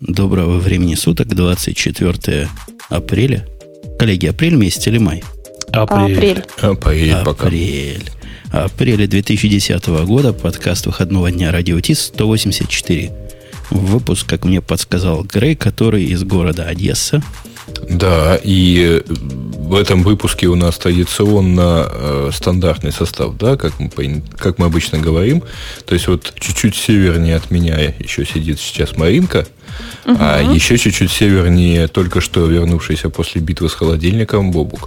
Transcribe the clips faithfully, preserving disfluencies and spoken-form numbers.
Доброго времени суток, двадцать четвёртое апреля. Коллеги, апрель месяц или май? Апрель. Апрель. Пока. Апрель. Апрель две тысячи десятого года, подкаст выходного дня Радио ТИС сто восемьдесят четыре. Выпуск, как мне подсказал Грей, который из города Одесса. Да, и в этом выпуске у нас традиционно э, стандартный состав, да, как мы, как мы обычно говорим. То есть вот чуть-чуть севернее от меня еще сидит сейчас Маринка, угу. А еще чуть-чуть севернее только что вернувшийся после битвы с холодильником Бобук.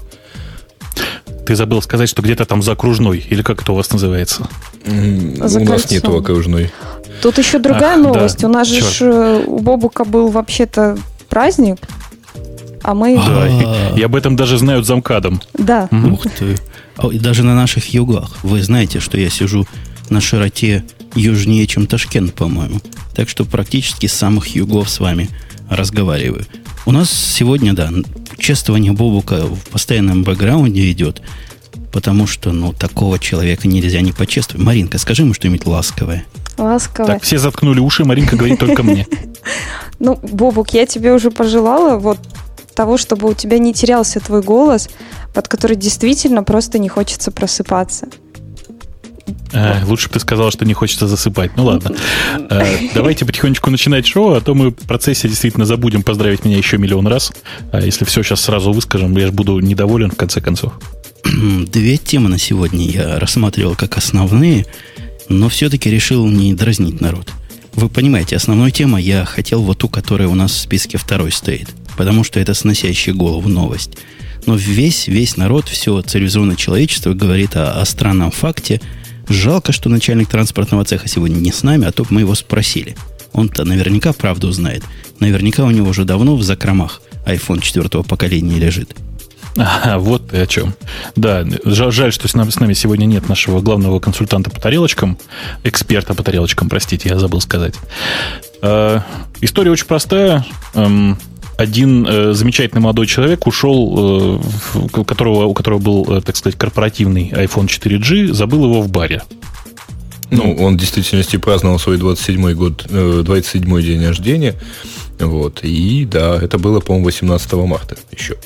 Ты забыл сказать, что где-то там за окружной, или как это у вас называется? За у нас кольцом. Нету окружной. Тут еще другая Ах, новость. Да. У нас Черт. же у Бобука был вообще-то праздник, а мы... Да, и, и об этом даже знают замкадом. Да. Угу. Ух ты. И даже на наших югах. Вы знаете, что я сижу на широте южнее, чем Ташкент, по-моему. Так что практически с самых югов с вами разговариваю. У нас сегодня, да, чествование Бобука в постоянном бэкграунде идет, потому что, ну, такого человека нельзя не почествовать. Маринка, скажи ему что-нибудь ласковое. Ласковое. Так, все заткнули уши, Маринка говорит только мне. Ну, Бобук, я тебе уже пожелала вот того, чтобы у тебя не терялся твой голос, под который действительно просто не хочется просыпаться. А, лучше бы ты сказала, что не хочется засыпать. Ну ладно. А, давайте потихонечку начинать шоу, а то мы в процессе действительно забудем поздравить меня еще миллион раз. А если все сейчас сразу выскажем, я же буду недоволен в конце концов. Две темы на сегодня я рассматривал как основные, но все-таки решил не дразнить народ. Вы понимаете, основной тема я хотел вот ту, которая у нас в списке второй стоит, потому что это сносящая голову новость. Но весь, весь народ, все цивилизованное человечество говорит о, о странном факте. Жалко, что начальник транспортного цеха сегодня не с нами, а то бы мы его спросили. Он-то наверняка правду знает. Наверняка у него уже давно в закромах айфон четвертого поколения лежит. А, вот ты о чем. Да, жаль, жаль, что с нами, с нами сегодня нет нашего главного консультанта по тарелочкам, эксперта по тарелочкам, простите, я забыл сказать. Э, история очень простая. Эм, один э, замечательный молодой человек ушел, э, у, которого, у которого был, э, так сказать, корпоративный айфон четыре джи, забыл его в баре. Ну, он в действительности праздновал свой двадцать седьмой год, э, двадцать седьмой день рождения. Вот, и да, это было, по-моему, восемнадцатого марта еще.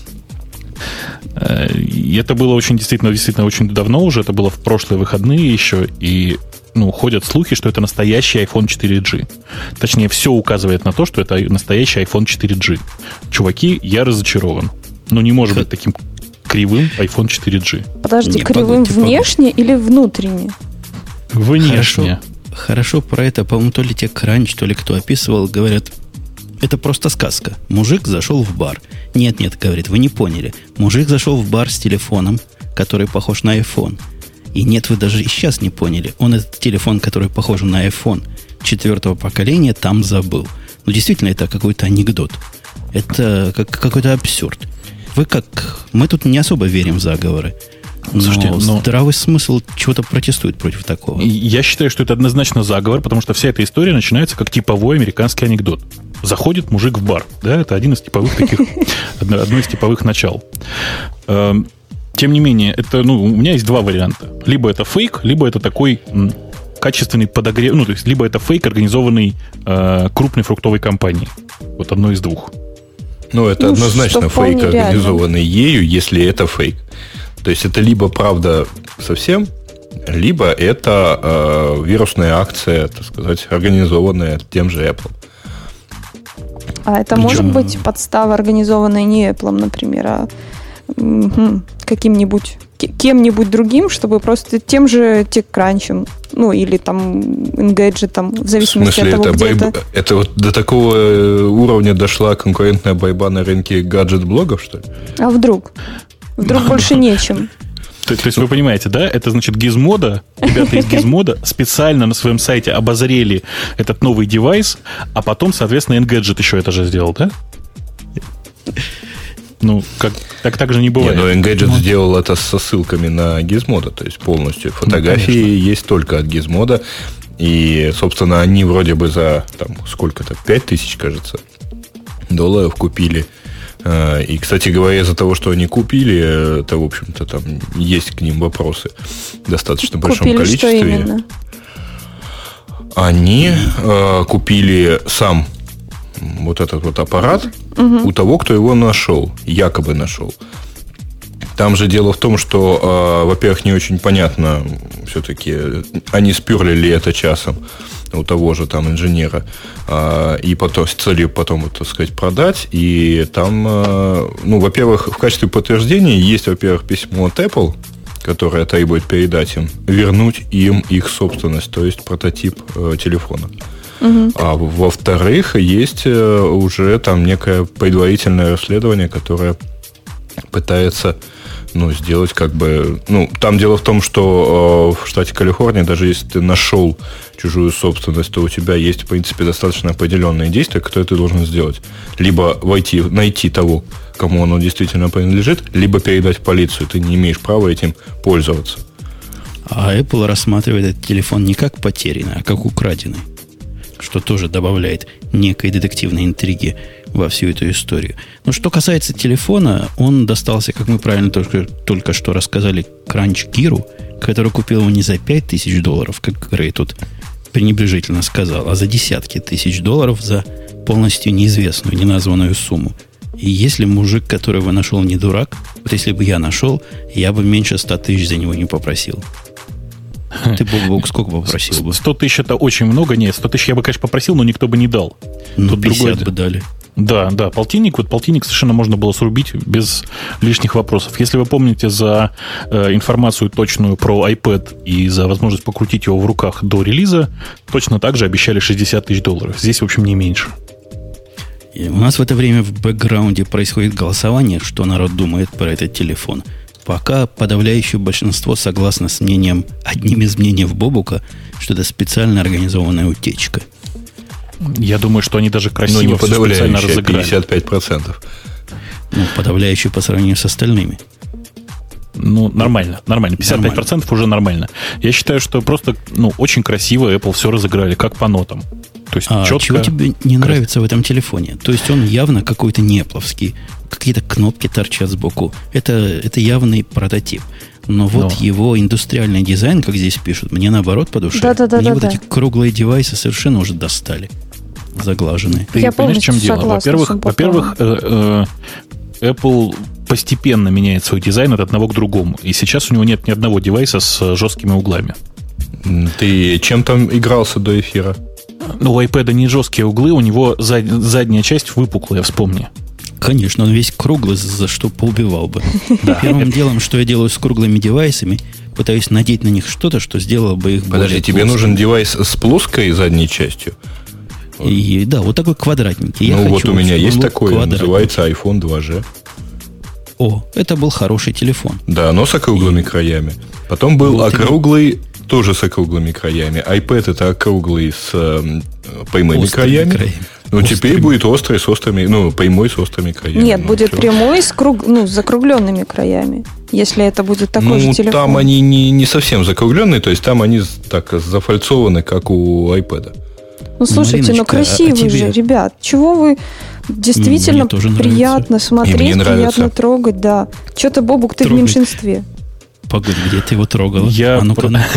И это было очень, действительно, действительно очень давно уже. Это было в прошлые выходные еще. И, ну, ходят слухи, что это настоящий айфон четыре джи. Точнее, все указывает на то, что это настоящий айфон четыре джи. Чуваки, я разочарован. Ну, не может быть таким кривым айфон четыре джи. Подожди, не, кривым погодите, внешне погодите. Или внутренне? Внешне. Хорошо, хорошо про это, по-моему, то ли те Кранч, то ли кто описывал, говорят, это просто сказка. Мужик зашел в бар. Нет, нет, говорит, вы не поняли. Мужик зашел в бар с телефоном, который похож на iPhone. И нет, вы даже и сейчас не поняли. Он этот телефон, который похож на iPhone четвертого поколения, там забыл. Ну, действительно, это какой-то анекдот. Это как, какой-то абсурд. Вы как... Мы тут не особо верим в заговоры. Но Слушайте, но... здравый смысл чего-то протестует против такого. Я считаю, что это однозначно заговор, потому что вся эта история начинается как типовой американский анекдот. Заходит мужик в бар. Да, это один из типовых таких, одно, одно из типовых начал. Тем не менее, это, ну, у меня есть два варианта. Либо это фейк, либо это такой м, качественный подогрев. Ну, то есть, либо это фейк, организованный э, крупной фруктовой компанией. Вот одно из двух. Ну, это ну, однозначно фейк, реально. Организованный ею, если это фейк. То есть это либо правда совсем, либо это э, вирусная акция, так сказать, организованная тем же Apple. А это Причем... может быть подстава, организованная не Apple, например, а угу, каким-нибудь, кем-нибудь другим, чтобы просто тем же TechCrunch, ну, или там Engadget, в зависимости в смысле, от того, это, где байб... это... это вот до такого уровня дошла конкурентная борьба на рынке гаджет-блогов, что ли? А вдруг? Вдруг больше нечем. То, то есть вы понимаете, да? Это значит Gizmodo, ребята из Gizmodo специально на своем сайте обозрели этот новый девайс, а потом, соответственно, Engadget еще это же сделал, да? Ну, как, так, так же не бывает. Не, но Engadget ну, сделал это со ссылками на Gizmodo, то есть полностью. Фотографии ну, есть только от Gizmodo. И, собственно, они вроде бы за там, сколько-то, пять тысяч, кажется, долларов купили. И, кстати говоря, из-за того, что они купили, это, в общем-то, там есть к ним вопросы в достаточно большом купили количестве. Что именно? Они э, купили сам вот этот вот аппарат угу. у того, кто его нашел, якобы нашел. Там же дело в том, что, э, во-первых, не очень понятно все-таки, они сперли ли это часом у того же там инженера, э, и потом, с целью потом, так сказать, продать. И там, э, ну, во-первых, в качестве подтверждения есть, во-первых, письмо от Apple, которое требует передать им, вернуть им их собственность, то есть прототип э, телефона. Угу. А во-вторых, есть э, уже там некое предварительное расследование, которое пытается, ну, сделать как бы... Ну, там дело в том, что э, в штате Калифорния, даже если ты нашел чужую собственность, то у тебя есть, в принципе, достаточно определенные действия, которые ты должен сделать. Либо войти, найти того, кому оно действительно принадлежит, либо передать в полицию. Ты не имеешь права этим пользоваться. А Apple рассматривает этот телефон не как потерянный, а как украденный, что тоже добавляет некой детективной интриги во всю эту историю. Но что касается телефона, он достался, как мы правильно только, только что рассказали, Crunch Gear, который купил его не за пять тысяч долларов, как Грей тут пренебрежительно сказал, а за десятки тысяч долларов за полностью неизвестную, неназванную сумму. И если мужик, которого нашел, не дурак, вот если бы я нашел, я бы меньше ста тысяч за него не попросил. Ты, Бог, сколько попросил бы? сто тысяч это очень много. Нет, сто тысяч я бы, конечно, попросил, но никто бы не дал. Ну, Тут пятьдесят другой... бы дали. Да, да, полтинник, вот полтинник совершенно можно было срубить без лишних вопросов. Если вы помните, за э, информацию точную про iPad и за возможность покрутить его в руках до релиза, точно так же обещали шестьдесят тысяч долларов. Здесь, в общем, не меньше. И у нас в это время в бэкграунде происходит голосование, что народ думает про этот телефон. Пока подавляющее большинство согласно с мнением, одним из мнений Бобука, что это специально организованная утечка. Я думаю, что они даже красиво ну, не все специально разыграли. пятьдесят пять процентов. Ну, подавляющее по сравнению с остальными. Ну, нормально, нормально. пятьдесят пять процентов нормально. Уже нормально. Я считаю, что просто, ну, очень красиво Apple все разыграли, как по нотам. То есть, а четко... чего тебе не нравится в этом телефоне? То есть, он явно какой-то не эппловский. Какие-то кнопки торчат сбоку. Это, это явный прототип. Но вот Но. его индустриальный дизайн, как здесь пишут, мне наоборот по душе. Да-да-да. Мне да, вот да. эти круглые девайсы совершенно уже достали. Заглаженные. Ты Я понимаешь, в чем дело? Во-первых, во-первых э, э, Apple постепенно меняет свой дизайн от одного к другому. И сейчас у него нет ни одного девайса с жесткими углами. Ты чем там игрался до эфира? Ну, у iPad не жесткие углы, у него зад... задняя часть выпуклая, вспомни. Конечно, он весь круглый, за что поубивал бы. Да. Первым делом, что я делаю с круглыми девайсами, пытаюсь надеть на них что-то, что сделало бы их Подожди, более тебе плоскими. нужен девайс с плоской задней частью? И, да, вот такой квадратненький. Ну, я вот хочу, у меня есть такой, он называется iPhone два джи. О, это был хороший телефон. Да, но с округлыми и... краями. Потом был вот округлый, и... тоже с округлыми краями. iPad это округлый с э, прямыми краями. краями. Ну, острыми. Теперь будет острый с острыми, ну, прямой с острыми краями. Нет, ну, будет все. прямой с, круг... ну, с закругленными краями. Если это будет такой ну, же телефон. Ну, там они не, не совсем закругленные, то есть там они так зафальцованы, как у iPad. Ну, слушайте, Мариночка, ну красивый а тебе... же, ребят. Чего вы... Действительно приятно смотреть, приятно трогать, да. Что-то, Бобук, ты трогать. В меньшинстве. Погоди, где ты его трогал? Я... А ну-ка, ну-ка.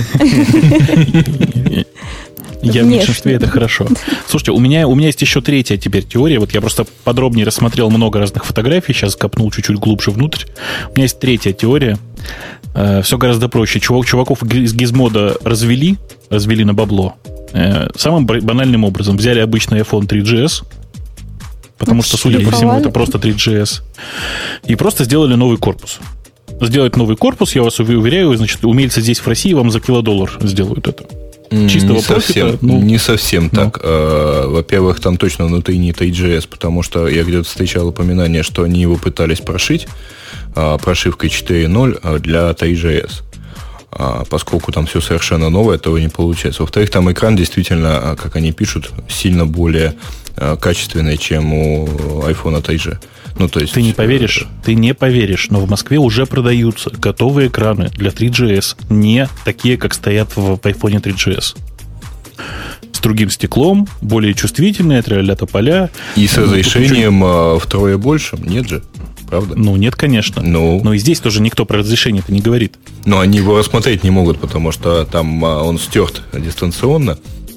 Я в меньшинстве, это хорошо. Слушайте, у меня, у меня есть еще третья теперь теория. Вот я просто подробнее рассмотрел много разных фотографий, сейчас копнул чуть-чуть глубже внутрь. У меня есть третья теория. Все гораздо проще. Чувак, чуваков из Gizmodo развели, развели на бабло. Самым банальным образом. Взяли обычный iPhone три джи эс, потому что, судя по всему, это просто три джи эс, и просто сделали новый корпус. Сделать новый корпус, я вас уверяю, значит, умельцы здесь в России вам за килодоллар сделают это. Чистого не совсем, профита, ну, не совсем ну. так. Во-первых, там точно внутри не три джи эс, потому что я где-то встречал упоминание, что они его пытались прошить прошивкой четыре ноль для три джи эс. Поскольку там все совершенно новое, этого не получается. Во-вторых, там экран действительно, как они пишут, сильно более качественный, чем у iPhone три джи. Ну, то есть... Ты не поверишь, ты не поверишь, но в Москве уже продаются готовые экраны для три джи эс, не такие, как стоят в iPhone три джи эс. С другим стеклом, более чувствительные, для тополя. И с разрешением ничего... втрое больше? Нет же, правда? Ну, нет, конечно. Ну... Но и здесь тоже никто про разрешение-то не говорит. Но они его рассмотреть не могут, потому что там он стерт дистанционно.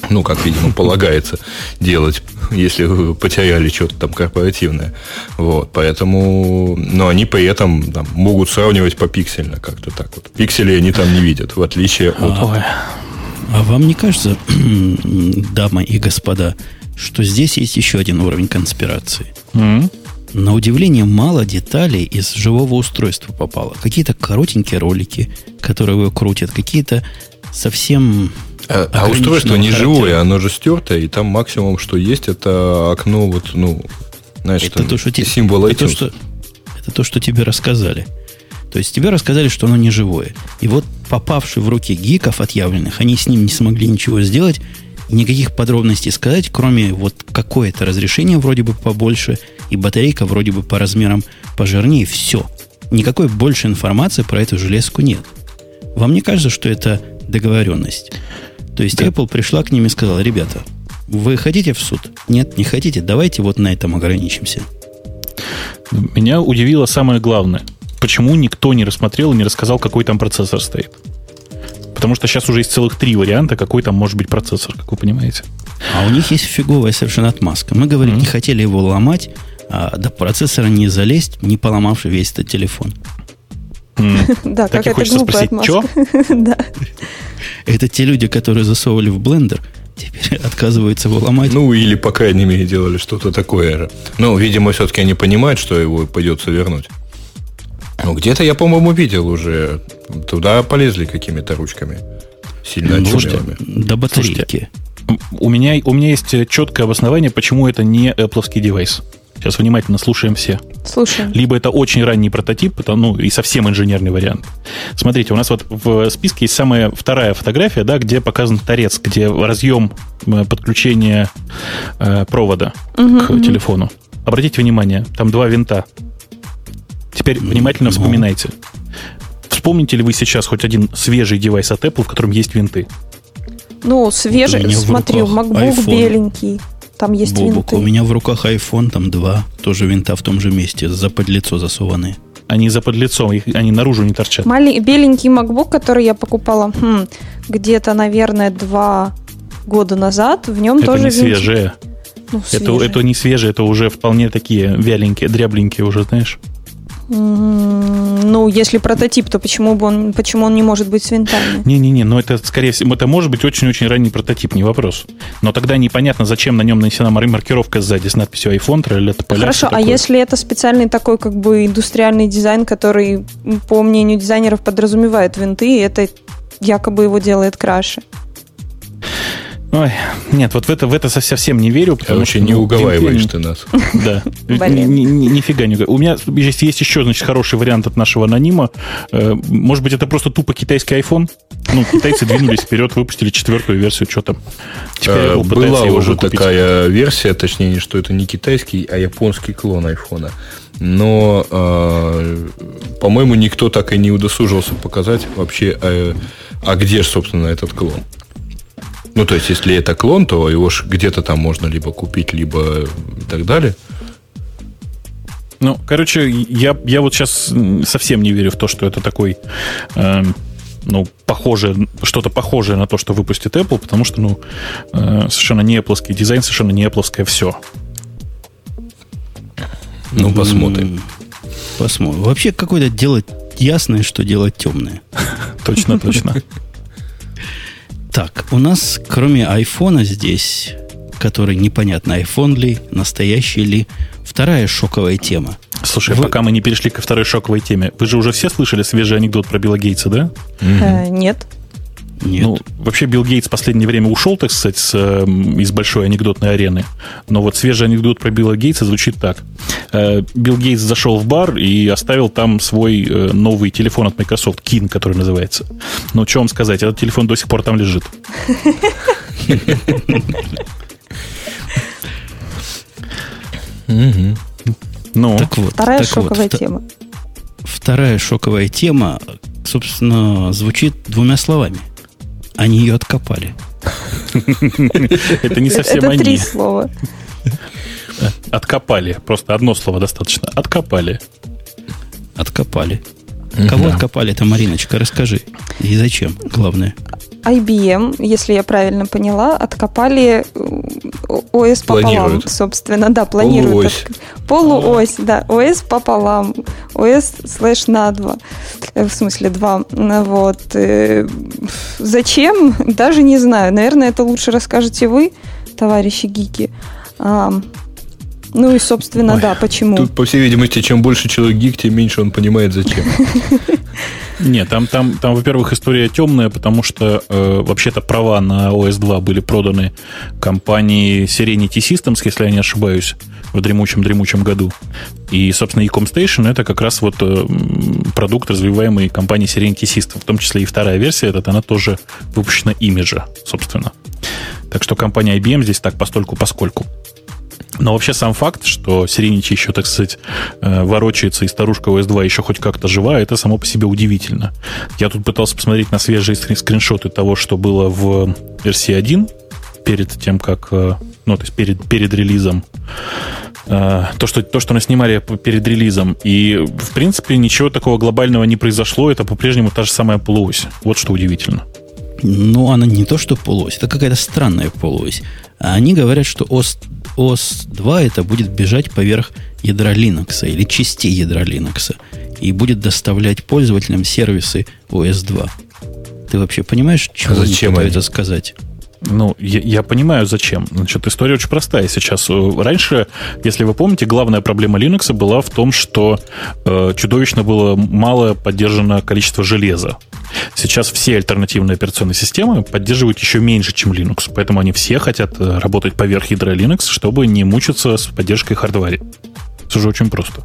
Ну, как, видимо, полагается делать, если вы потеряли что-то там корпоративное. Вот, поэтому... Но они при этом там, могут сравнивать попиксельно как-то так вот. Пиксели они там не видят, в отличие от... А, а вам не кажется, дамы и господа, что здесь есть еще один уровень конспирации? Mm-hmm. На удивление, мало деталей из живого устройства попало. Какие-то коротенькие ролики, которые его крутят, какие-то совсем... А, а устройство не характера. Живое, оно же стертое, и там максимум, что есть, это окно, вот, ну, знаешь, это там, то, что символ это, то, что, это то, что тебе рассказали. То есть тебе рассказали, что оно не живое. И вот попавший в руки гиков отъявленных, они с ним не смогли ничего сделать, и никаких подробностей сказать, кроме вот какое-то разрешение вроде бы побольше, и батарейка вроде бы по размерам пожирнее, все. Никакой больше информации про эту железку нет. Вам не кажется, что это договоренность? То есть да. Apple пришла к ним и сказала: ребята, вы хотите в суд? Нет, не хотите? Давайте вот на этом ограничимся. Меня удивило самое главное. Почему никто не рассмотрел и не рассказал, какой там процессор стоит? Потому что сейчас уже есть целых три варианта, какой там может быть процессор, как вы понимаете. А у них есть фиговая совершенно отмазка. Мы, говорим, mm-hmm. не хотели его ломать, а до процессора не залезть, не поломавши весь этот телефон. Mm. Да, так и хочется спросить, что? Да. Это те люди, которые засовывали в блендер, теперь отказываются его ломать. Ну, или, по крайней мере, делали что-то такое же. Ну, видимо, все-таки они понимают, что его придется вернуть. Ну, где-то я, по-моему, видел уже. Туда полезли какими-то ручками. Сильно очумелыми. До батарейки. У меня, у меня есть четкое обоснование, почему это не Apple-овский девайс. Сейчас внимательно слушаем все. Слушаем. Либо это очень ранний прототип, это, ну, и совсем инженерный вариант. Смотрите, у нас вот в списке есть самая вторая фотография, да, где показан торец, где разъем подключения э, провода угу, к угу. телефону. Обратите внимание, там два винта. Теперь внимательно mm-hmm. вспоминайте. Вспомните ли вы сейчас хоть один свежий девайс от Apple, в котором есть винты? Ну, свежий, смотри, MacBook iPhone. Беленький, там есть Бобок, винты. У меня в руках iPhone, там два, тоже винта в том же месте, за подлицо засованные. Они за подлицом, их, они наружу не торчат. Мали- беленький MacBook, который я покупала хм, где-то, наверное, два года назад, в нем это тоже не винты. Свежие. Ну, это, это не свежие, это уже вполне такие вяленькие, дрябленькие уже, знаешь. Ну, если прототип, то почему бы он, почему он не может быть с винтами? Не-не-не, но это, скорее всего, это может быть очень-очень ранний прототип, не вопрос. Но тогда непонятно, зачем на нем нанесена маркировка сзади с надписью iPhone, троллета, поля. Хорошо, а если это специальный такой как бы индустриальный дизайн, который, по мнению дизайнеров, подразумевает винты, и это якобы его делает краше? Ой, нет, вот в это, в это совсем не верю. Короче, не уговариваешь ты нас. Да, нифига не уговариваю. У меня есть, есть еще, значит, хороший вариант от нашего анонима. Может быть, это просто тупо китайский iPhone? Ну, китайцы двинулись вперед, выпустили четвертую версию, что там. Теперь была уже такая версия, точнее, что это не китайский, а японский клон айфона. Но, по-моему, никто так и не удосужился показать вообще, а где же, собственно, этот клон. Ну, то есть, если это клон, то его ж где-то там можно либо купить, либо и так далее. Ну, короче, я, я вот сейчас совсем не верю в то, что это такой, э, ну, похоже, что-то похожее на то, что выпустит Apple, потому что, ну, э, совершенно не Apple-ский дизайн, совершенно не Apple-ское все. Ну, посмотрим. Посмотрим. Вообще, какое-то делать ясное, что делать темное. Точно, точно. Так, у нас, кроме айфона здесь, который непонятно, айфон ли, настоящий ли, вторая шоковая тема. Слушай, вы... пока мы не перешли ко второй шоковой теме, вы же уже все слышали свежий анекдот про Билла Гейтса, да? Э, нет. Нет. Ну, вообще Билл Гейтс в последнее время ушел, так сказать, с, э, из большой анекдотной арены. Но вот свежий анекдот про Билла Гейтса звучит так. Э, Билл Гейтс зашел в бар и оставил там свой э, новый телефон от Microsoft, Kin, который называется. Ну, что вам сказать, этот телефон до сих пор там лежит. Ну, так вот, вторая так шоковая вот, тема. Вторая шоковая тема, собственно, звучит двумя словами. Они ее откопали. Это не совсем они. Это три слова. Откопали. Просто одно слово достаточно. Откопали. Откопали. Кого откопали-то, Мариночка? Расскажи. И зачем, главное. ай би эм, если я правильно поняла, откопали о эс пополам, собственно. Да, планируют. Полуось. Полуось, да. о эс пополам. о эс слэш на два. В смысле, два. Вот. Зачем? Даже не знаю. Наверное, это лучше расскажете вы, товарищи гики. Ну и, собственно, Ой, да, почему? Тут, по всей видимости, чем больше человек гик, тем меньше он понимает, зачем. Нет, там, там, там, во-первых, история темная, потому что э, вообще-то права на о эс два были проданы компании Serenity Systems, если я не ошибаюсь, в дремучем-дремучем году. И, собственно, Ecom Station — это как раз вот э, продукт, развиваемый компанией Serenity Systems. В том числе и вторая версия, этот, она тоже выпущена ими же, собственно. Так что компания ай би эм здесь так постольку-поскольку. Но вообще сам факт, что Serenity еще, так сказать, ворочается, и старушка о эс два еще хоть как-то жива, это само по себе удивительно. Я тут пытался посмотреть на свежие скриншоты того, что было в версии один, перед тем, как... Ну, то есть перед, перед релизом. То что, то, что наснимали перед релизом. И, в принципе, ничего такого глобального не произошло. Это по-прежнему та же самая полуось. Вот что удивительно. Ну, она не то, что полуось. Это какая-то странная полуось. А они говорят, что о эс два это будет бежать поверх ядра Linux или частей ядра Linux и будет доставлять пользователям сервисы о эс два. Ты вообще понимаешь, что а они пытаются сказать? Ну, я, я понимаю, зачем. Значит, история очень простая сейчас. Раньше, если вы помните, главная проблема Linux была в том, что э, чудовищно было мало поддержано количество железа. Сейчас все альтернативные операционные системы поддерживают еще меньше, чем Linux. Поэтому они все хотят работать поверх ядра Linux, чтобы не мучиться с поддержкой хардваре. Это же очень просто.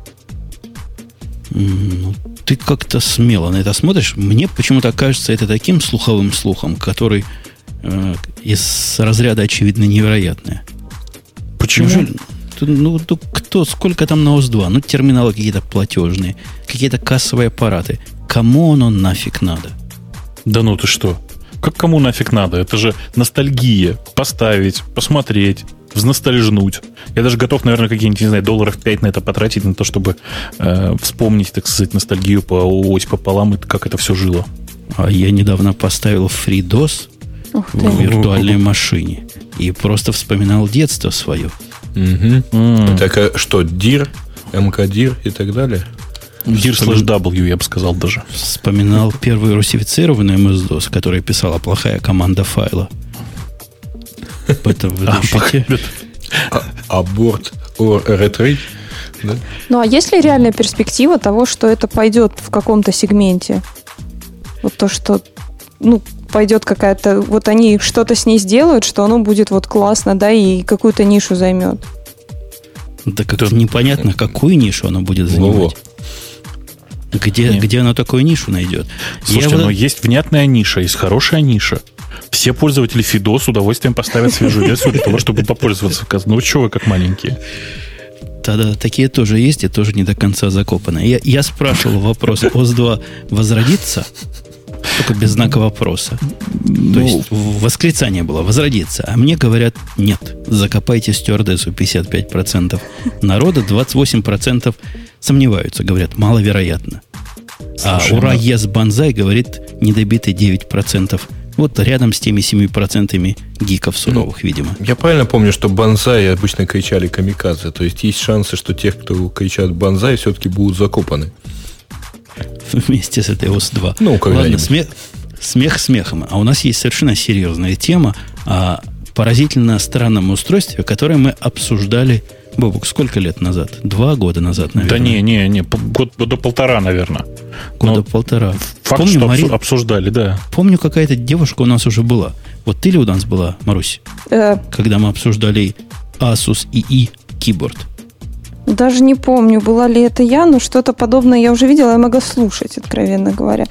Ну, ты как-то смело на это смотришь. Мне почему-то кажется это таким слуховым слухом, который э, из разряда очевидно невероятное. Почему? Неужели, ну, ну, кто, сколько там на о эс два? Ну, терминалы какие-то платежные, какие-то кассовые аппараты. Кому оно нафиг надо? Да ну ты что? Как кому нафиг надо? Это же ностальгия. Поставить, посмотреть, взностальжнуть. Я даже готов, наверное, какие-нибудь, не знаю, долларов пять на это потратить, на то, чтобы э, вспомнить, так сказать, ностальгию по ось пополам и как это все жило. А я недавно поставил FreeDOS в виртуальной машине и просто вспоминал детство свое. Угу. Mm. Так а что, дир, эм ка дир и так далее? Dir слэш W, я бы сказал даже. Вспоминал первый русифицированный эм эс дос, который писала плохая команда файла. Аборт or retrieve. Ну, а есть ли реальная перспектива того, что это пойдет в каком-то сегменте? Вот то, что, ну, пойдет какая-то... Вот они что-то с ней сделают, что оно будет вот классно, да, и какую-то нишу займет. Да как-то непонятно, какую нишу оно будет занимать. Где, где оно такую нишу найдет? Слушайте, но вот... есть внятная ниша, есть хорошая ниша. Все пользователи Фидо с удовольствием поставят свежую версию для того, чтобы попользоваться. Ну, что вы как маленькие? Да-да, такие тоже есть и тоже не до конца закопаны. Я, я спрашивал вопрос, о эс два возродится? Только без знака вопроса. Ну, то есть восклицание было, возродится. А мне говорят, нет, закопайте стюардессу. Пятьдесят пять процентов народа, двадцать восемь процентов сомневаются. Говорят, маловероятно. Слушай, а ура, ну... yes, банзай говорит, недобитые девять процентов. Вот рядом с теми семью процентами гиков суровых, ну, видимо. Я правильно помню, что банзай обычно кричали камикадзе. То есть есть шансы, что тех, кто кричат банзай, все-таки будут закопаны. Вместе с этой о эс два. Ну, ладно, смех, смех смехом. А у нас есть совершенно серьезная тема о поразительно странном устройстве, которое мы обсуждали, Бобук, сколько лет назад? Два года назад, наверное. Да не, не, не, год до полтора, наверное. Года Но полтора. Факт, помню, что Мари... обсуждали, да. Помню, какая-то девушка у нас уже была. Вот ты ли у нас была, Марусь? Э... Когда мы обсуждали Asus и и Keyboard. Даже не помню, была ли это я, но что-то подобное я уже видела, я могу слушать, откровенно говоря.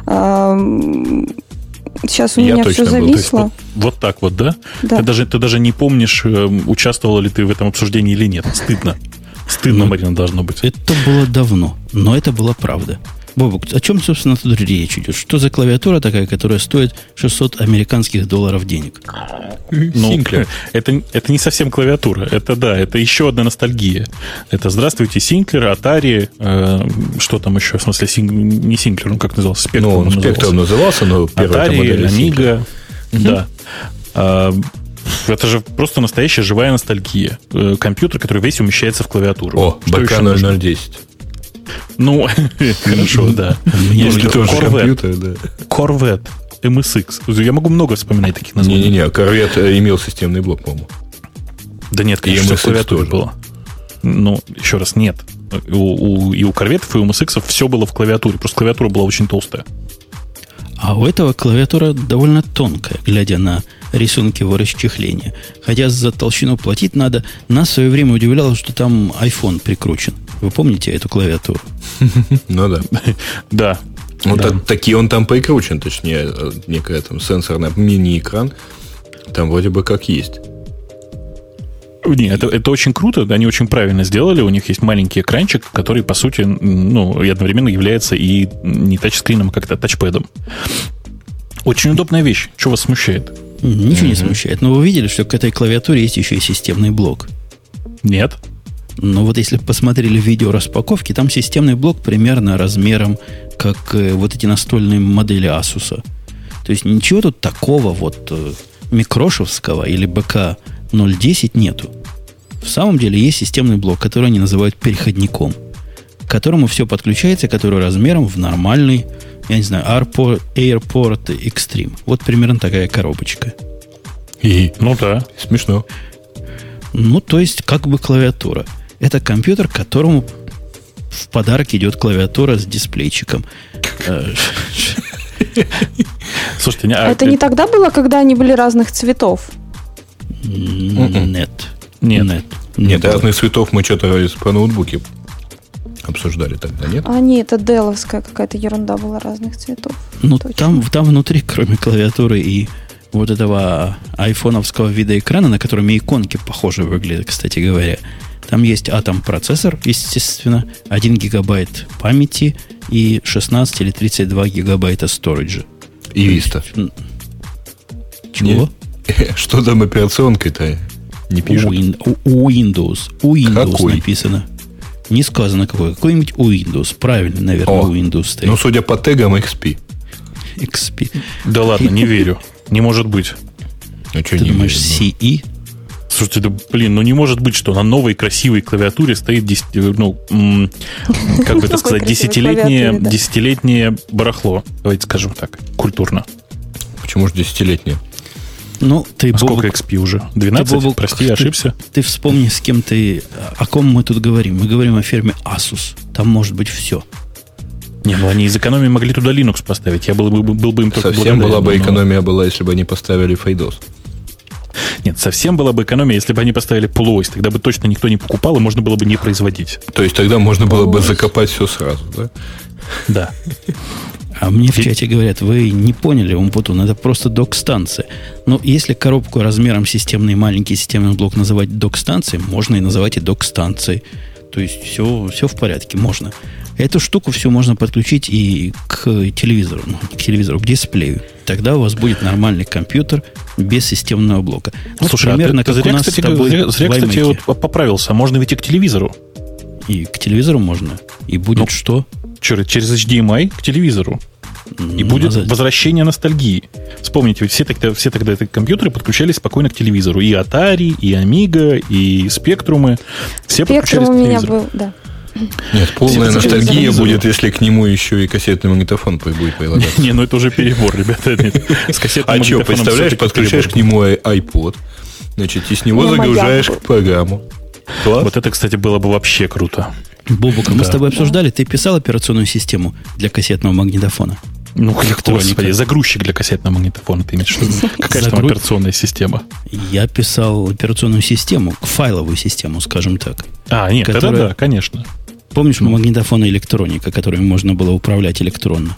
Сейчас у я меня все зависло. Вот, вот так вот, да? Да. Ты даже, ты даже не помнишь, участвовала ли ты в этом обсуждении или нет. Стыдно. Стыдно, ну, Марина, должно быть. Это было давно, но это была правда. Бобук, о чем, собственно, тут речь идет? Что за клавиатура такая, которая стоит шестьсот американских долларов денег? Ну, это, это не совсем клавиатура. Это, да, это еще одна ностальгия. Это, здравствуйте, Синклер, Atari, э, что там еще, в смысле, син, не Синклер, ну, как назывался? Спектрум, ну, он Спектрум назывался, но первая Atari, Amiga. Да. А, это же просто настоящая живая ностальгия. Компьютер, который весь умещается в клавиатуру. О, бэ ка ноль ноль десять. Ну, хорошо, да. Если тоже компьютер, да. Corvette эм эс икс. Я могу много вспоминать таких названий. Не-не-не, Corvette имел системный блок, по-моему. Да нет, конечно, в клавиатуре было. Ну, еще раз, нет. У, у, и у Corvette, и у эм эс икс все было в клавиатуре. Просто клавиатура была очень толстая. А у этого клавиатура довольно тонкая, глядя на рисунки его расчехления. Хотя за толщину платить надо. Нас в свое время удивляло, что там iPhone прикручен. Вы помните эту клавиатуру? Ну да. Да. Ну, такие он там прикручен, точнее, некая там сенсорная мини-экран. Там вроде бы как есть. Не, это, это очень круто, они очень правильно сделали. У них есть маленький экранчик, который, по сути, ну, и одновременно является и не тачскрином, а как-то тачпэдом. Очень удобная вещь. Что вас смущает? Ничего mm-hmm. не смущает. Но вы видели, что к этой клавиатуре есть еще и системный блок? Нет. Но вот если посмотрели видео распаковки, там системный блок примерно размером, как э, вот эти настольные модели Asus. То есть ничего тут такого вот э, микрошевского или бэ ка ноль десять нету. В самом деле есть системный блок, который они называют переходником, к которому все подключается, который размером в нормальный, я не знаю, AirPort, AirPort Extreme. Вот примерно такая коробочка. И, ну да, смешно. Ну, то есть, как бы клавиатура. Это компьютер, которому в подарок идет клавиатура с дисплейчиком. Слушайте, а это не тогда было, когда они были разных цветов? Нет. Нет. Нет, Нет разных цветов мы что-то по ноутбуке обсуждали тогда, нет? А нет, это деловская какая-то ерунда была разных цветов. Ну, там, там внутри, кроме клавиатуры и вот этого айфоновского вида экрана, на котором и иконки похожи выглядят, кстати говоря, там есть Atom процессор, естественно, один гигабайт памяти и шестнадцать или тридцать два гигабайта сториджа. И Vista. Чего? Что там операционкой-то не пишут? У Windows. У Windows какой? Написано. Не сказано какой. Какой-нибудь у Windows. Правильно, наверное, О, у Windows стоит. Ну, судя по тегам, икс пи. икс пи. Да ладно, не верю. Не может быть. Ну, что Ты не думаешь, верю, си и? Слушайте, да, блин, ну не может быть, что на новой красивой клавиатуре стоит десять, ну, м, как бы это сказать, десятилетнее, да. десятилетнее барахло. Давайте скажем так, культурно. Почему же десятилетнее? Ну, ты, А сколько Бобук, икс пи уже? двенадцать? ты, Бобук, Прости, я ошибся. Ты, ты вспомни, с кем ты... О ком мы тут говорим. Мы говорим о фирме Asus. Там может быть все. Не, ну они из экономии могли туда Linux поставить. Я был бы, был бы им только Совсем была бы но... экономия была, если бы они поставили Фейдос. Нет, совсем была бы экономия, если бы они поставили полуось. Тогда бы точно никто не покупал, и можно было бы не производить. То есть тогда можно было бы закопать все сразу, да? Да. А мне в чате говорят, вы не поняли, Умпутун, это просто док-станция. Но если коробку размером системный маленький системный блок называть док-станцией, можно и называть и док-станцией. То есть все, все в порядке, можно. Эту штуку все можно подключить и к телевизору, ну, не к телевизору, к дисплею. Тогда у вас будет нормальный компьютер без системного блока. Ну, слушай, примерно а ты, как ты у зря, нас кстати, с тобой зря, зря кстати, в вот поправился. Можно ведь и к телевизору. И к телевизору можно. И будет ну, что? Через эйч ди эм ай к телевизору. И ну, будет назад. возвращение ностальгии. Вспомните, ведь все тогда, все тогда эти компьютеры подключались спокойно к телевизору. И Atari, и Amiga, и Спектрумы. Все Спектрум подключались у к меня телевизору. был, да. Нет, полная Все ностальгия будет, если к нему еще и кассетный магнитофон будет прилагаться. Не, ну это уже перебор, ребята. С кассетным А что, представляешь, подключаешь к нему iPod, значит, и с него загружаешь программу. Вот это, кстати, было бы вообще круто. Бобука, мы с тобой обсуждали, ты писал операционную систему для кассетного магнитофона? Ну, господи, загрузчик для кассетного магнитофона, ты имеешь в виду? Какая же там операционная система? Я писал операционную систему, файловую систему, скажем так. А, нет, это да, конечно. Помнишь, магнитофон и электроника, которыми можно было управлять электронно?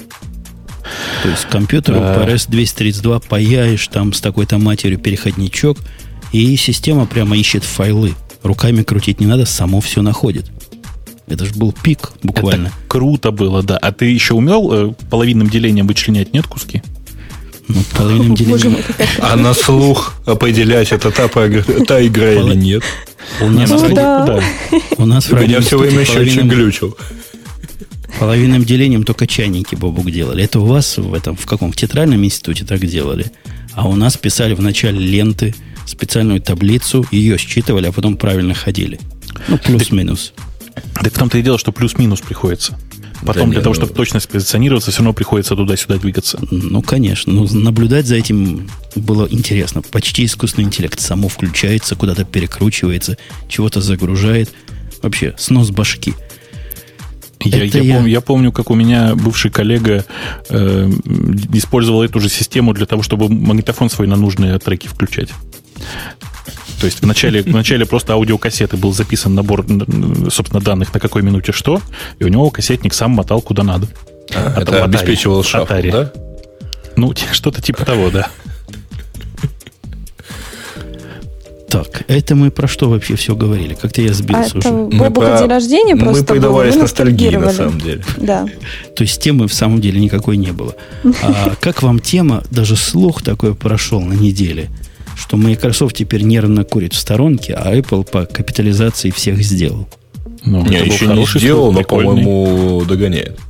То есть компьютеру по эр эс двести тридцать два паяешь там с такой-то матерью переходничок, и система прямо ищет файлы. Руками крутить не надо, само все находит. Это же был пик, буквально. Это круто было, да. А ты еще умел э, половинным делением вычленять, нет, куски? Ну, половинным делением... А на слух определять, это та, та игра или нет? У нас ну, да. У нас у меня все время счетчик глючил. Половинным делением только чайники, Бобук, делали. Это у вас в этом, в каком? В театральном институте так делали. А у нас писали в начале ленты специальную таблицу, ее считывали, а потом правильно ходили. Ну, плюс-минус. Так в том-то и дело, что плюс-минус приходится. Потом да для нет, того, чтобы точно спозиционироваться, все равно приходится туда-сюда двигаться. Ну, конечно. Ну, наблюдать за этим было интересно. Почти искусственный интеллект само включается, куда-то перекручивается, чего-то загружает. Вообще, снос башки. Я, я, я... Помню, я помню, как у меня бывший коллега э, использовал эту же систему для того, чтобы магнитофон свой на нужные треки включать. То есть вначале, вначале просто аудиокассеты был записан набор, собственно, данных на какой минуте что, и у него кассетник сам мотал куда надо. А, а это обеспечивал шафл, да? Ну, что-то типа того, да. Так, это мы про что вообще все говорили? Как-то я сбился а уже. Мы про день рождения мы просто предавались ностальгии, на самом деле. Да. То есть темы в самом деле никакой не было. А как вам тема, даже слух такой прошел на неделе, что Microsoft теперь нервно курит в сторонке, а Apple по капитализации всех сделал? Ну, не, еще не сделал, слух, но, прикольный. По-моему, догоняет.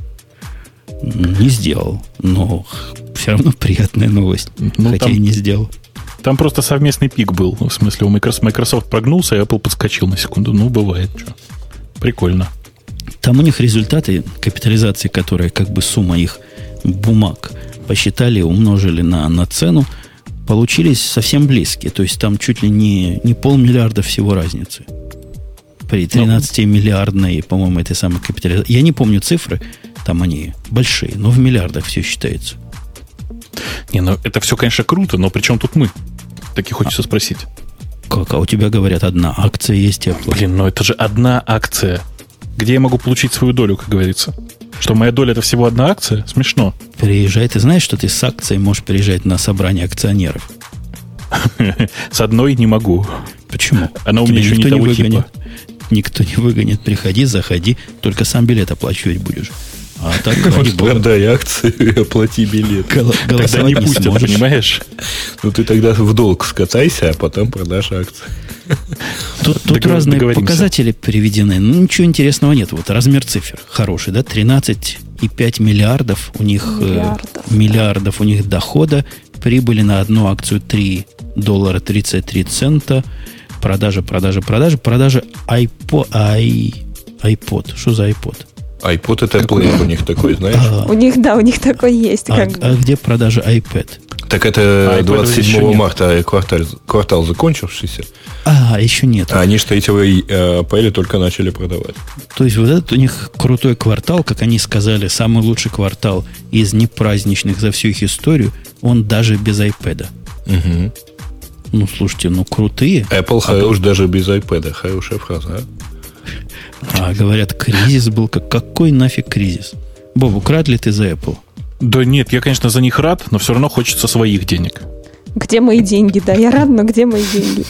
Не сделал, но все равно приятная новость, ну, хотя там... и не сделал. Там просто совместный пик был. В смысле, у Microsoft, Microsoft прогнулся, и Apple подскочил на секунду. Ну, бывает. Что. Прикольно. Там у них результаты капитализации, которые как бы сумма их бумаг посчитали, умножили на, на цену, получились совсем близкие. То есть там чуть ли не, не полмиллиарда всего разницы. При тринадцатимиллиардной, по-моему, этой самой капитализации. Я не помню цифры, там они большие, но в миллиардах все считается. Не, ну это все, конечно, круто, но при чем тут мы? Так и хочется а, спросить. Как? А у тебя, говорят, одна акция есть Apple. Блин, ну это же одна акция. Где я могу получить свою долю, как говорится? Что моя доля это всего одна акция? Смешно. Переезжай. Ты знаешь, что ты с акцией можешь переезжать на собрание акционеров? С одной не могу. Почему? Она у меня еще не того типа. Никто не выгонит. Приходи, заходи. Только сам билет оплачивать будешь. А так, вот продай акции и оплати билет. Гол- тогда не пустят, не понимаешь? Ну, ты тогда в долг скатайся, а потом продашь акции. Тут, тут разные показатели приведены. Ну, ничего интересного нет. Вот размер цифр хороший, да? тринадцать и пять миллиардов у них миллиардов, э, миллиардов у них дохода. Прибыли на одну акцию три доллара тридцать три цента. Продажа, продажа, продажа. Продажа iPod. I, iPod. Что за iPod? iPod это Apple у них такой, знаешь? А, у них, да, у них такой есть. А, как а где продажа iPad? Так это двадцать седьмого марта квартал, квартал закончившийся. А, еще нет. А они что эти в апреле только начали продавать. То есть вот этот у них крутой квартал, как они сказали, самый лучший квартал из непраздничных за всю их историю, он даже без iPad. Угу. Ну, слушайте, ну крутые. Apple хорош а даже без iPad. Хорошая фраза, а? А, говорят, кризис был. Как, какой нафиг кризис? Бобу, рад ли ты за Apple? Да нет, я, конечно, за них рад, но все равно хочется своих денег. Где мои деньги? Да, я рад, но где мои деньги?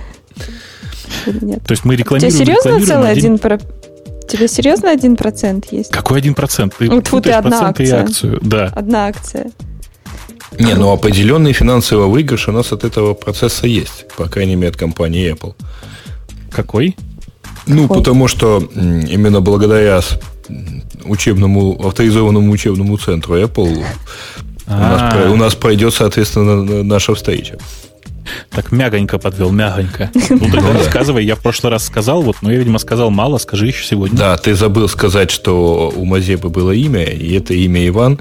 Нет. То есть мы рекламируем... У тебя серьезно целый один... Про... У тебя серьезно один процент есть? Какой один процент? Ты ну, тьфу, ты одна акция. И акцию. Да. Одна акция. Не, ну определенный финансовый выигрыш у нас от этого процесса есть. По крайней мере, от компании Apple. Какой? Ну, Какой? Потому что именно благодаря учебному, авторизованному учебному центру Apple у нас, у нас пройдет, соответственно, наша встреча. Так мягонько подвел, мягонько. Ну, тогда рассказывай. Я в прошлый раз сказал, вот, но я, видимо, сказал мало. Скажи еще сегодня. Да, ты забыл сказать, что у Мазепы было имя, и это имя Иван.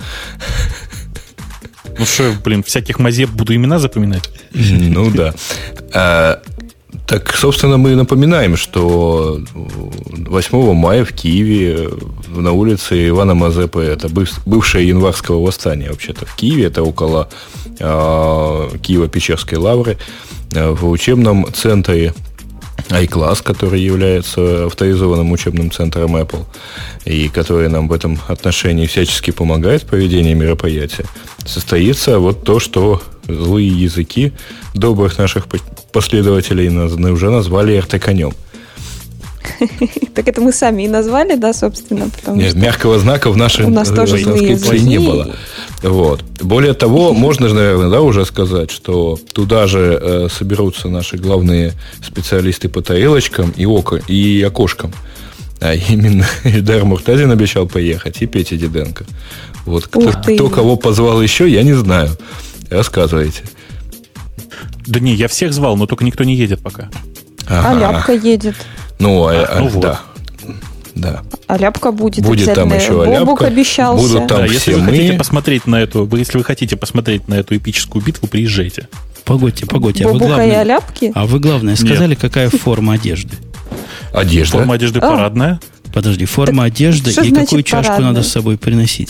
Ну что, блин, всяких Мазеп буду имена запоминать? Ну да. А, так, собственно, мы напоминаем, что восьмого мая в Киеве на улице Ивана Мазепы, это бывшее январского восстания вообще-то в Киеве, это около а, Киево-Печерской лавры, в учебном центре iClass, который является авторизованным учебным центром Apple и который нам в этом отношении всячески помогает в проведении мероприятия, состоится вот то, что злые языки добрых наших последователей уже назвали эр тэ-конем. Так это мы сами и назвали, да, собственно? Нет, мягкого знака в нашей транскрипции не было. Вот. Более того, можно же, наверное, да, уже сказать, что туда же э, соберутся наши главные специалисты по тарелочкам и, око, и окошкам. А именно Эльдар Муртазин обещал поехать и Петя Диденко. Вот кто, кто кого позвал еще, я не знаю. Рассказывайте. Да не, я всех звал, но только никто не едет пока. Ага. А Ляпка едет. Ну, а, а, ну вот. да. Да. А Ляпка будет. Будет там еще Бобук Ляпка. Обещался. Будут там да, все если вы мы. хотите посмотреть на эту, если вы хотите посмотреть на эту эпическую битву, приезжайте. Погодьте, погодьте. Бобука а вы главное, и Ляпки? А вы главное сказали, Нет. какая форма одежды? Одежда. Форма одежды а. парадная. Подожди, форма так одежды и какую чашку парадная? Надо с собой приносить?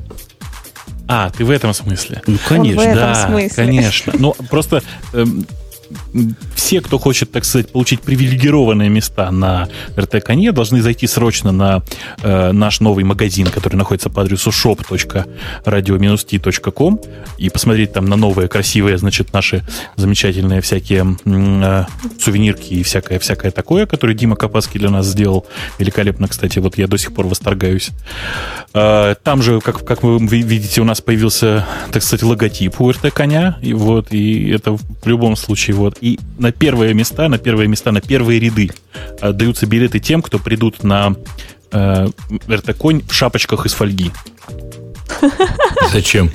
А, ты в этом смысле? Ну, конечно. Он в этом да, смысле. конечно. Но просто эм, все, кто хочет, так сказать, получить привилегированные места на эр тэ Коне, должны зайти срочно на э, наш новый магазин, который находится по адресу шоп точка радио ти точка ком и посмотреть там на новые, красивые, значит, наши замечательные всякие э, сувенирки и всякое, всякое такое, которое Дима Копаский для нас сделал. Великолепно, кстати, вот я до сих пор восторгаюсь. Э, там же, как, как вы видите, у нас появился, так сказать, логотип у эр тэ Коня, и вот, и это в любом случае вот. И на первые места, на первые места, на первые ряды отдаются билеты тем, кто придут на э, эр тэ Конь в шапочках из фольги. Зачем?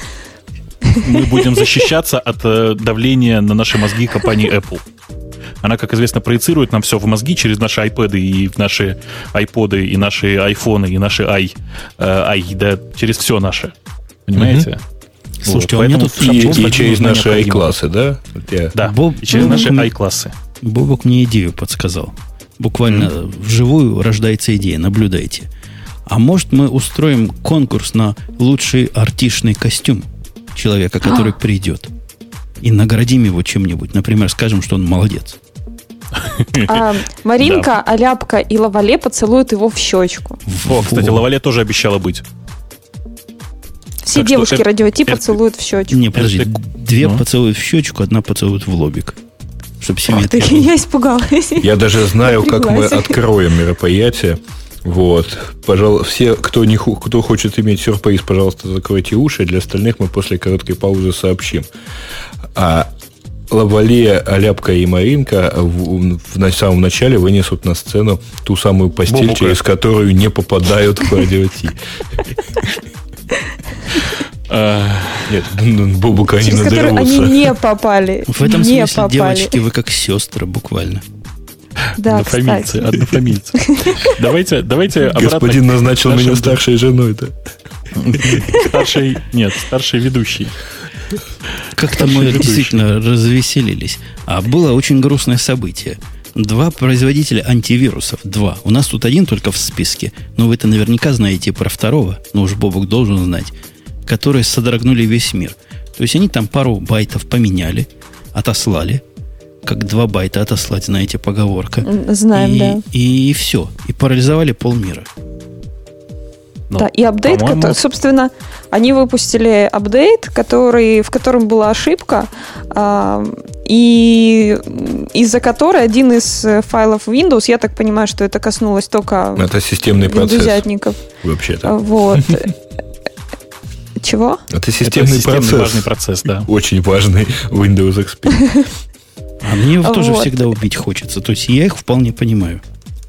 Мы будем защищаться от э, давления на наши мозги компании Apple. Она, как известно, проецирует нам все в мозги через наши iPad и в наши iPod, и наши айфоны, и наши i, э, i да, через все наше. Понимаете? Mm-hmm. Слушайте, вот, а у меня тут и, и через наши i-классы, да? Я... Да, Боб, и через Бобок, наши i-классы. Бобок мне идею подсказал. Буквально mm-hmm. вживую рождается идея, наблюдайте. А может, мы устроим конкурс на лучший артишный костюм человека, который придет, и наградим его чем-нибудь. Например, скажем, что он молодец. А, Маринка, да. Аляпка и Лавале поцелуют его в щечку. О, кстати, Лавале тоже обещала быть. Все так девушки радио-ти поцелуют в щечку. Не, подожди, две ну. поцелуют в щечку, одна поцелует в лобик. Чтобы симметрия была. Я испугалась. Я даже знаю, как мы откроем мероприятие. Вот. Пожалуйста, все, кто, не, кто хочет иметь сюрприз, пожалуйста, закройте уши. Для остальных мы после короткой паузы сообщим. А Лавале, Аляпка и Маринка в, в, в самом начале вынесут на сцену ту самую постель, Бобука. Через которую не попадают в радио-ти. Нет, Бобука они надерутся. Через которые они не попали. В этом смысле, девочки, вы как сестры буквально. Да, однофамильцы, однофамильцы. Давайте, давайте обратно. Господин назначил меня старшей женой-то. Старшей, нет, старшей ведущей. Как-то мы действительно развеселились. А было очень грустное событие. Два производителя антивирусов. Два. У нас тут один только в списке. Но вы-то наверняка знаете про второго. Ну уж Бобук должен знать. Которые содрогнули весь мир. То есть они там пару байтов поменяли, отослали. Как два байта отослать, знаете, поговорка. Знаем, и, да. И, и все. И парализовали полмира. Ну, да, и апдейт, который, собственно, они выпустили апдейт, который, в котором была ошибка, э, и из-за которой один из файлов Windows, я так понимаю, что это коснулось только это системный процесс. Вообще-то. Вот. Чего? Это системный, это системный процесс. Важный процесс, да. Очень важный Windows икс пи. А мне его вот. тоже всегда убить хочется. То есть я их вполне понимаю.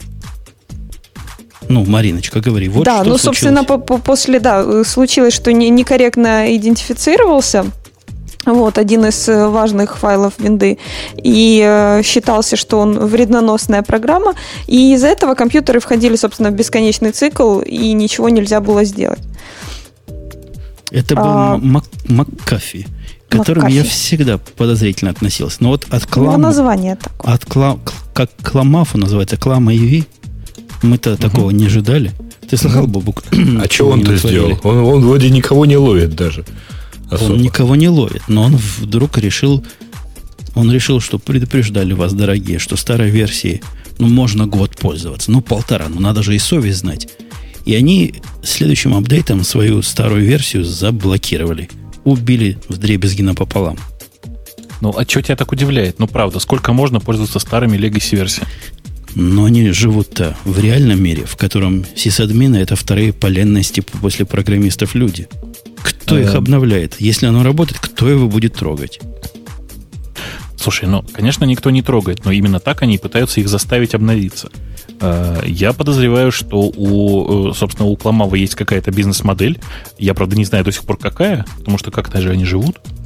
Ну, Мариночка, говори. Вот да, что ну, случилось. собственно, по- по- после, да, случилось, что не- некорректно идентифицировался вот, один из важных файлов винды, и э, считался, что он вредноносная программа, и из-за этого компьютеры входили, собственно, в бесконечный цикл, и ничего нельзя было сделать. Это был а, Мак- Макафи, к которому я всегда подозрительно относился. Но вот от Клама... Его название такое. От Кла, как Кламафу называется, Клама ай ви, мы-то угу. такого не ожидали. Ты слыхал, Бобук? А что он-то сделал? Он, он вроде никого не ловит даже. Особо. Он никого не ловит, но он вдруг решил... Он решил, что предупреждали вас, дорогие, что старой версии, ну, можно год пользоваться. Ну, полтора, ну, надо же и совесть знать. И они следующим апдейтом свою старую версию заблокировали. Убили вдребезги напополам. Ну, а что тебя так удивляет? Ну, правда, сколько можно пользоваться старыми Legacy-версиями? Но они живут-то в реальном мире, в котором сисадмины – это вторые по ленности после программистов люди. Кто а, их обновляет? Если оно работает, кто его будет трогать? Слушай, ну, конечно, никто не трогает, но именно так они пытаются их заставить обновиться. Я подозреваю, что у, собственно, у Кламава есть какая-то бизнес-модель. Я, правда, не знаю до сих пор какая, потому что как-то же они живут.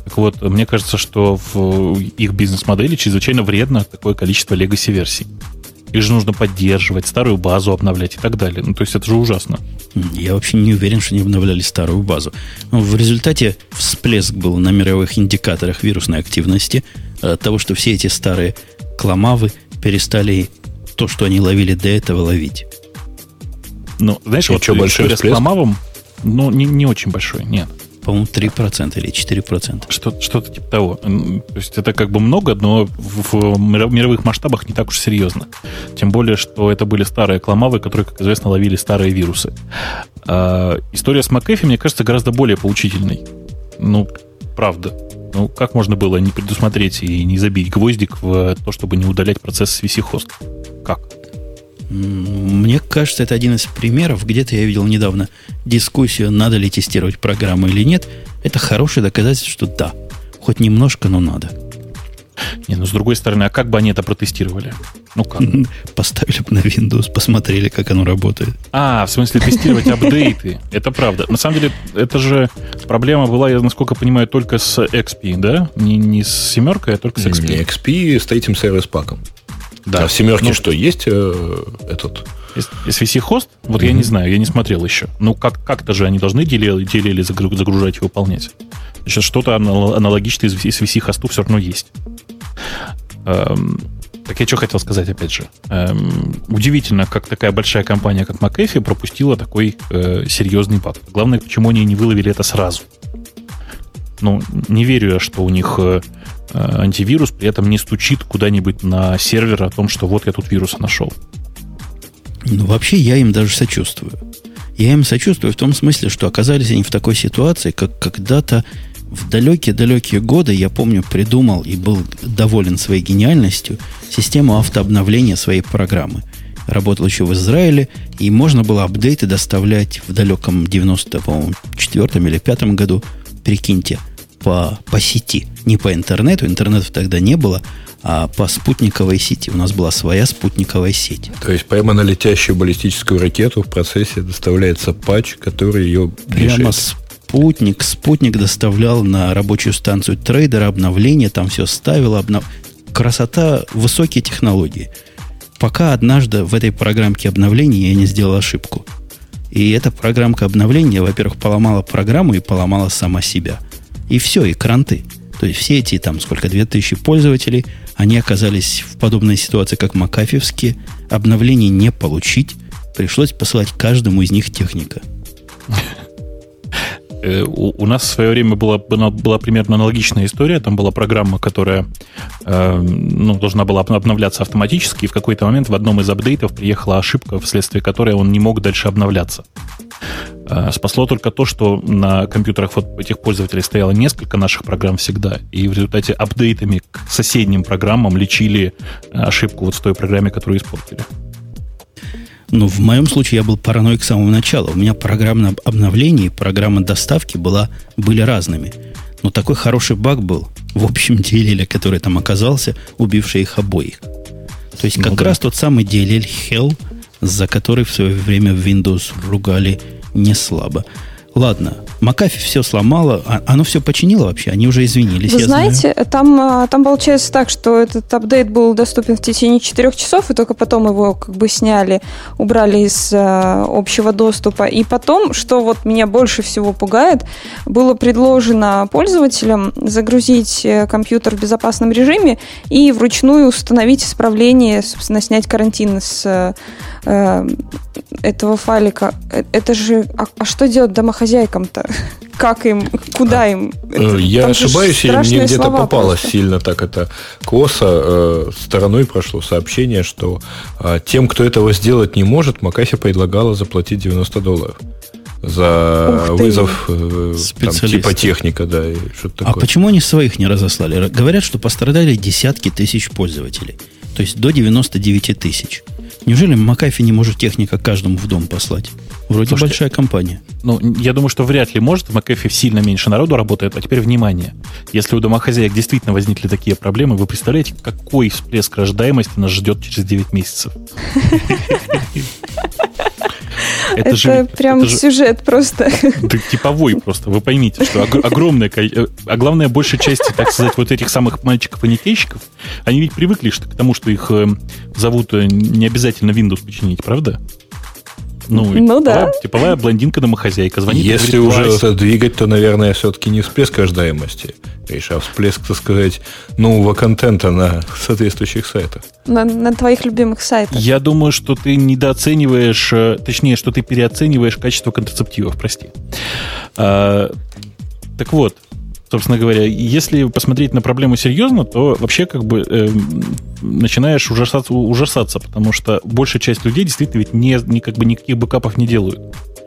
Так вот, мне кажется, что в их бизнес-модели чрезвычайно вредно такое количество legacy-версий. Их же нужно поддерживать, старую базу обновлять и так далее. Ну, то есть это же ужасно. Я вообще не уверен, что они обновляли старую базу. Но в результате всплеск был на мировых индикаторах вирусной активности от того, что все эти старые кламавы перестали то, что они ловили до этого, ловить. Ну, знаешь, и вот история с кламавом, ну, не, не очень большой, нет. По-моему, три процента или четыре процента. Что, что-то типа того. То есть это как бы много, но в, в мировых масштабах не так уж серьезно. Тем более, что это были старые кламавы, которые, как известно, ловили старые вирусы. А история с McAfee, мне кажется, гораздо более поучительной. Ну, правда. Ну, как можно было не предусмотреть и не забить гвоздик в то, чтобы не удалять процесс с ви си-хост? Как? Мне кажется, это один из примеров. Где-то я видел недавно дискуссию, надо ли тестировать программу или нет. Это хорошее доказательство, что да, хоть немножко, но надо. Не, ну с другой стороны, а как бы они это протестировали? Ну как? Поставили бы на Windows, посмотрели, как оно работает. А, в смысле тестировать апдейты. Это правда. На самом деле, это же проблема была, я насколько понимаю, только с икс пи, да? Не, не с семеркой, а только с икс пи. Не, икс пи с этим сервис-паком. Да. А в семерке ну, что, есть э, этот? эс ви си-хост? Вот mm-hmm. я не знаю, я не смотрел еще. Ну, как, как-то же они должны делили загружать и выполнять. Сейчас что-то аналогичное из эс ви си-хосту все равно есть. Эм, так я что хотел сказать, опять же. Эм, удивительно, как такая большая компания, как McAfee, пропустила такой э, серьезный баг. Главное, почему они не выловили это сразу. Ну, не верю я, что у них... Э, антивирус при этом не стучит куда-нибудь на сервер о том, что вот я тут вируса нашел. Ну, вообще, я им даже сочувствую. Я им сочувствую в том смысле, что оказались они в такой ситуации, как когда-то в далекие-далекие годы, я помню, придумал и был доволен своей гениальностью систему автообновления своей программы. Работал еще в Израиле, и можно было апдейты доставлять в далеком девяносто четвёртом или пятом году, прикиньте, по, по сети. Не по интернету, интернета тогда не было, а по спутниковой сети. У нас была своя спутниковая сеть. То есть прямо на летящую баллистическую ракету в процессе доставляется патч, который ее прямо решает. спутник. Спутник доставлял на рабочую станцию трейдера обновление, там все ставил. Обнов... Красота, высокие технологии. Пока однажды в этой программке обновления я не сделал ошибку. И эта программка обновления, во-первых, поломала программу и поломала сама себя. И все, и кранты. То есть все эти, там, сколько, две тысячи пользователей, они оказались в подобной ситуации, как макафевские. Обновлений не получить. Пришлось посылать каждому из них техника. У нас в свое время была, была примерно аналогичная история. Там была программа, которая э, ну, должна была обновляться автоматически. И в какой-то момент в одном из апдейтов приехала ошибка, вследствие которой он не мог дальше обновляться. Э, спасло только то, что на компьютерах вот этих пользователей стояло несколько наших программ всегда. И в результате апдейтами к соседним программам лечили ошибку вот в той программе, которую испортили. Ну, в моем случае я был параноик с самого начала. У меня программа обновления и программа доставки была, были разными. Но такой хороший баг был в общем ди эл эл, который там оказался, убивший их обоих. То есть как ну, раз да. тот самый ди эл эл Hell, за который в свое время в Windows ругали не слабо. Ладно, McAfee все сломало. А, оно все починило вообще? Они уже извинились, Вы я знаете, знаю. Там, там получается так, что этот апдейт был доступен в течение четырех часов, и только потом его как бы сняли, убрали из а, общего доступа. И потом, что вот меня больше всего пугает, было предложено пользователям загрузить компьютер в безопасном режиме и вручную установить исправление, собственно, снять карантин с а, этого файлика. Это же... А, а что делать домохозяйкам-то? Как им? Куда им? Это, я ошибаюсь, или мне где-то попалось просто. Сильно так это косо. Э, стороной прошло сообщение, что э, тем, кто этого сделать не может, McAfee предлагала заплатить девяносто долларов за вызов э, там, типа техника, да, и что-то такое. А почему они своих не разослали? Говорят, что пострадали десятки тысяч пользователей. То есть до девяносто девять тысяч. Неужели McAfee не может техника каждому в дом послать? Вроде Слушайте, большая компания. Ну, я думаю, что вряд ли может. В McAfee сильно меньше народу работает. А теперь внимание. Если у домохозяек действительно возникли такие проблемы, вы представляете, какой всплеск рождаемости нас ждет через девять месяцев? Это, это же прям это же, сюжет просто. Это типовой просто. Вы поймите, что огромная, а главное, большая часть, так сказать, вот этих самых мальчиков и нитейщиков, они ведь привыкли к тому, что их зовут не обязательно Windows починить, правда? Ну, ну типовая, да. Типовая блондинка-домохозяйка звонит. Если уже это двигать, то, наверное, все-таки не всплеск рождаемости, а всплеск, так сказать, нового контента на соответствующих сайтах. На, на твоих любимых сайтах. Я думаю, что ты недооцениваешь, точнее, что ты переоцениваешь качество контрацептивов, прости. А, так вот, собственно говоря, если посмотреть на проблему серьезно, то вообще как бы э, начинаешь ужасаться, ужасаться, потому что большая часть людей действительно ведь не, не, как бы никаких бэкапов не делают.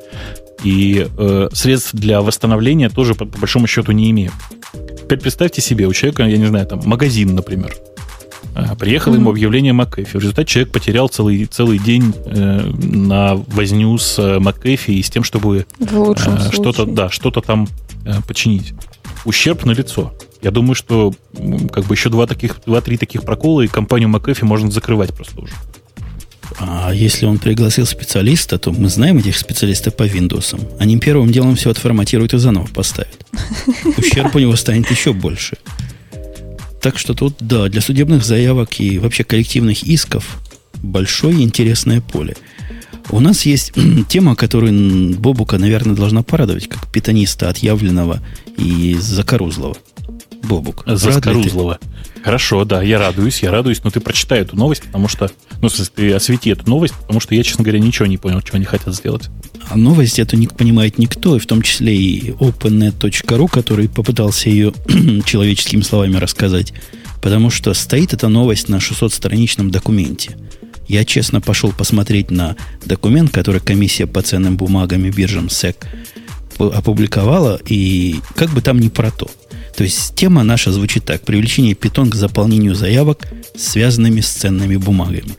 И э, средств для восстановления тоже, по, по большому счету, не имеют. Теперь представьте себе, у человека, я не знаю, там, магазин, например. Приехало mm-hmm. ему объявление McAfee. В результате человек потерял целый, целый день э, на возню с McAfee и с тем, чтобы э, что-то, да, что-то там э, починить. Ущерб налицо. Я думаю, что как бы еще два таких, два-три таких прокола, и компанию McAfee можно закрывать просто уже. А если он пригласил специалиста, то мы знаем этих специалистов по Windows. Они первым делом все отформатируют и заново поставят. Ущерб у него станет еще больше. Так что тут, да, для судебных заявок и вообще коллективных исков большое интересное поле. У нас есть тема, которую Бобука, наверное, должна порадовать, как питониста отъявленного и закорузлого. Бобук. Закорузлого. Хорошо, да, я радуюсь, я радуюсь, но ты прочитай эту новость, потому что, ну, в смысле, ты освети эту новость, потому что я, честно говоря, ничего не понял, чего они хотят сделать. А новость эту не понимает никто, и в том числе и опеннет точка ру, который попытался ее человеческими словами рассказать, потому что стоит эта новость на шестисотстраничном документе. Я честно пошел посмотреть на документ, который комиссия по ценным бумагам и биржам сэк опубликовала, и как бы там не про то. То есть тема наша звучит так: привлечение Python к заполнению заявок, связанными с ценными бумагами.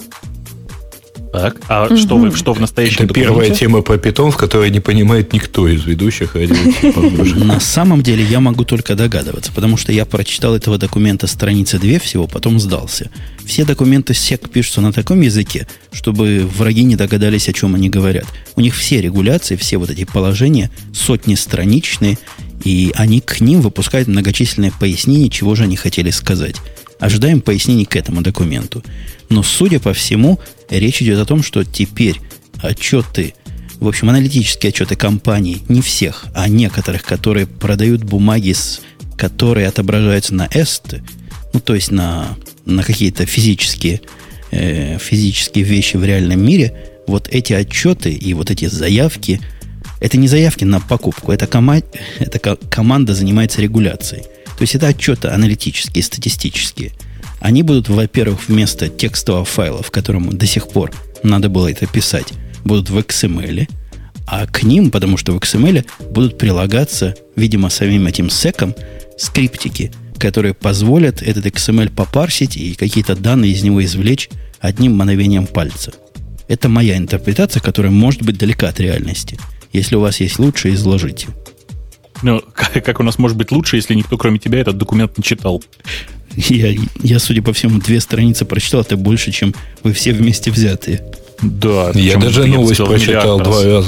Так, а угу. что, вы, что в настоящем Это документе? Первая тема по Python, в которой не понимает никто из ведущих. На самом деле я могу только догадываться, потому что я прочитал этого документа страницы две всего, потом сдался. Все документы сэк пишутся на таком языке, чтобы враги не догадались, о чем они говорят. У них все регуляции, все вот эти положения сотни страничные, и они к ним выпускают многочисленные пояснения, чего же они хотели сказать. Ожидаем пояснений к этому документу. Но, судя по всему, речь идет о том, что теперь отчеты, в общем, аналитические отчеты компаний, не всех, а некоторых, которые продают бумаги, с, которые отображаются на эст, ну, то есть на, на какие-то физические, э, физические вещи в реальном мире, вот эти отчеты и вот эти заявки, это не заявки на покупку, это, кома- это ко- команда занимается регуляцией. То есть это отчеты аналитические, статистические. Они будут, во-первых, вместо текстового файла, в котором до сих пор надо было это писать, будут в икс эм эль, а к ним, потому что в икс эм эль будут прилагаться, видимо, самим этим сэком скриптики, которые позволят этот икс эм эль попарсить и какие-то данные из него извлечь одним мановением пальца. Это моя интерпретация, которая может быть далека от реальности. Если у вас есть лучше, изложите. Ну, как у нас может быть лучше, если никто, кроме тебя, этот документ не читал? Я, я, судя по всему, две страницы прочитал. Это больше, чем вы все вместе взятые. Да. Я даже новость прочитал два раза.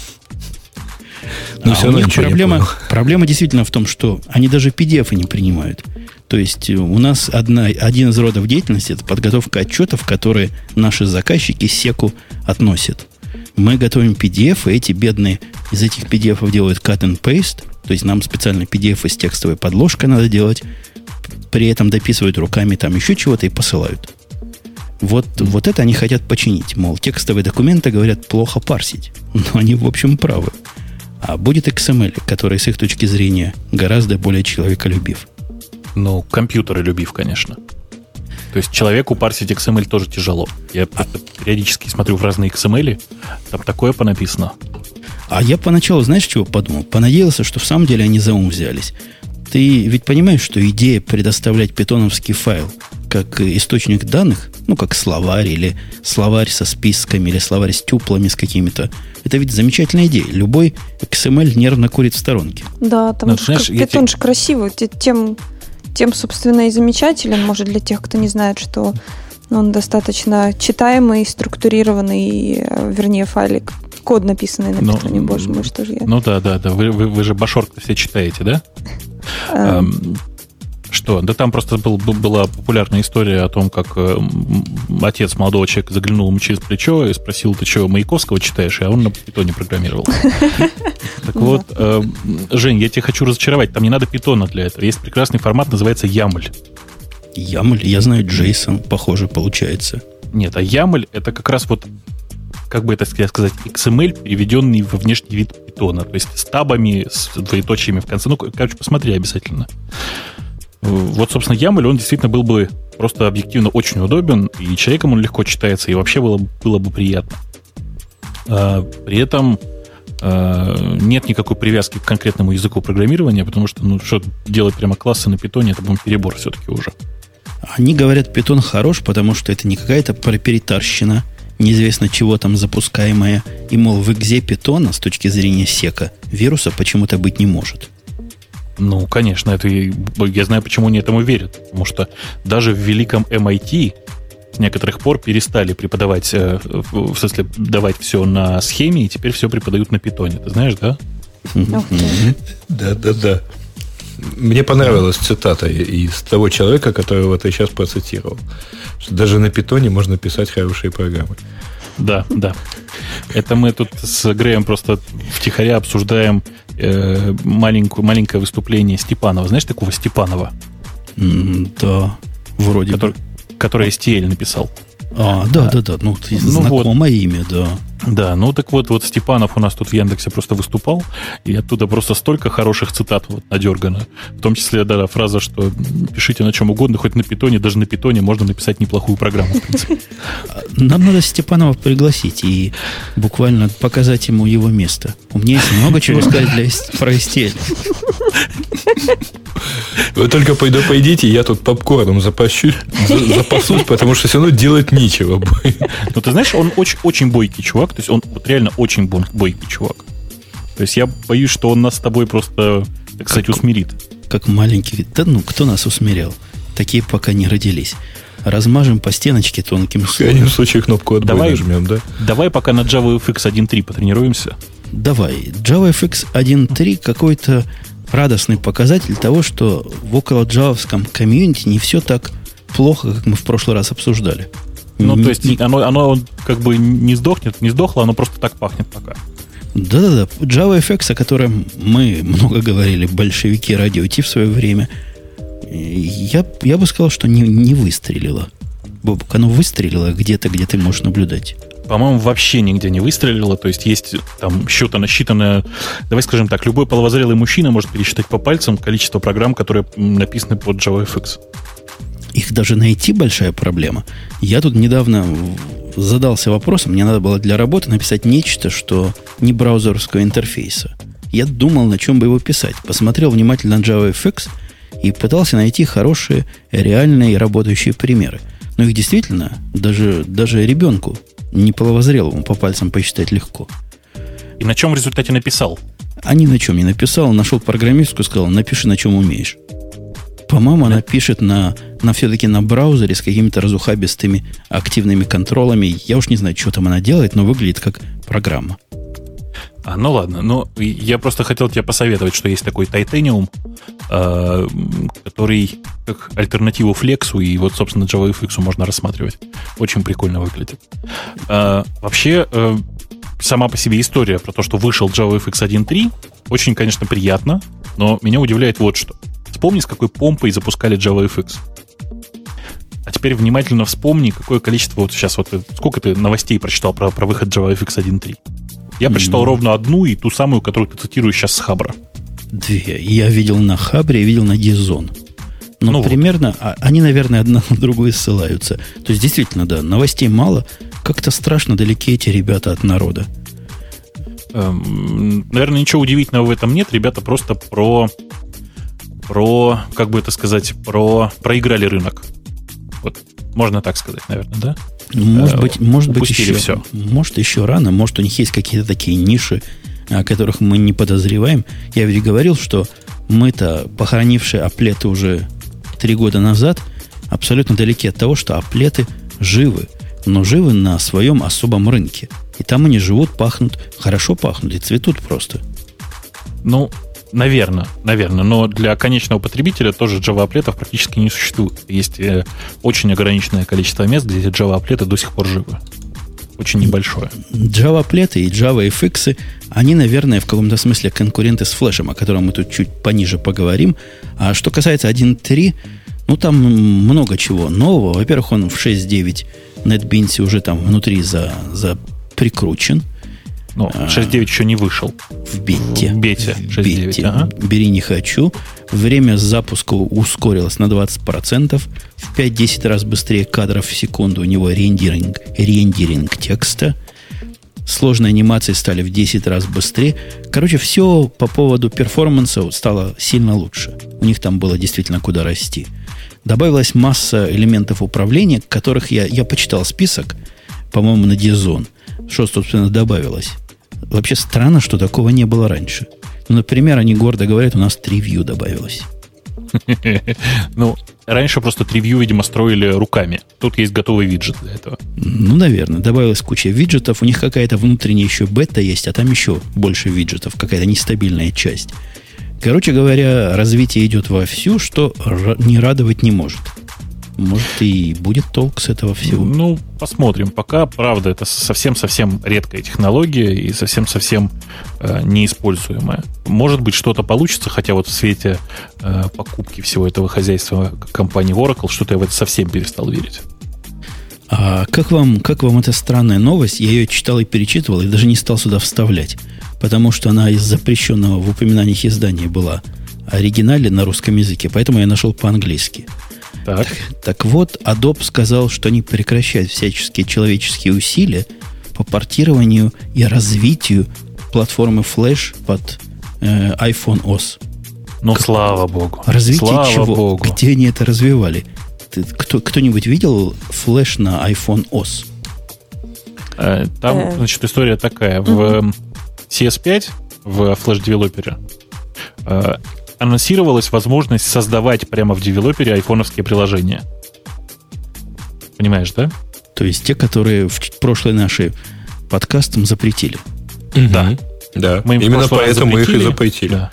Но а все у них проблема, проблема действительно в том, что они даже пи ди эф не принимают. То есть у нас одна, один из родов деятельности – это подготовка отчетов, которые наши заказчики секу относят. Мы готовим пи ди эф, и эти бедные из этих пи ди эф делают cut and paste. То есть нам специально пи ди эф с текстовой подложкой надо делать. При этом дописывают руками там еще чего-то и посылают. Вот, вот это они хотят починить. Мол, текстовые документы, говорят, плохо парсить. Но они, в общем, правы. А будет икс эм эль, который с их точки зрения гораздо более человеколюбив. Ну, компьютеры любив, конечно. То есть человеку парсить икс эм эль тоже тяжело. Я а... периодически смотрю в разные икс эм эль, там такое понаписано. А я поначалу, знаешь, чего подумал? Понадеялся, что в самом деле они за ум взялись. Ты ведь понимаешь, что идея предоставлять питоновский файл как источник данных, ну, как словарь, или словарь со списками, или словарь с тюплами с какими-то, это ведь замечательная идея. Любой икс эм эль нервно курит в сторонке. Да, там Но, же знаешь, питон те... же красивый. Тем, тем, собственно, и замечателен, может, для тех, кто не знает, что Он достаточно читаемый, структурированный, вернее, файлик. Код, написанный на ну, питоне, боже мой, что же я. Ну да, да, да. Вы, вы, вы же башорт все читаете, да? Um. Что? Да там просто был, была популярная история о том, как э, отец молодого человека заглянул ему через плечо и спросил, ты что, Маяковского читаешь? А он на питоне программировал. Так вот, Жень, я тебя хочу разочаровать. Там не надо питона для этого. Есть прекрасный формат, называется ямль. ямль? Я знаю JSON, похоже, получается. Нет, а ямль это как раз вот, как бы это сказать, икс эм эль, переведенный во внешний вид питона. То есть с табами, с двоеточиями в конце. Ну, короче, посмотри обязательно. Вот, собственно, ямль, он действительно был бы просто объективно очень удобен, и человеком он легко читается, и вообще было, было бы приятно. А, при этом а, нет никакой привязки к конкретному языку программирования, потому что, ну, что делать прямо классы на питоне, это, по-моему, перебор все-таки уже. Они говорят, питон хорош, потому что это не какая-то проприетарщина, неизвестно чего там запускаемая, и, мол, в экзе питона с точки зрения сека вируса почему-то быть не может. Ну, конечно, это я знаю, почему они этому верят. Потому что даже в великом эм ай ти с некоторых пор перестали преподавать, в смысле, давать все на схеме, и теперь все преподают на питоне. Ты знаешь, да? Да, да, да. Мне понравилась цитата из того человека, которого ты сейчас процитировал. Что даже на питоне можно писать хорошие программы. Да, да. Это мы тут с Греем просто втихаря обсуждаем э, маленькую, маленькое выступление Степанова. Знаешь такого Степанова? Mm, да, вроде который, бы. Который эс ти эль написал. А, да, да, да. Ну, ну знакомое вот, имя, да. Да, ну так вот, вот Степанов у нас тут в Яндексе просто выступал, и оттуда просто столько хороших цитат вот надергано. В том числе, да, фраза, что пишите на чем угодно, хоть на питоне, даже на питоне можно написать неплохую программу, в принципе. Нам надо Степанова пригласить и буквально показать ему его место. У меня есть много чего сказать для, про эс ти эль. Вы только пойдите, я тут попкорном запащусь, запасусь, потому что все равно делать нечего. Ну, ты знаешь, он очень, очень бойкий чувак, то есть он вот реально очень бойкий чувак. То есть я боюсь, что он нас с тобой просто, так сказать, как, усмирит. Как маленький. Да ну, кто нас усмирял? Такие пока не родились. Размажем по стеночке тонким слоем. В крайнем случае кнопку отбой давай, нажмем, да? Давай пока на JavaFX один точка три потренируемся. Давай. JavaFX один точка три какой-то радостный показатель того, что в около джавовском комьюнити не все так плохо, как мы в прошлый раз обсуждали. Ну, не, то есть оно, оно как бы не сдохнет, не сдохло, оно просто так пахнет пока. Да-да-да. JavaFX, о котором мы много говорили, большевики радио Ти в свое время, я, я бы сказал, что не, не выстрелило. Бобок, оно выстрелило где-то, где ты можешь наблюдать. По-моему, вообще нигде не выстрелило. То есть есть там счета насчитанное. Давай скажем так, любой половозрелый мужчина может пересчитать по пальцам количество программ, которые написаны под JavaFX. Их даже найти большая проблема. Я тут недавно задался вопросом, мне надо было для работы написать нечто, что не браузерского интерфейса. Я думал, на чем бы его писать. Посмотрел внимательно на JavaFX и пытался найти хорошие, реальные работающие примеры. Но их действительно даже, даже ребенку, не половозрелому, по пальцам посчитать легко. И на чем в результате написал? А ни на чем не написал. Нашел программистку, сказал, напиши, на чем умеешь. По-моему, да. Она пишет на, на все-таки на браузере с какими-то разухабистыми активными контролами. Я уж не знаю, что там она делает, но выглядит как программа. А, ну ладно, ну я просто хотел тебе посоветовать, что есть такой Titanium, э, который как альтернативу Flex, и вот, собственно, JavaFX можно рассматривать. Очень прикольно выглядит. Э, вообще, э, сама по себе история про то, что вышел JavaFX один точка три, очень, конечно, приятно, но меня удивляет вот что. Вспомни, с какой помпой запускали JavaFX. А теперь внимательно вспомни, какое количество... Вот сейчас вот сколько ты новостей прочитал про, про выход JavaFX один точка три? Я прочитал mm-hmm. ровно одну, и ту самую, которую ты цитируешь сейчас с Хабра. Две. Я видел на Хабре, я видел на Дизон. Но ну примерно, вот. а, они, наверное, одна на другую ссылаются. То есть, действительно, да, новостей мало. Как-то страшно далеки эти ребята от народа. Эм, наверное, ничего удивительного в этом нет. Ребята просто про... Про, как бы это сказать, про... Проиграли рынок. Вот, можно так сказать, наверное, да? Может быть, может быть еще, все. Может, еще рано, может, у них есть какие-то такие ниши, о которых мы не подозреваем. Я ведь говорил, что мы-то, похоронившие аплеты уже три года назад, абсолютно далеки от того, что аплеты живы, но живы на своем особом рынке. И там они живут, пахнут, хорошо пахнут и цветут просто. Ну, наверное, наверное. Но для конечного потребителя тоже Java-аплетов практически не существует. Есть э, очень ограниченное количество мест, где эти Java-аплеты до сих пор живы. Очень небольшое. Java-аплеты и JavaFX, они, наверное, в каком-то смысле конкуренты с флешем, о котором мы тут чуть пониже поговорим. А что касается один точка три, ну, там много чего нового. Во-первых, он в шесть точка девять NetBeans уже там внутри за, за прикручен. Но шесть точка девять еще не вышел. В бете. В бете шесть точка девять. Ага. Бери не хочу. Время запуска ускорилось на двадцать процентов. В пять-десять раз быстрее кадров в секунду. У него рендеринг, рендеринг текста. Сложные анимации стали в десять раз быстрее. Короче, все по поводу перформанса стало сильно лучше. У них там было действительно куда расти. Добавилась масса элементов управления, которых я, я почитал список, по-моему, на Дизон. Что, собственно, добавилось? Вообще странно, что такого не было раньше. Ну, например, они гордо говорят, у нас три вью добавилось. Ну, раньше просто три вью, видимо, строили руками. Тут есть готовый виджет для этого. Ну, наверное. Добавилась куча виджетов. У них какая-то внутренняя еще бета есть, а там еще больше виджетов. Какая-то нестабильная часть. Короче говоря, развитие идет вовсю, что не радовать не может. Может, и будет толк с этого всего. Ну, посмотрим. Пока, правда, это совсем-совсем редкая технология и совсем-совсем э, неиспользуемая. Может быть, что-то получится, хотя вот в свете э, покупки всего этого хозяйства компании Oracle, что-то я в это совсем перестал верить. А как вам, как вам эта странная новость? Я ее читал и перечитывал, и даже не стал сюда вставлять, потому что она из запрещенного в упоминаниях издания была оригинале на русском языке, поэтому я нашел по-английски. Так. Так, так вот, Adobe сказал, что они прекращают всяческие человеческие усилия по портированию и развитию платформы Flash под э, iPhone о эс. Ну, как, слава богу. Развитие слава чего? Богу. Где они это развивали? Ты, кто, кто-нибудь видел Flash на iPhone о эс? Э, там, э. значит, история такая. В си эс пять, в Flash Developer, э, анонсировалась возможность создавать прямо в девелопере айфоновские приложения. Понимаешь, да? То есть те, которые в прошлые наши подкастам запретили. Угу. Да. Да. Мы именно поэтому их и запретили. Да.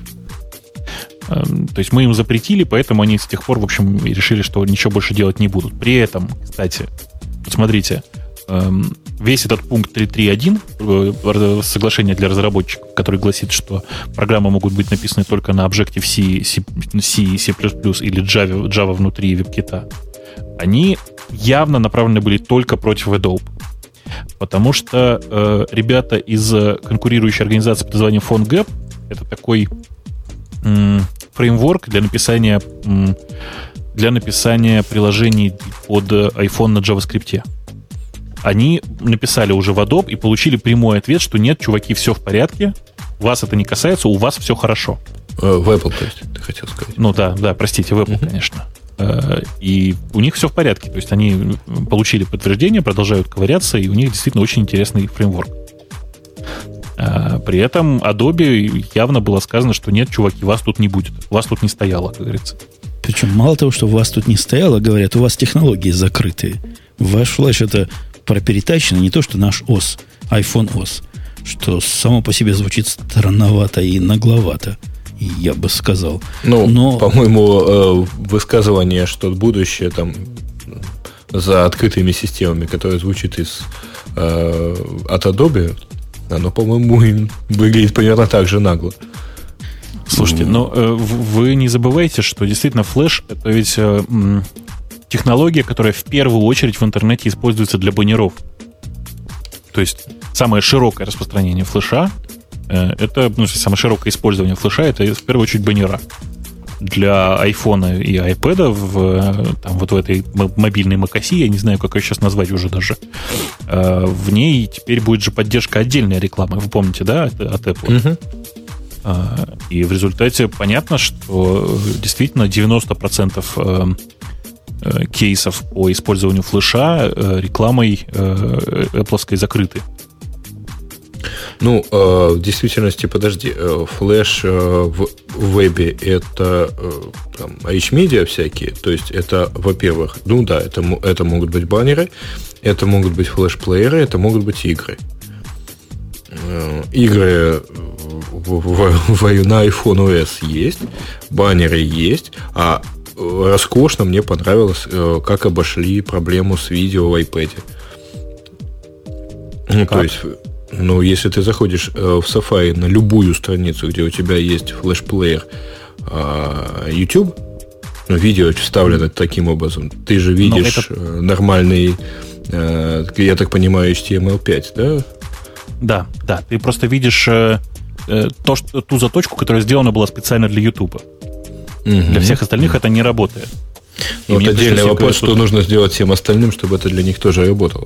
То есть мы им запретили, поэтому они с тех пор, в общем, решили, что ничего больше делать не будут. При этом, кстати, смотрите, весь этот пункт три точка три точка один соглашения для разработчиков, который гласит, что программы могут быть написаны только на Objective-C, C, C, C++ или Java, Java внутри WebKit, они явно направлены были только против Adobe. Потому что э, ребята из конкурирующей организации под названием PhoneGap, это такой м, фреймворк для написания, м, для написания приложений под iPhone на JavaScript. Они написали уже в Adobe и получили прямой ответ, что нет, чуваки, все в порядке, вас это не касается, у вас все хорошо. В Apple, то есть, ты хотел сказать. Ну да, да, простите, в Apple, uh-huh. конечно. И у них все в порядке. То есть они получили подтверждение, продолжают ковыряться, и у них действительно очень интересный фреймворк. При этом Adobe явно было сказано, что нет, чуваки, вас тут не будет. Вас тут не стояло, как говорится. Причем мало того, что вас тут не стояло, говорят, у вас технологии закрытые. Ваш флеш это проперетачено, не то, что наш о эс, iPhone о эс, что само по себе звучит странновато и нагловато, я бы сказал. Ну, Но... по-моему, высказывание, что будущее там за открытыми системами, которое звучит из, от Adobe, оно, по-моему, выглядит примерно так же нагло. Слушайте, но вы не забывайте, что действительно флеш — это ведь технология, которая в первую очередь в интернете используется для баннеров. То есть самое широкое распространение флеша, э, это, ну, самое широкое использование флеша, это в первую очередь баннера. Для айфона и айпэда в, там, вот в этой мобильной macOS, я не знаю, как ее сейчас назвать уже даже, э, в ней теперь будет же поддержка отдельной рекламы. Вы помните, да, от, от Apple? Uh-huh. Э, и в результате понятно, что действительно девяносто процентов э, кейсов по использованию флеша рекламой Apple-овской закрыты. Ну, э, в действительности, подожди, э, флеш э, в, в вебе это э, там, H-медиа всякие, то есть это, во-первых, ну да, это, это могут быть баннеры, это могут быть флеш-плееры, это могут быть игры. Э, игры в, в, в, на iPhone о эс есть, баннеры есть, а роскошно мне понравилось, э, как обошли проблему с видео в iPad. Ну, то есть... Ну, если ты заходишь э, в Safari на любую страницу, где у тебя есть флеш-плеер э, YouTube, ну, видео вставлено таким образом, ты же видишь это... э, нормальный, э, я так понимаю, эйч ти эм эл пять, да? Да, да. Ты просто видишь э, э, то, что, ту заточку, которая сделана была специально для YouTube. Угу. Для всех остальных это не работает. Ну, вот отдельный вопрос, что тут... нужно сделать всем остальным, чтобы это для них тоже работало.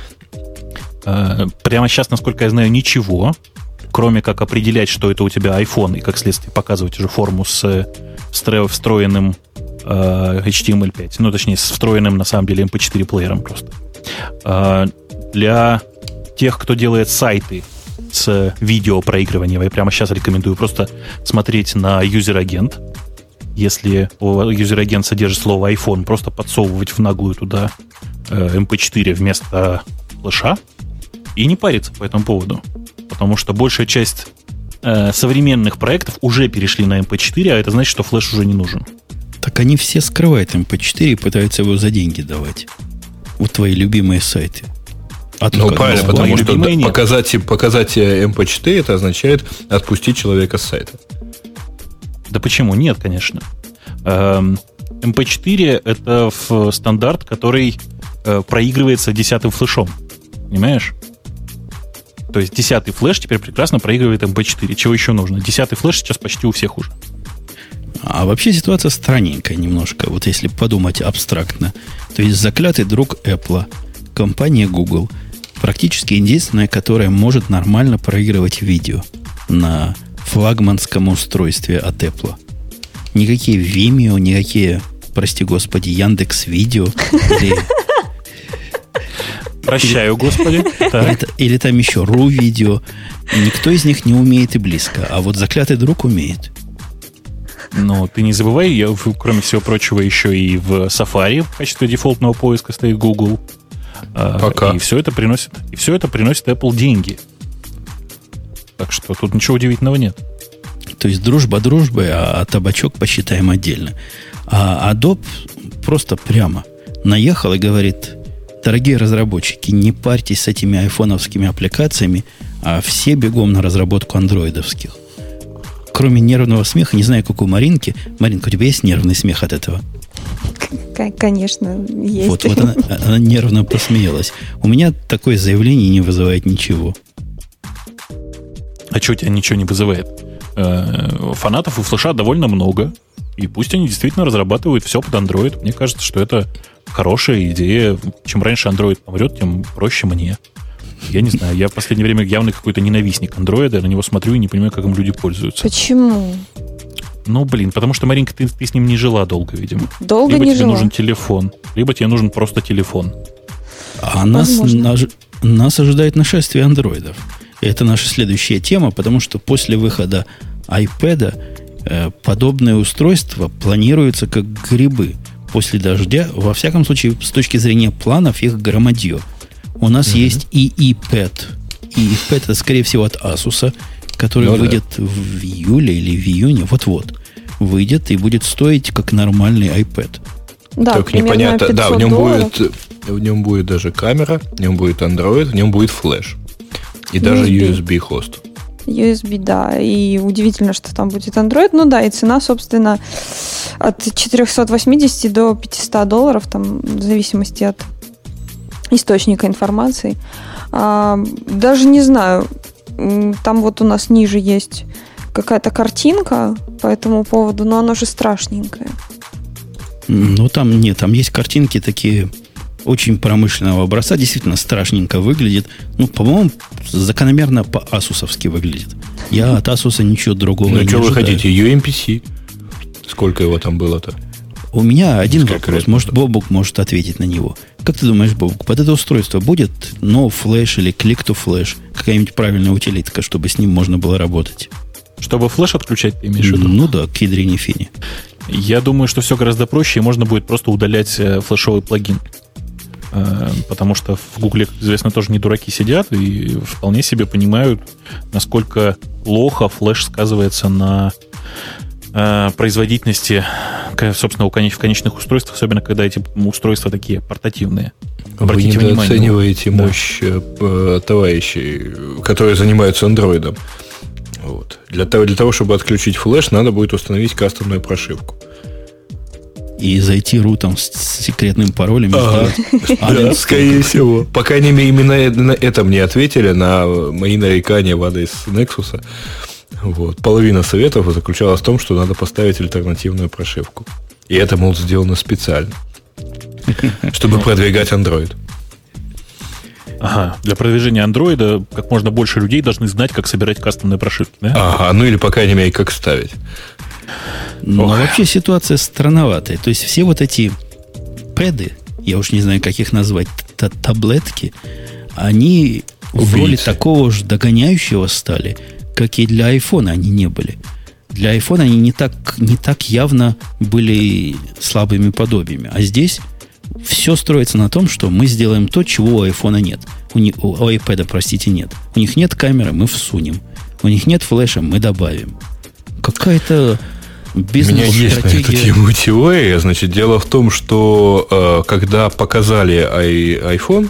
Прямо сейчас, насколько я знаю, ничего, кроме как определять, что это у тебя iPhone, и как следствие показывать уже форму с встроенным эйч ти эм эл пять. Ну, точнее, с встроенным, на самом деле, эм пи четыре плеером просто. Для тех, кто делает сайты с видеопроигрыванием, я прямо сейчас рекомендую просто смотреть на юзер-агент. Если юзер-агент содержит слово iPhone, просто подсовывать в наглую туда эм пи четыре вместо флеша, и не париться по этому поводу. Потому что большая часть э, современных проектов уже перешли на эм пи четыре, а это значит, что флеш уже не нужен. Так они все скрывают эм пи четыре и пытаются его за деньги давать. Вот твои любимые сайты. А ну, правильно, ну, потому что да, показать, показать эм пи четыре это означает отпустить человека с сайта. Да почему? Нет, конечно. эм пи четыре это стандарт, который э, проигрывается десятым флешом. Понимаешь? То есть десятый флеш теперь прекрасно проигрывает эм пи четыре. Чего еще нужно? Десятый флеш сейчас почти у всех уже. А вообще ситуация странненькая немножко. Вот если подумать абстрактно. То есть заклятый друг Apple, компания Google, практически единственная, которая может нормально проигрывать видео на флагманском устройстве от Apple. Никакие Vimeo, никакие, прости господи, Яндекс.Видео или... Прощаю, господи. Или, или там еще Ру-видео. Никто из них не умеет и близко. А вот заклятый друг умеет. Ну, ты не забывай, я, кроме всего прочего, еще и в Safari в качестве дефолтного поиска стоит Google. Пока. И все это приносит, и все это приносит Apple деньги. Так что тут ничего удивительного нет. То есть дружба дружбой, а, а табачок посчитаем отдельно. А Adobe просто прямо наехал и говорит: дорогие разработчики, не парьтесь с этими айфоновскими аппликациями, а все бегом на разработку андроидовских. Кроме нервного смеха, не знаю, как у Маринки. Маринка, у тебя есть нервный смех от этого? Конечно, есть. Вот, вот она, она нервно посмеялась. У меня такое заявление не вызывает ничего. А что у тебя ничего не вызывает? Фанатов у флеша довольно много. И пусть они действительно разрабатывают все под Android. Мне кажется, что это хорошая идея. Чем раньше Android помрет, тем проще мне. Я не знаю, я в последнее время явно какой-то ненавистник Android. Я на него смотрю и не понимаю, как им люди пользуются. Почему? Ну, блин, потому что, Маринка, ты, ты с ним не жила долго, видимо. Долго либо не тебе жила. нужен телефон, либо тебе нужен просто телефон. А нас, нас, нас ожидает нашествие андроидов. И это наша следующая тема, потому что после выхода iPad э, подобные устройства планируются как грибы после дождя. Во всяком случае, с точки зрения планов, их громадье. У нас mm-hmm. есть и iPad. И iPad это, скорее всего, от Asus, который ну, выйдет да. в июле или в июне. Вот-вот. Выйдет и будет стоить как нормальный iPad. Да, только непонятно. Да, в нем будет, в нем будет даже камера, в нем будет Android, в нем будет флеш. И даже ю эс би-хост. ю эс би, да. И удивительно, что там будет Android. Ну да, и цена, собственно, от четыреста восемьдесят до пятьсот долларов, там, в зависимости от источника информации. А, даже не знаю, там вот у нас ниже есть какая-то картинка по этому поводу, но она же страшненькая. Ну, там нет, там есть картинки такие очень промышленного образца, действительно страшненько выглядит. Ну, по-моему, закономерно по-асусовски выглядит. Я от Asus ничего другого ну, не ожидаю. Ну, что вы хотите? ю эм пи си. Сколько его там было-то? У меня один вопрос. Может, Бобук может ответить на него. Как ты думаешь, Бобук, под это устройство будет No Flash или Click to Flash? Какая-нибудь правильная утилитка, чтобы с ним можно было работать? Чтобы флеш отключать, ты имеешь в виду? Ну да, к ядрине фини. Я думаю, что все гораздо проще, и можно будет просто удалять флешовый плагин. Потому что в Гугле, как известно, тоже не дураки сидят и вполне себе понимают, насколько плохо флеш сказывается на производительности, собственно, в конечных устройствах, особенно когда эти устройства такие портативные. Обратите Вы недооцениваете внимание. мощь да. товарищей, которые занимаются андроидом. Вот. Для того, для того, чтобы отключить флеш, надо будет установить кастомную прошивку. И зайти рутом с секретным паролем. Ага. Да, скорее всего. По крайней мере, именно на это мне ответили на мои нарекания в адрес Nexus. Вот. Половина советов заключалась в том, что надо поставить альтернативную прошивку. И это, мол, сделано специально. Чтобы продвигать Android. Ага, для продвижения андроида как можно больше людей должны знать, как собирать кастомные прошивки, да? Ага, ну или, по крайней мере, как ставить. Но Ох. вообще ситуация странноватая. То есть все вот эти пэды, я уж не знаю, как их назвать, таблетки, они Убийцы. в роли такого же догоняющего стали, как и для айфона они не были. Для айфона они не так, не так явно были слабыми подобиями. А здесь все строится на том, что мы сделаем то, чего у айфона нет. У, не, у, у iPad, простите, нет. У них нет камеры, мы всунем. У них нет флеша, мы добавим. Какая-то бизнес-стратегия. У меня есть на эту тему теория. Значит, дело в том, что э, когда показали ай, iPhone,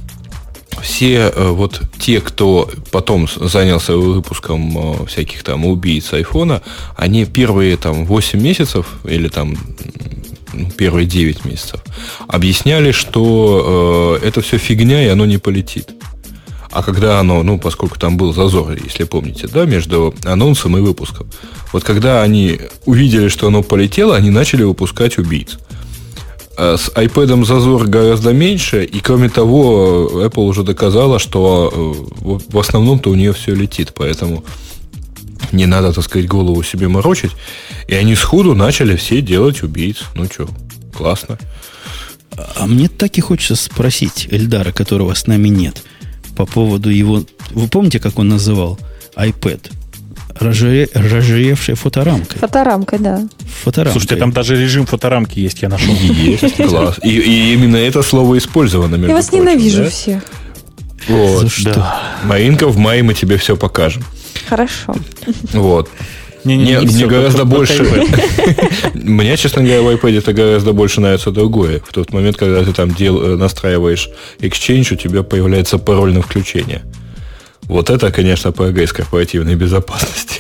все э, вот те, кто потом занялся выпуском э, всяких там убийц айфона, они первые там восемь месяцев или там первые девять месяцев объясняли, что э, это все фигня и оно не полетит. А когда оно, ну, поскольку там был зазор, если помните, да, между анонсом и выпуском, вот когда они увидели, что оно полетело, они начали выпускать убийц. А с iPad зазор гораздо меньше, и кроме того, Apple уже доказала, что в основном-то у нее все летит, поэтому не надо, так сказать, голову себе морочить. И они сходу начали все делать убийц. Ну что, классно. А мне так и хочется спросить Эльдара, которого с нами нет, по поводу его... Вы помните, как он называл iPad? Разжире... Разжиревшая фоторамкой. Фоторамкой, да. Фоторамкой. Слушайте, там даже режим фоторамки есть, я нашел. Есть, класс. И, и именно это слово использовано, между Я вас прочим, ненавижу да? всех. Вот. За что? Да. Маринка, в мае мы тебе все покажем. Хорошо. Вот. Не, не, мне, не, мне все, гораздо больше... Мне, честно говоря, в iPad это гораздо больше нравится другое. В тот момент, когда ты там дел... настраиваешь Exchange, у тебя появляется пароль на включение. Вот это, конечно, прогресс корпоративной безопасности.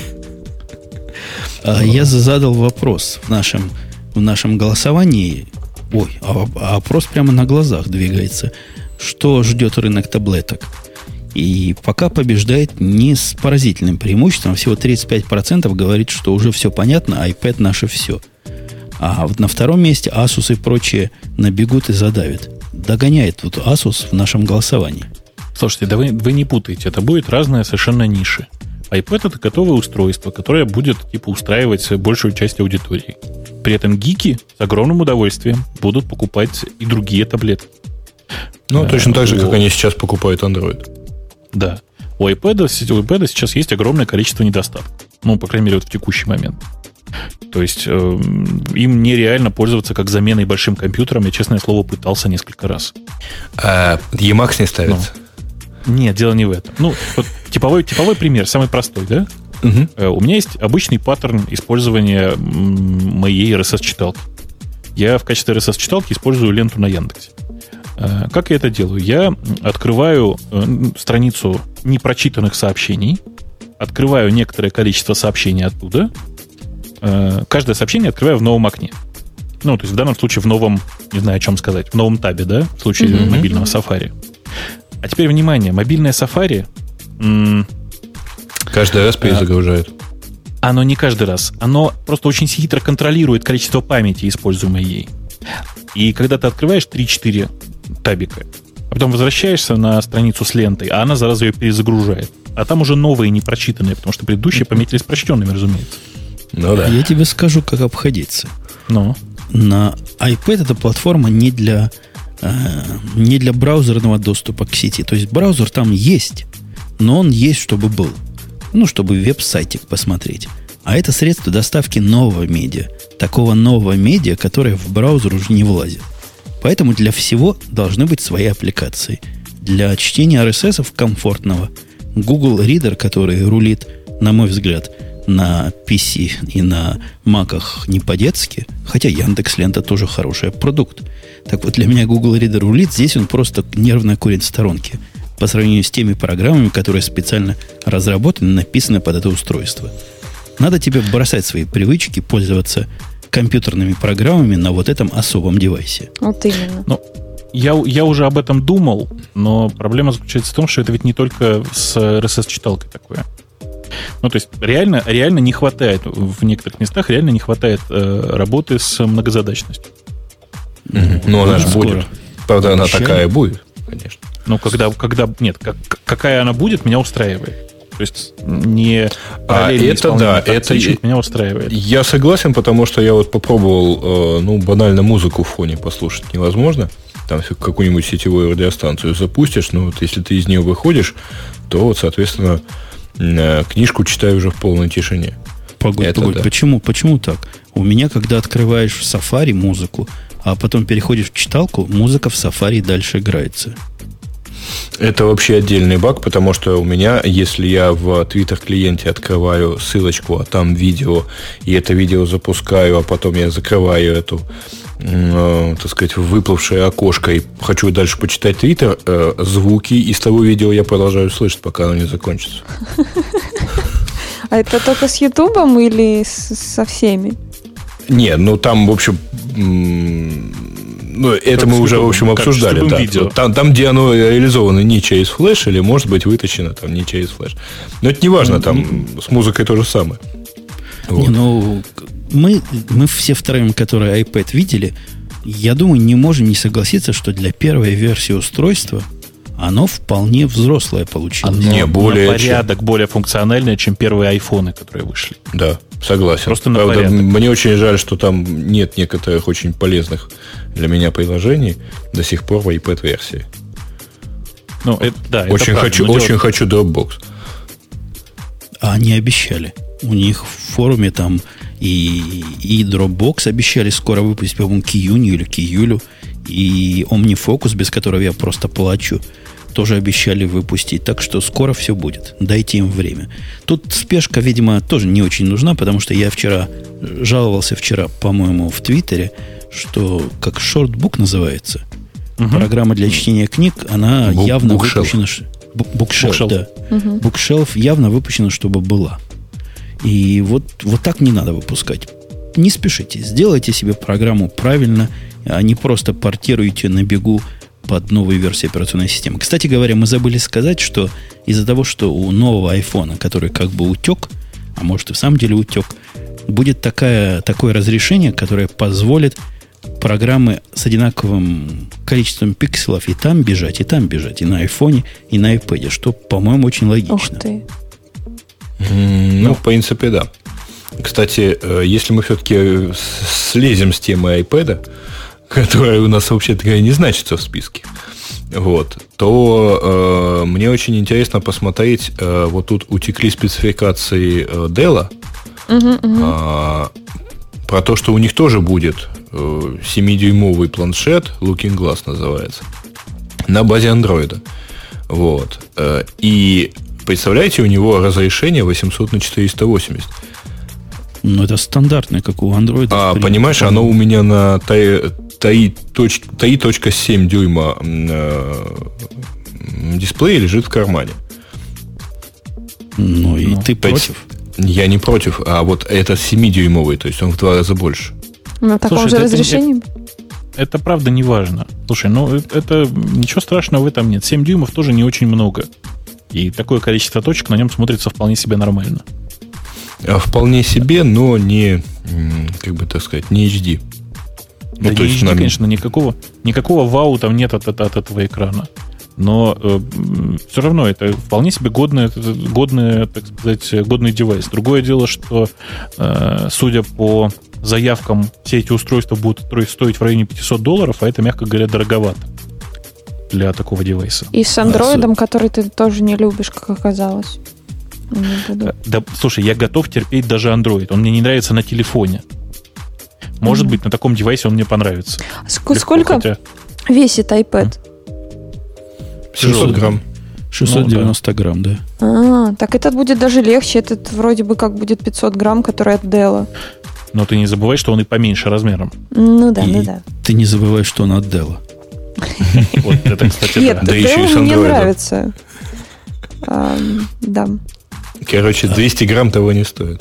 А я задал вопрос в нашем, в нашем голосовании. Ой, а, а опрос прямо на глазах двигается. Что ждет рынок таблеток? И пока побеждает не с поразительным преимуществом. Всего тридцать пять процентов говорит, что уже все понятно, iPad наше все. А вот на втором месте Asus и прочие набегут и задавят. Догоняет тут Asus в нашем голосовании. Слушайте, да вы, вы не путаете. Это будет разная совершенно ниши. iPad — это готовое устройство, которое будет типа устраивать большую часть аудитории. При этом гики с огромным удовольствием будут покупать и другие таблетки. Ну, а, точно так же, о... как они сейчас покупают Android. Да. У iPad, у iPad сейчас есть огромное количество недостатков. Ну, по крайней мере, вот в текущий момент. То есть, э, им нереально пользоваться как заменой большим компьютером. Я, честное слово, пытался несколько раз. А Emacs не ставится? Ну, нет, дело не в этом. Ну, вот типовой, типовой пример, самый простой, да? Угу. Э, у меня есть обычный паттерн использования м, моей эр эс эс-читалки. Я в качестве эр эс эс-читалки использую ленту на Яндексе. Как я это делаю? Я открываю страницу непрочитанных сообщений, открываю некоторое количество сообщений оттуда, каждое сообщение открываю в новом окне. Ну, то есть в данном случае в новом, не знаю, о чем сказать, в новом табе, да, в случае mm-hmm. мобильного Safari. А теперь, внимание, мобильное Safari... М- каждый раз перезагружает. Оно не каждый раз. Оно просто очень хитро контролирует количество памяти, используемой ей. И когда ты открываешь три-четыре табика, а потом возвращаешься на страницу с лентой, а она, зараза, ее перезагружает. А там уже новые непрочитанные, потому что предыдущие пометились прочтенными, разумеется. Ну да. Я тебе скажу, как обходиться. Ну? на iPad эта платформа не для, э, не для браузерного доступа к сети. То есть браузер там есть, но он есть, чтобы был. Ну, чтобы веб-сайтик посмотреть. А это средство доставки нового медиа. Такого нового медиа, которое в браузер уже не влазит. Поэтому для всего должны быть свои аппликации. Для чтения ар эс эс комфортного Google Reader, который рулит, на мой взгляд, на пи си и на маках не по-детски, хотя Яндекс.Лента тоже хороший продукт. Так вот, для меня Google Reader рулит, здесь он просто нервно курит в сторонке по сравнению с теми программами, которые специально разработаны, написаны под это устройство. Надо тебе бросать свои привычки, пользоваться компьютерными программами на вот этом особом девайсе. Вот именно. Ну, я, я уже об этом думал, но проблема заключается в том, что это ведь не только с ар эс эс-читалкой такое. Ну, то есть реально, реально не хватает, в некоторых местах реально не хватает э, работы с многозадачностью. Mm-hmm. Ну, она же будет. Правда, она такая будет, конечно. Ну, когда, когда нет, как, какая она будет, меня устраивает. То есть не а это да, это меня устраивает. Я согласен, потому что я вот попробовал, э, ну, банально музыку в фоне послушать невозможно. Там какую-нибудь сетевую радиостанцию запустишь, но вот если ты из нее выходишь, то вот, соответственно, э, книжку читаю уже в полной тишине. Погодь, это погодь, да. почему, почему так? У меня, когда открываешь в Safari музыку, а потом переходишь в читалку, музыка в Safari дальше играется. Это вообще отдельный баг, потому что у меня, если я в Twitter-клиенте открываю ссылочку, а там видео, и это видео запускаю, а потом я закрываю эту, э, так сказать, выплывшее окошко и хочу дальше почитать Twitter, э, звуки из того видео я продолжаю слышать, пока оно не закончится. А это только с Ютубом или со всеми? Нет, ну там, в общем... Ну, это как мы уже, в общем, обсуждали. Да. Видео. Там, там, где оно реализовано не через флеш, или, может быть, вытащено там не через флеш. Но это не важно, там mm-hmm. с музыкой то же самое. Вот. Не, ну, мы, мы все втроем, которые iPad видели, я думаю, не можем не согласиться, что для первой версии устройства оно вполне взрослое получилось. Оно не, более на порядок чем... более функциональное, чем первые айфоны, которые вышли. Да, согласен. Просто на Правда, порядок. Мне очень жаль, что там нет некоторых очень полезных для меня приложений до сих пор в iPad-версии. Ну, это, да, очень это хочу, правда, очень дело... хочу Dropbox. А они обещали. У них в форуме там и, и Dropbox обещали скоро выпустить, по-моему, к июню или к июлю. И OmniFocus, без которого я просто плачу, тоже обещали выпустить. Так что скоро все будет. Дайте им время. Тут спешка, видимо, тоже не очень нужна, потому что я вчера жаловался вчера, по-моему, в Твиттере, что как шортбук называется, угу. программа для чтения книг, она Book, явно bookshelf. выпущена... Букшелф, да. Угу. Букшелф явно выпущена, чтобы была. И вот, вот так не надо выпускать. Не спешите. Сделайте себе программу правильно, а не просто портируйте на бегу под новую версию операционной системы. Кстати говоря, мы забыли сказать, что из-за того, что у нового айфона, который как бы утек, а может и в самом деле утек, будет такая, такое разрешение, которое позволит программы с одинаковым количеством пикселов и там бежать, и там бежать, и на айфоне, и на iPad, что, по-моему, очень логично. Ух ты. Mm, ну, в принципе, да. Кстати, если мы все-таки слезем с темы iPad, которая у нас вообще-то не значится в списке, вот, то э, мне очень интересно посмотреть, э, вот тут утекли спецификации э, Dell, uh-huh, uh-huh. Э, про то, что у них тоже будет э, семидюймовый планшет, Looking Glass называется, на базе Android. Вот. Э, и представляете, у него разрешение восемьсот на четыреста восемьдесят. Ну, это стандартное, как у Android. А, понимаешь, оно у меня на три целых семь дюйма э, дисплее лежит в кармане. Ну, и ну, ты против? Я не против, а вот это семидюймовый, то есть он в два раза больше. На таком Слушай, же это, разрешении? Это, это правда не важно. Слушай, ну это ничего страшного в этом нет. семь дюймов тоже не очень много. И такое количество точек на нем смотрится вполне себе нормально. Вполне себе, но не, как бы так сказать, не эйч ди. Да, ну, не эйч ди, нам... конечно, никакого, никакого вау там нет от, от, от этого экрана. Но э, все равно это вполне себе годный, годный, так сказать, годный девайс. Другое дело, что э, судя по заявкам все эти устройства будут стоить в районе пятьсот долларов, а это, мягко говоря, дороговато для такого девайса. И с андроидом, который ты тоже не любишь, как оказалось. Не буду. Да, слушай, я готов терпеть даже Android. Он мне не нравится на телефоне. Может mm-hmm. быть, на таком девайсе он мне понравится. Ск- Легко, сколько хотя... весит iPad? семьсот грамм. шестьсот девяносто ну, да. грамм, да. А, так этот будет даже легче. Этот вроде бы как будет пятьсот грамм, который от Dell. Но ты не забывай, что он и поменьше размером. Ну да, и ну да. Ты не забывай, что он от Dell. Вот это, кстати, Нет, да. Dell мне нравится. Да. Короче, двести грамм того не стоит.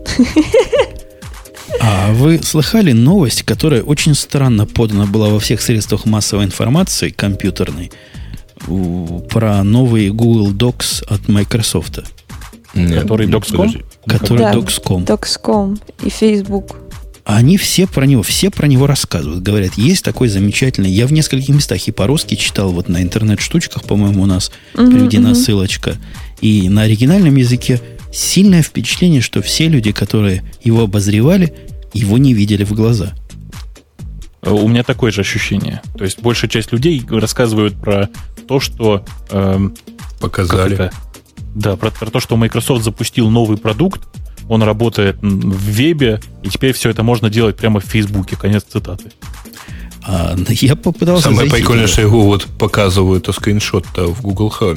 А вы слыхали новость, которая очень странно подана была во всех средствах массовой информации компьютерной про новый Google Docs от Microsoft? Нет, который Docs.com? Который да, Docs.com. Docs.com и Facebook. Они все про него, все про него рассказывают. Говорят, есть такой замечательный... Я в нескольких местах и по-русски читал, вот на интернет-штучках, по-моему, у нас uh-huh, приведена uh-huh. ссылочка. И на оригинальном языке сильное впечатление, что все люди, которые его обозревали, его не видели в глаза. У меня такое же ощущение. То есть большая часть людей рассказывают про то, что... Эм, Показали. Да, про, про то, что Microsoft запустил новый продукт, он работает в вебе, и теперь все это можно делать прямо в Фейсбуке. Конец цитаты. А, я попытался Самое прикольное, что его вот показывают, а скриншот-то в Google Chrome.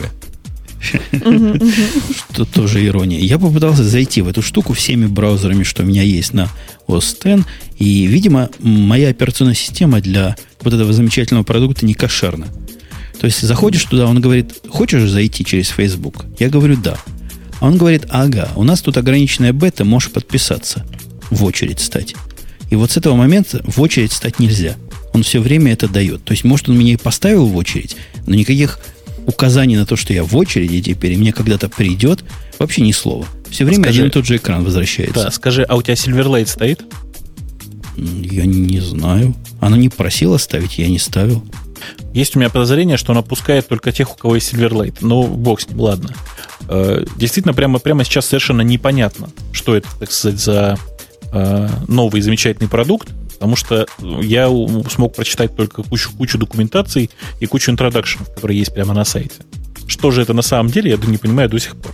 Что тоже ирония. Я попытался зайти в эту штуку всеми браузерами, что у меня есть на о эс икс, и, видимо, моя операционная система для вот этого замечательного продукта не кошерна. То есть заходишь туда, он говорит, хочешь зайти через Facebook? Я говорю, да. А он говорит, ага, у нас тут ограниченная бета, можешь подписаться, в очередь стать. И вот с этого момента в очередь стать нельзя. Он все время это дает. То есть, может, он меня и поставил в очередь, но никаких указаний на то, что я в очереди теперь, и мне когда-то придет, вообще ни слова. Все время скажи, один и тот же экран возвращается. Да, скажи, а у тебя Silverlight стоит? Я не знаю. Она не просила ставить, я не ставил. Есть у меня подозрение, что он опускает только тех, у кого есть Silverlight. Но бог с ним, ладно. Действительно, прямо, прямо сейчас совершенно непонятно, что это, так сказать, за новый замечательный продукт, потому что я смог прочитать только кучу-кучу документаций и кучу интродакшенов, которые есть прямо на сайте. Что же это на самом деле, я не понимаю до сих пор.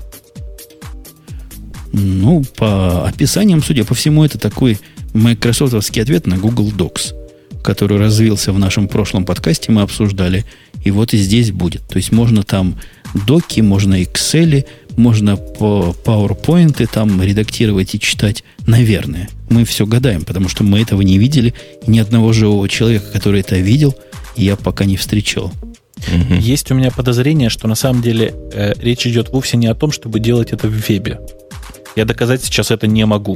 Ну, по описаниям, судя по всему, это такой майкрософтовский ответ на Google Docs, который развился в нашем прошлом подкасте, мы обсуждали, и вот и здесь будет. То есть можно там доки, можно Excel, можно по PowerPoint там редактировать и читать, наверное. Мы все гадаем, потому что мы этого не видели, и ни одного живого человека, который это видел, я пока не встречал. Угу. Есть у меня подозрение, что на самом деле э, речь идет вовсе не о том, чтобы делать это в вебе. Я доказать сейчас это не могу.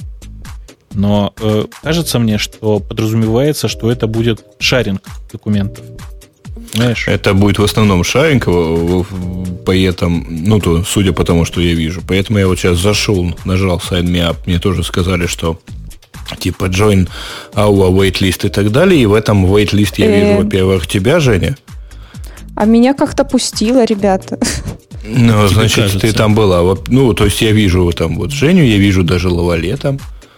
Но э, кажется мне, что подразумевается, что это будет шаринг документов. Знаешь? Это будет в основном шаринг, поэтому, ну, то, судя по тому, что я вижу. Поэтому я вот сейчас зашел, нажал Sign Me Up, мне тоже сказали, что типа join our waitlist и так далее. И в этом waitlist я вижу, во-первых, тебя, Женя. А меня как-то пустило, ребята. Ну, тебе значит, кажется. Ты там была. Ну, то есть я вижу там вот Женю, я вижу даже Лавале там.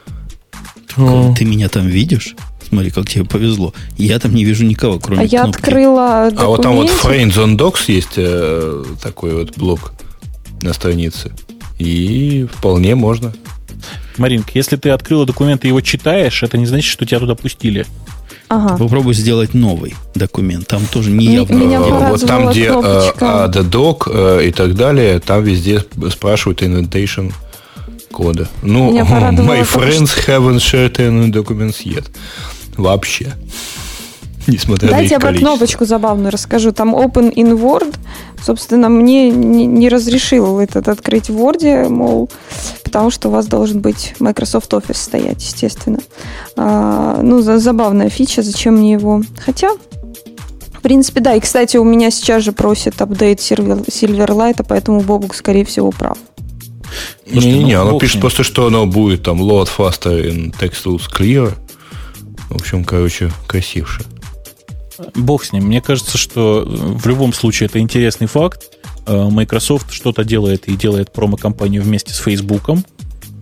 О. Ты меня там видишь? Смотри, как тебе повезло. Я там не вижу никого, кроме а кнопки. Я открыла документы. А вот там вот Friends on Docs есть э, такой вот блок на странице. И вполне можно. Маринка, если ты открыла документ и его читаешь, это не значит, что тебя туда пустили. Ага. Попробуй сделать новый документ. Там тоже неявно. Меня а, вот там, где uh, add doc uh, и так далее, там везде спрашивают indentation кода. Ну, my friends haven't shared any documents yet. Вообще. Несмотря Дайте на их я про кнопочку забавную расскажу. Там Open in Word. Собственно, мне не, не разрешил этот открыть в Word, мол, потому что у вас должен быть Microsoft Office стоять, естественно. А, ну, за, забавная фича, зачем мне его? Хотя, в принципе, да. И, кстати, у меня сейчас же просит апдейт Silverlight, поэтому Бобук, скорее всего, прав. Не-не-не, оно пишет просто, что оно будет там load faster in text was clear. В общем, короче, красивше. Бог с ним. Мне кажется, что в любом случае это интересный факт. Microsoft что-то делает и делает промо-компанию вместе с Фейсбуком.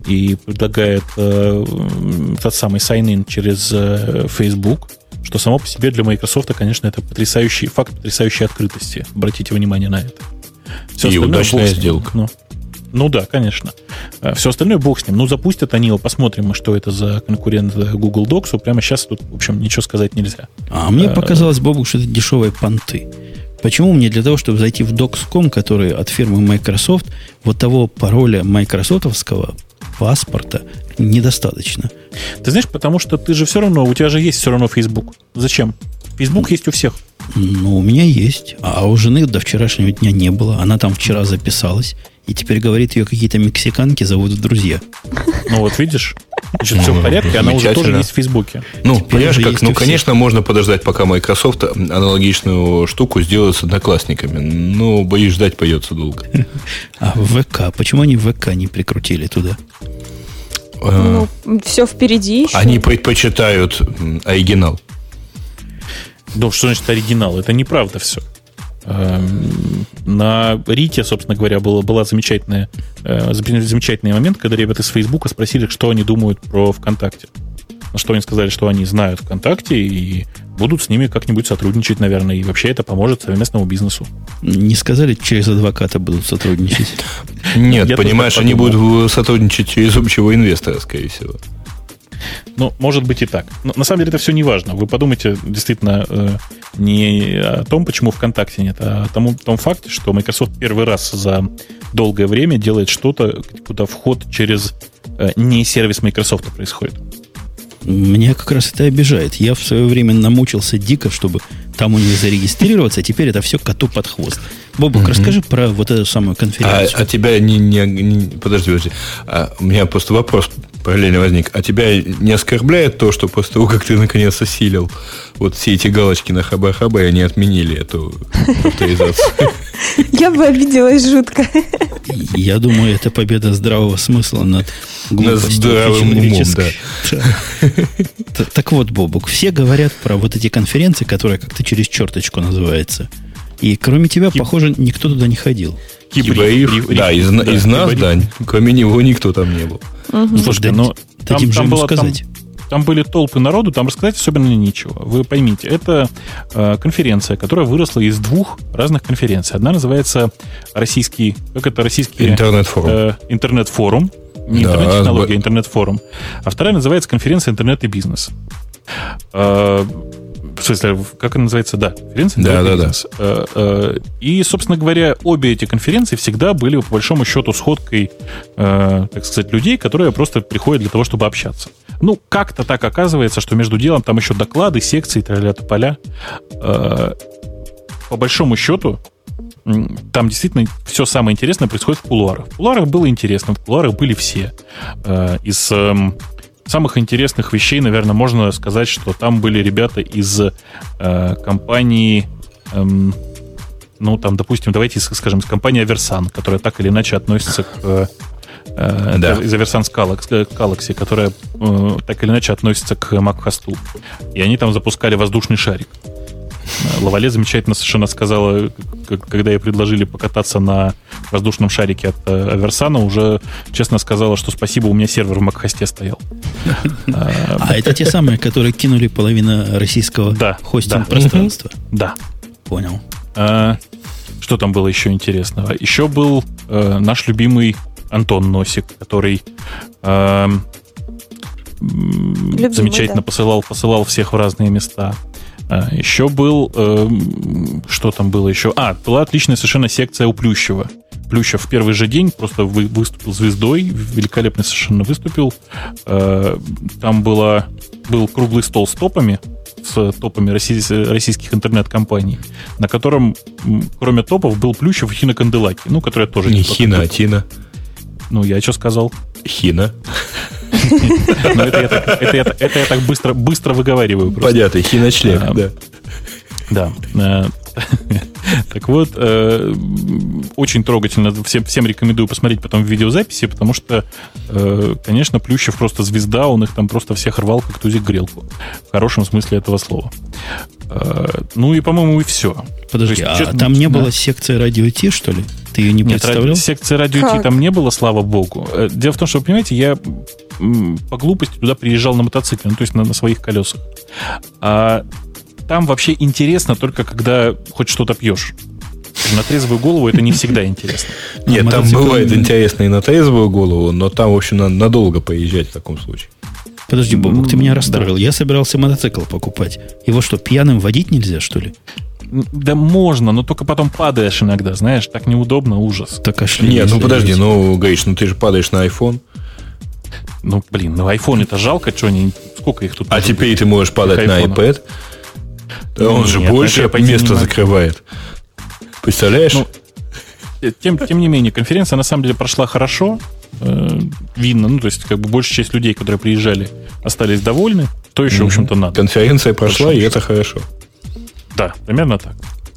и предлагает э, тот самый sign-in через э, Facebook, что само по себе для Microsoft, конечно, это потрясающий факт потрясающей открытости. Обратите внимание на это. Все и удачная сделка. Ну, ну да, конечно. Все остальное бог с ним. Ну, запустят они его, посмотрим, что это за конкурент Google Docs. Прямо сейчас тут, в общем, ничего сказать нельзя. А мне показалось, Бобук, что это дешевые понты. Почему мне для того, чтобы зайти в докс точка ком, который от фирмы Microsoft, вот того пароля майкрософтовского паспорта недостаточно? Ты знаешь, потому что ты же все равно, у тебя же есть все равно Facebook. Зачем? Facebook есть у всех. Ну, у меня есть. А у жены до вчерашнего дня не было. Она там вчера записалась. И теперь говорит, ее какие-то мексиканки зовут в друзья. Ну вот видишь, значит, все в порядке, она уже тоже есть в Фейсбуке. Ну, теперь понимаешь, как, ну, конечно, можно подождать, пока Microsoft аналогичную штуку сделает с одноклассниками. Но, боюсь, ждать придется долго. А ВК, почему они ВК не прикрутили туда? Ну, все впереди еще. Они предпочитают оригинал. Ну, что значит оригинал? Это неправда все. На Рите, собственно говоря, был, была замечательная, замечательный момент, когда ребята из Фейсбука спросили, что они думают про ВКонтакте. На что они сказали, что они знают ВКонтакте и будут с ними как-нибудь сотрудничать, наверное, и вообще это поможет совместному бизнесу. Не сказали, через адвоката будут сотрудничать? Нет, понимаешь, они будут сотрудничать через общего инвестора, скорее всего. Ну, может быть и так. Но на самом деле это все не важно. Вы подумайте действительно э, не о том, почему ВКонтакте нет, а о том, о том факте, что Microsoft первый раз за долгое время делает что-то, куда вход через э, не сервис Microsoft происходит. Меня как раз это обижает. Я в свое время намучился дико, чтобы там у них зарегистрироваться, а теперь это все коту под хвост. Бобук, mm-hmm. расскажи про вот эту самую конференцию. А, а тебя не, не, не... Подожди, подожди. А, у меня просто вопрос параллельно возник. А тебя не оскорбляет то, что после того, как ты наконец осилил вот все эти галочки на хаба-хаба, и они отменили эту авторизацию? Я бы обиделась жутко. Я думаю, это победа здравого смысла над глупостью. Здравым умом, да. Так вот, Бобук, все говорят про вот эти конференции, которые как-то через черточку называется. И кроме тебя, похоже, никто туда не ходил. Кибаив, да, из нас, да, кроме него никто там не был. Слушайте, но там было сказать. Там были толпы народу, там рассказать особенно нечего. Вы поймите, это э, конференция, которая выросла из двух разных конференций. Одна называется российский, как это российский интернет-форум. Э, интернет-форум, не да, интернет-технология, а интернет-форум. А вторая называется конференция «Интернет и бизнес». Э, в смысле, как она называется? Да, конференция «Интернет да, и да, бизнес». Да. Э, э, и, собственно говоря, обе эти конференции всегда были, по большому счету, сходкой, э, так сказать, людей, которые просто приходят для того, чтобы общаться. Ну, как-то так оказывается, что между делом там еще доклады, секции, тра-ля тополя. По большому счету, там действительно все самое интересное происходит в кулуарах. В кулуарах было интересно, в кулуарах были все. Из самых интересных вещей, наверное, можно сказать, что там были ребята из компании... Ну, там, допустим, давайте скажем, из компании Аверсан, которая так или иначе относится к... Да. Из Aversan Galaxy, которая э, так или иначе относится к Mac-хосту. И они там запускали воздушный шарик. Лавале замечательно совершенно сказала, когда ей предложили покататься на воздушном шарике от Аверсана, уже честно сказала, что спасибо, у меня сервер в Mac-хосте стоял. А это те самые, которые кинули половину российского хостинг-пространства? Да. Понял. Что там было еще интересного? Еще был наш любимый Антон Носик, который э, Любимый, замечательно да. посылал, посылал всех в разные места. Э, еще был... Э, что там было еще? А, была отличная совершенно секция у Плющева. Плющев в первый же день просто вы, выступил звездой, великолепно совершенно выступил. Э, там была, был круглый стол с топами, с топами российских интернет-компаний, на котором, кроме топов, был Плющев и Хина Канделаки. Ну, которая тоже... Не Хина, а Тина. Ну, я что сказал? Хина. Но это я так быстро выговариваю. Понятно, хиночлег, да. Да. Так вот, очень трогательно. Всем рекомендую посмотреть потом в видеозаписи, потому что, конечно, Плющев просто звезда, он их там просто всех рвал, как тузик грелку. В хорошем смысле этого слова. Ну и, по-моему, и все. Подожди, а там не было секции радио Ти, что ли? Ты ее не Нет, представлял? ради, секции радио Ти там не было, слава богу. Дело в том, что, вы понимаете, я по глупости туда приезжал на мотоцикле, ну, то есть на, на своих колесах. А там вообще интересно только когда хоть что-то пьешь. На трезвую голову это не всегда интересно. Нет, там бывает интересно и на трезвую голову, но там, в общем, надо надолго поезжать в таком случае. Подожди, Бобок, ты меня расстроил. Я собирался мотоцикл покупать. Его что, пьяным водить нельзя, что ли? Да можно, но только потом падаешь иногда, знаешь, так неудобно, ужас. Так, а что? Нет, ну подожди, ну, Гриш, ну ты же падаешь на iPhone. Ну, блин, на айфоне-то жалко, что они, сколько их тут... А теперь ты можешь падать на iPad. Да он же больше места закрывает. Представляешь? Ну, тем, тем не менее, конференция на самом деле прошла хорошо. Э, видно, ну, то есть, как бы большая часть людей, которые приезжали, остались довольны. То еще, mm-hmm. в общем-то, надо. Конференция прошла, хорошо, и это хорошо. Да, примерно так.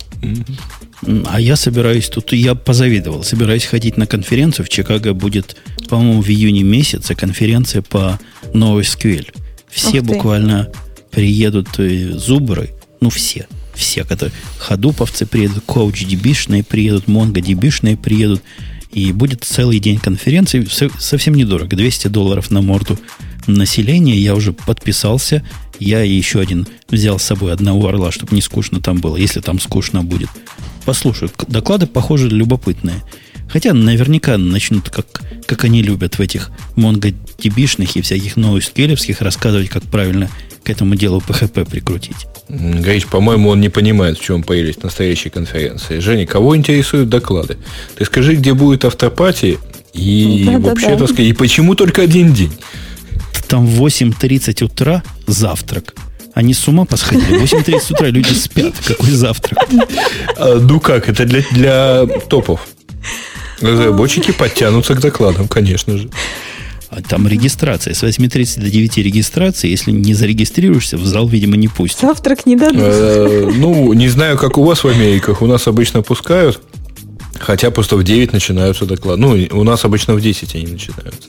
Mm-hmm. А я собираюсь, тут я позавидовал, собираюсь ходить на конференцию. В Чикаго будет, по-моему, в июне месяце конференция по NoSQL. Все буквально приедут зубры, ну, все. Все, которые ходуповцы приедут, CouchDB-шные приедут, MongoDB-шные приедут. И будет целый день конференции. Совсем недорого. двести долларов на морду населения. Я уже подписался. Я и еще один взял с собой одного орла, чтобы не скучно там было, если там скучно будет. Послушаю. Доклады, похоже, любопытные. Хотя наверняка начнут, как, как они любят в этих MongoDB-шных и всяких NoSQL-овских рассказывать, как правильно к этому делу пи эйч пи прикрутить. Гаич, по-моему, он не понимает, в чем появились настоящие конференции. Женя, кого интересуют доклады? Ты скажи, где будет автопати и да, вообще, да, да. так сказать, и почему только один день? Там в восемь тридцать утра завтрак. Они с ума посходили. В восемь тридцать утра люди спят. Какой завтрак? А, ну как, это для, для топов. Разработчики подтянутся к докладам, конечно же. А там регистрация. С восьми тридцати до девяти регистрации. Если не зарегистрируешься, в зал, видимо, не пустят. Завтрак не дадут. Э, ну, не знаю, как у вас в Америках. У нас обычно пускают. Хотя просто в девять начинаются доклады. Ну, у нас обычно в десять они начинаются.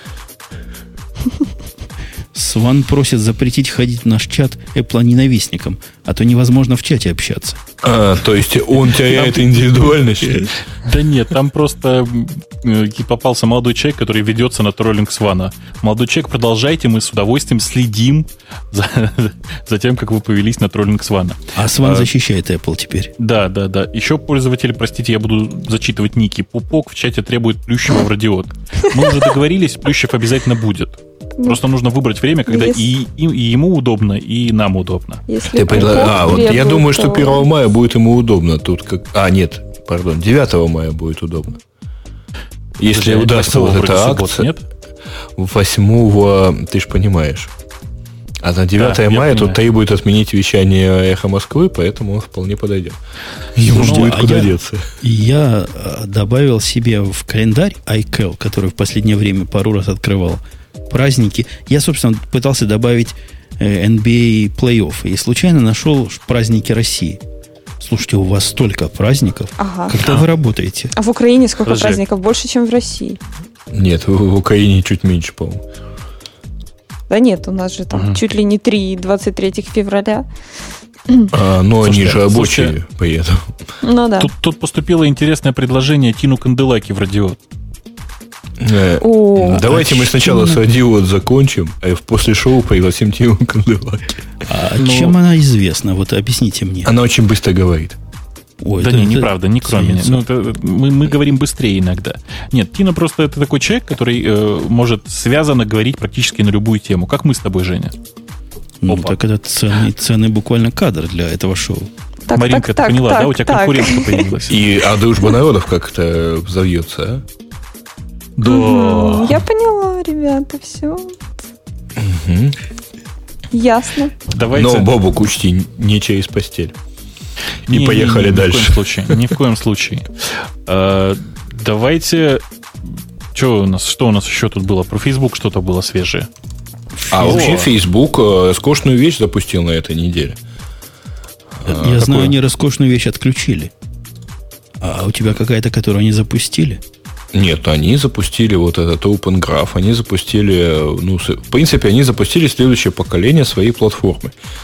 Сван просит запретить ходить в наш чат Apple-ненавистникам, а то невозможно в чате общаться. А, то есть он теряет индивидуальность? Да нет, там просто попался молодой человек, который ведется на троллинг Свана. Молодой человек, продолжайте, мы с удовольствием следим за, за тем, как вы повелись на троллинг Свана. А Сван а, защищает Apple теперь. Да, да, да. Еще пользователи, простите, я буду зачитывать ники. Пупок в чате требует Плющева в радиот. Мы уже договорились, Плющев обязательно будет. Просто нужно выбрать время, когда Если... и, и, и ему удобно, и нам удобно. Ты предла... А, вот я думаю, что первого мая будет ему удобно. Тут как... А, нет, пардон, девятого мая будет удобно. Если Подожди, удастся вот эта акция... Суббот, нет? восьмого, ты же понимаешь. А на девятое мая тут требует отменить вещание «Эхо Москвы», поэтому он вполне подойдет. Ему ну, будет а куда я, деться. Я добавил себе в календарь iCal, который в последнее время пару раз открывал, праздники. Я, собственно, пытался добавить э, эн би эй плей-офф и случайно нашел праздники России. Слушайте, у вас столько праздников. Ага. Когда а. вы работаете? А в Украине сколько Подожди. праздников? Больше, чем в России. Нет, в, в Украине чуть меньше, по-моему. Да нет, у нас же там ага. чуть ли не три двадцать третьего февраля. А, но слушайте, они же рабочие поедут. Ну да. Тут, тут поступило интересное предложение Тину Канделаки в радиот. О, Давайте а мы сначала с радиот закончим, а после шоу пригласим Тину Канделаки. А Но... чем она известна? Вот объясните мне. Она очень быстро говорит. Ой, да это, не, это неправда, не кроме меня. Ну, это, мы, мы говорим быстрее иногда. Нет, Тина просто это такой человек, который э, может связанно говорить практически на любую тему. Как мы с тобой, Женя. Ну, Опа. так это ценный, ценный буквально кадр для этого шоу. Так, Маринка, так, ты так, поняла, так, да? У тебя так. конкурентка появилась. И, а дружба народов как-то взовьется, а? Да. Угу, я поняла, ребята, все. Угу. Ясно. Давайте. Но, Бобук, учти, не через постель. И не, поехали не, не, дальше. Ни в коем случае. Ни в коем случае. А, давайте... Что у нас, что у нас еще тут было? Про Facebook что-то было свежее. А О. вообще Facebook роскошную вещь запустил на этой неделе. Я а, знаю, какое? Они роскошную вещь отключили. А у тебя какая-то, которую они запустили? Нет, они запустили вот этот Open Graph, они запустили, ну, в принципе, они запустили следующее поколение своей платформы.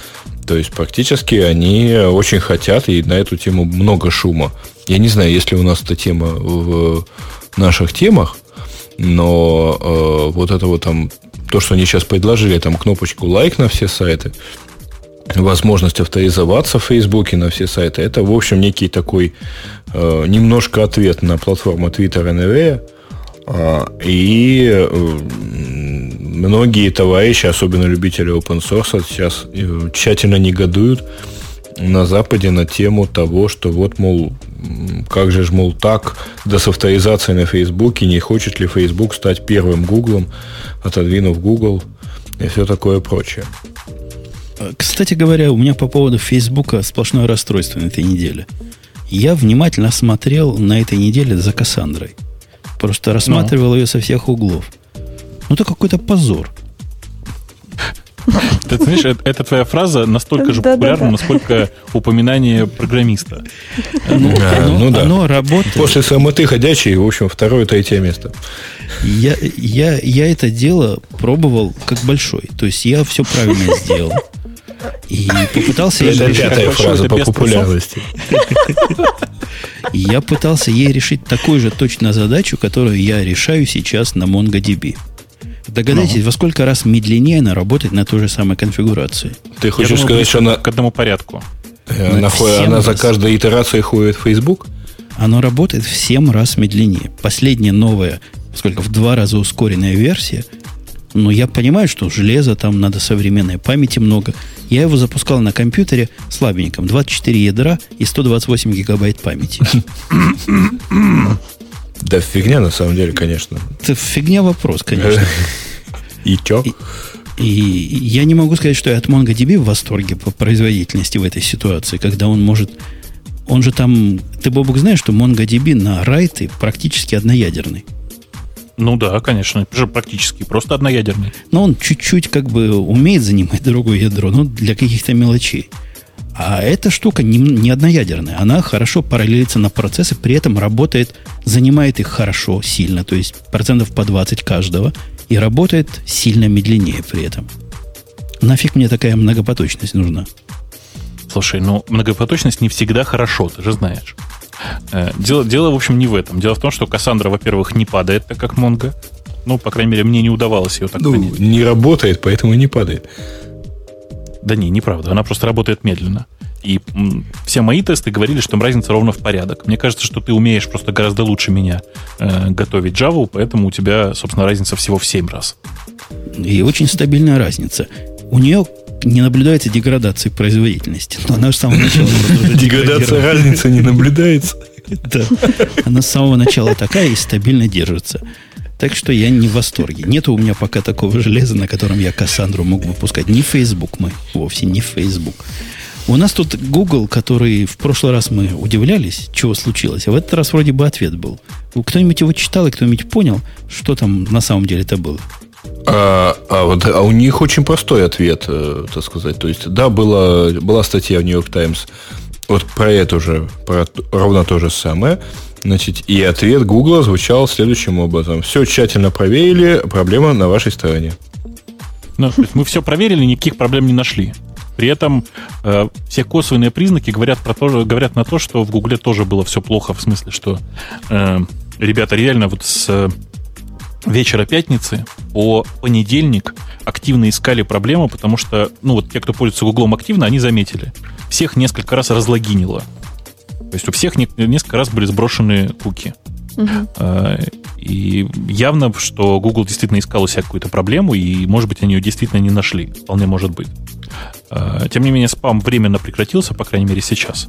То есть, практически они очень хотят, и на эту тему много шума. Я не знаю, есть ли у нас эта тема в наших темах, но э, вот это вот там, то, что они сейчас предложили, там кнопочку лайк на все сайты, возможность авторизоваться в Фейсбуке на все сайты, это, в общем, некий такой э, немножко ответ на платформу Twitter эн ви эй. Э, и э, многие товарищи, особенно любители open source, сейчас э, тщательно негодуют на Западе на тему того, что вот, мол, как же ж, мол, так, да с авторизацией на Фейсбуке, не хочет ли Facebook стать первым Гуглом, отодвинув Google и все такое прочее. Кстати говоря, у меня по поводу Фейсбука сплошное расстройство на этой неделе. Я внимательно смотрел на этой неделе за Кассандрой. Просто рассматривал ну. ее со всех углов. Ну, это какой-то позор. Ты знаешь, это твоя фраза настолько же популярна, насколько упоминание программиста. Ну, а, оно, ну да. Оно работает. После самоты ходячей, в общем, второе, третье место. Я, я, я это дело пробовал как большой. То есть я все правильно сделал. И попытался... Это пятая фраза по популярности. Я пытался ей решить такую же точно задачу, которую я решаю сейчас на MongoDB. Догадайтесь, ну. во сколько раз медленнее она работает на той же самой конфигурации. Ты хочешь думаю, сказать, что она... к одному порядку. Она, она за каждой итерацией ходит в Facebook? Оно работает в семь раз медленнее. Последняя новая, сколько, в два раза ускоренная версия. Но я понимаю, что железо там надо современной, памяти много. Я его запускал на компьютере слабеньком. двадцать четыре ядра и сто двадцать восемь гигабайт памяти. Да фигня на самом деле, конечно. Это фигня вопрос, конечно. И чё? И, и я не могу сказать, что я от MongoDB в восторге по производительности в этой ситуации, когда он может... Он же там... Ты, Бобук, знаешь, что MongoDB на райты практически одноядерный? Ну да, конечно. Же практически просто одноядерный. Но он чуть-чуть как бы умеет занимать другое ядро, но для каких-то мелочей. А эта штука не, не одноядерная. Она хорошо параллелится на процессы, при этом работает, занимает их хорошо, сильно, то есть процентов по двадцать каждого, и работает сильно медленнее при этом. Нафиг мне такая многопоточность нужна? Слушай, ну многопоточность не всегда хорошо, ты же знаешь. Дело, дело, в общем, не в этом. Дело в том, что Кассандра, во-первых, не падает так, как Монго. Ну, по крайней мере, мне не удавалось ее так ну, понять. Не работает, поэтому и не падает. Да не, неправда. Она просто работает медленно. И м, все мои тесты говорили, что там разница ровно в порядок. Мне кажется, что ты умеешь просто гораздо лучше меня э, готовить Java, поэтому у тебя, собственно, разница всего в семь раз. И очень стабильная разница. У нее не наблюдается деградации производительности. Но она же с самого начала... Деградация разницы не наблюдается. Да. Она с самого начала такая и стабильно держится. Так что я не в восторге. Нет у меня пока такого железа, на котором я Кассандру мог выпускать. Не Facebook мы, вовсе не Facebook. У нас тут Google, который в прошлый раз мы удивлялись, чего случилось, а в этот раз вроде бы ответ был. Кто-нибудь его читал и кто-нибудь понял, что там на самом деле это было? А, а, вот, а у них очень простой ответ, э, так сказать. То есть, да, была, была статья в New York Times вот про это же, про ровно то же самое. Значит, и ответ Google звучал следующим образом. Все тщательно проверили, проблема на вашей стороне. Ну, то есть мы все проверили, никаких проблем не нашли. При этом э, все косвенные признаки говорят, про то, говорят на то, что в Гугле тоже было все плохо, в смысле, что э, ребята реально вот с э, вечера пятницы по понедельник активно искали проблему, потому что, ну вот те, кто пользуется Гуглом активно, они заметили. Всех несколько раз разлогинило. То есть у всех не, несколько раз были сброшены куки. Uh-huh. И явно, что Google действительно искал у себя какую-то проблему, и, может быть, они ее действительно не нашли. Вполне может быть. Тем не менее, спам временно прекратился, по крайней мере, сейчас.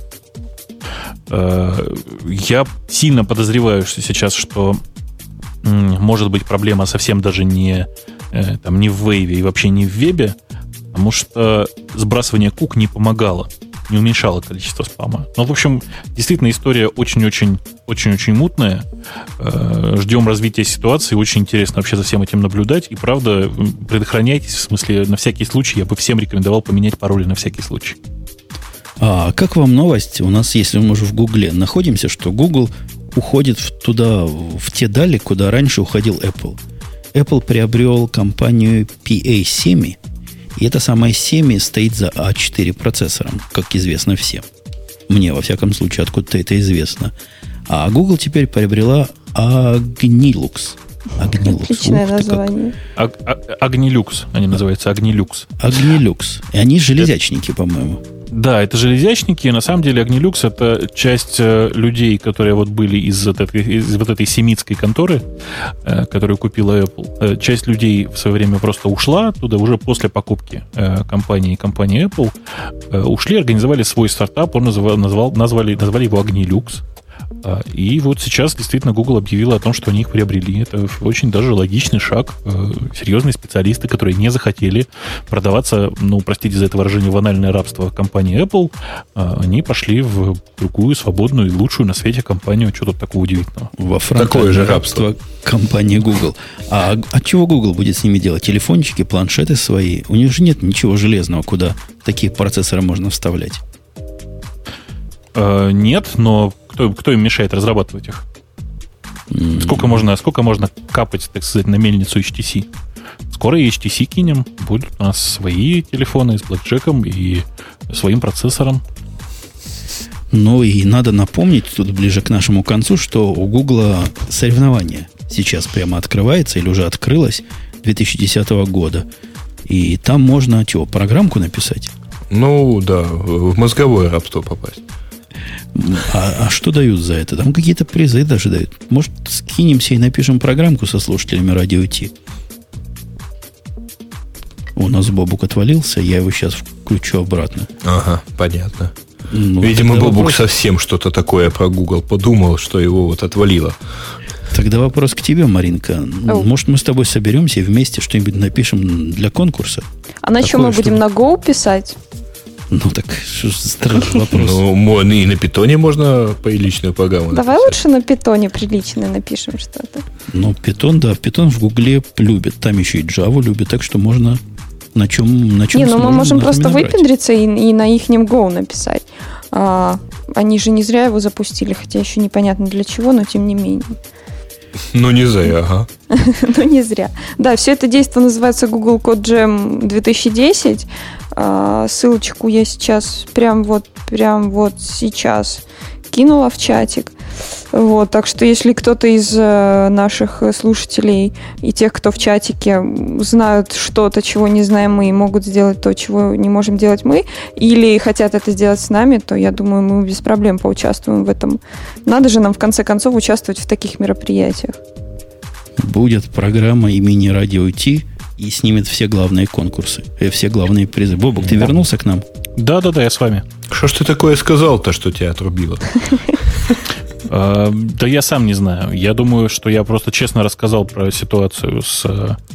Я сильно подозреваю, что сейчас, что может быть проблема совсем даже не, там, не в Wave и вообще не в вебе, потому что сбрасывание кук не помогало, не уменьшало количество спама. Ну, в общем, действительно, история очень-очень-очень-очень мутная. Ждем развития ситуации. Очень интересно вообще за всем этим наблюдать. И, правда, предохраняйтесь. В смысле, на всякий случай я бы всем рекомендовал поменять пароли на всякий случай. А как вам новость? У нас, если мы уже в Гугле находимся, что Google уходит в туда, в те дали, куда раньше уходил Apple. Apple приобрел компанию пи эй семь, И это самое семь стоит за а четыре процессором, как известно всем. Мне, во всяком случае, откуда-то это известно. А Google теперь приобрела Agnilux. Agnilux. Отличное название. Agnilux, они называются Agnilux. Agnilux. И они железячники, по-моему. Да, это железячники. На самом деле Agnilux — это часть э, людей, которые вот были из, вот этой, из вот этой семитской конторы, э, которую купила Apple. Э, часть людей в свое время просто ушла оттуда уже после покупки э, компании, компании Apple. Э, ушли, организовали свой стартап, он называл, назвал, назвали, назвали его Agnilux. И вот сейчас действительно Google объявила о том, что они их приобрели. Это очень даже логичный шаг. Серьезные специалисты, которые не захотели продаваться, ну, простите за это выражение, в анальное рабство компании Apple, они пошли в другую свободную и лучшую на свете компанию. Что тут такого удивительного? Во такое же рабство компании Google. А от чего Google будет с ними делать? Телефончики, планшеты свои? У них же нет ничего железного, куда такие процессоры можно вставлять. Э, нет, но кто, кто им мешает разрабатывать их? Mm-hmm. Сколько можно, сколько можно капать, так сказать, на мельницу эйч ти си? Скоро эйч ти си кинем, будут у нас свои телефоны с блэкджеком и своим процессором. Ну и надо напомнить тут ближе к нашему концу, что у Гугла соревнование сейчас прямо открывается или уже открылось две тысячи десятого года. И там можно чего, программку написать? Ну да, в мозговое рабство попасть. А, а что дают за это? Там какие-то призы даже дают. Может, скинемся и напишем программку со слушателями Радио Ти? У нас Бобук отвалился, я его сейчас включу обратно. Ага, понятно. Ну, видимо, Бобук вопрос... совсем что-то такое про Google подумал, что его вот отвалило. Тогда вопрос к тебе, Маринка. Oh. Может, мы с тобой соберемся и вместе что-нибудь напишем для конкурса? А на чем мы будем? На Go писать? Ну, так страшный вопрос. Ну, и на питоне можно приличную программу написать. Давай лучше на питоне прилично напишем что-то. Ну, питон, да, питон в Гугле любит. Там еще и Java любит, так что можно на чем на чем Не, ну мы можем просто выпендриться и, и на ихнем Go написать. А, они же не зря его запустили, хотя еще непонятно для чего, но тем не менее. Ну, не зря, ага. Ну, не зря. Да, все это действие называется Google Code Jam две тысячи десять. А, ссылочку я сейчас, прям вот, прям вот сейчас кинула в чатик. Вот, так что если кто-то из э, наших слушателей и тех, кто в чатике знают что-то, чего не знаем мы, и могут сделать то, чего не можем делать мы, или хотят это сделать с нами, то, я думаю, мы без проблем поучаствуем в этом. Надо же нам, в конце концов, участвовать в таких мероприятиях. Будет программа имени Радио Ти и снимет все главные конкурсы, э, все главные призы. Бобок, ты вернулся к нам? Да-да-да, я с вами. Что ж ты такое сказал-то, что тебя отрубило? Да я сам не знаю. Я думаю, что я просто честно рассказал про ситуацию с,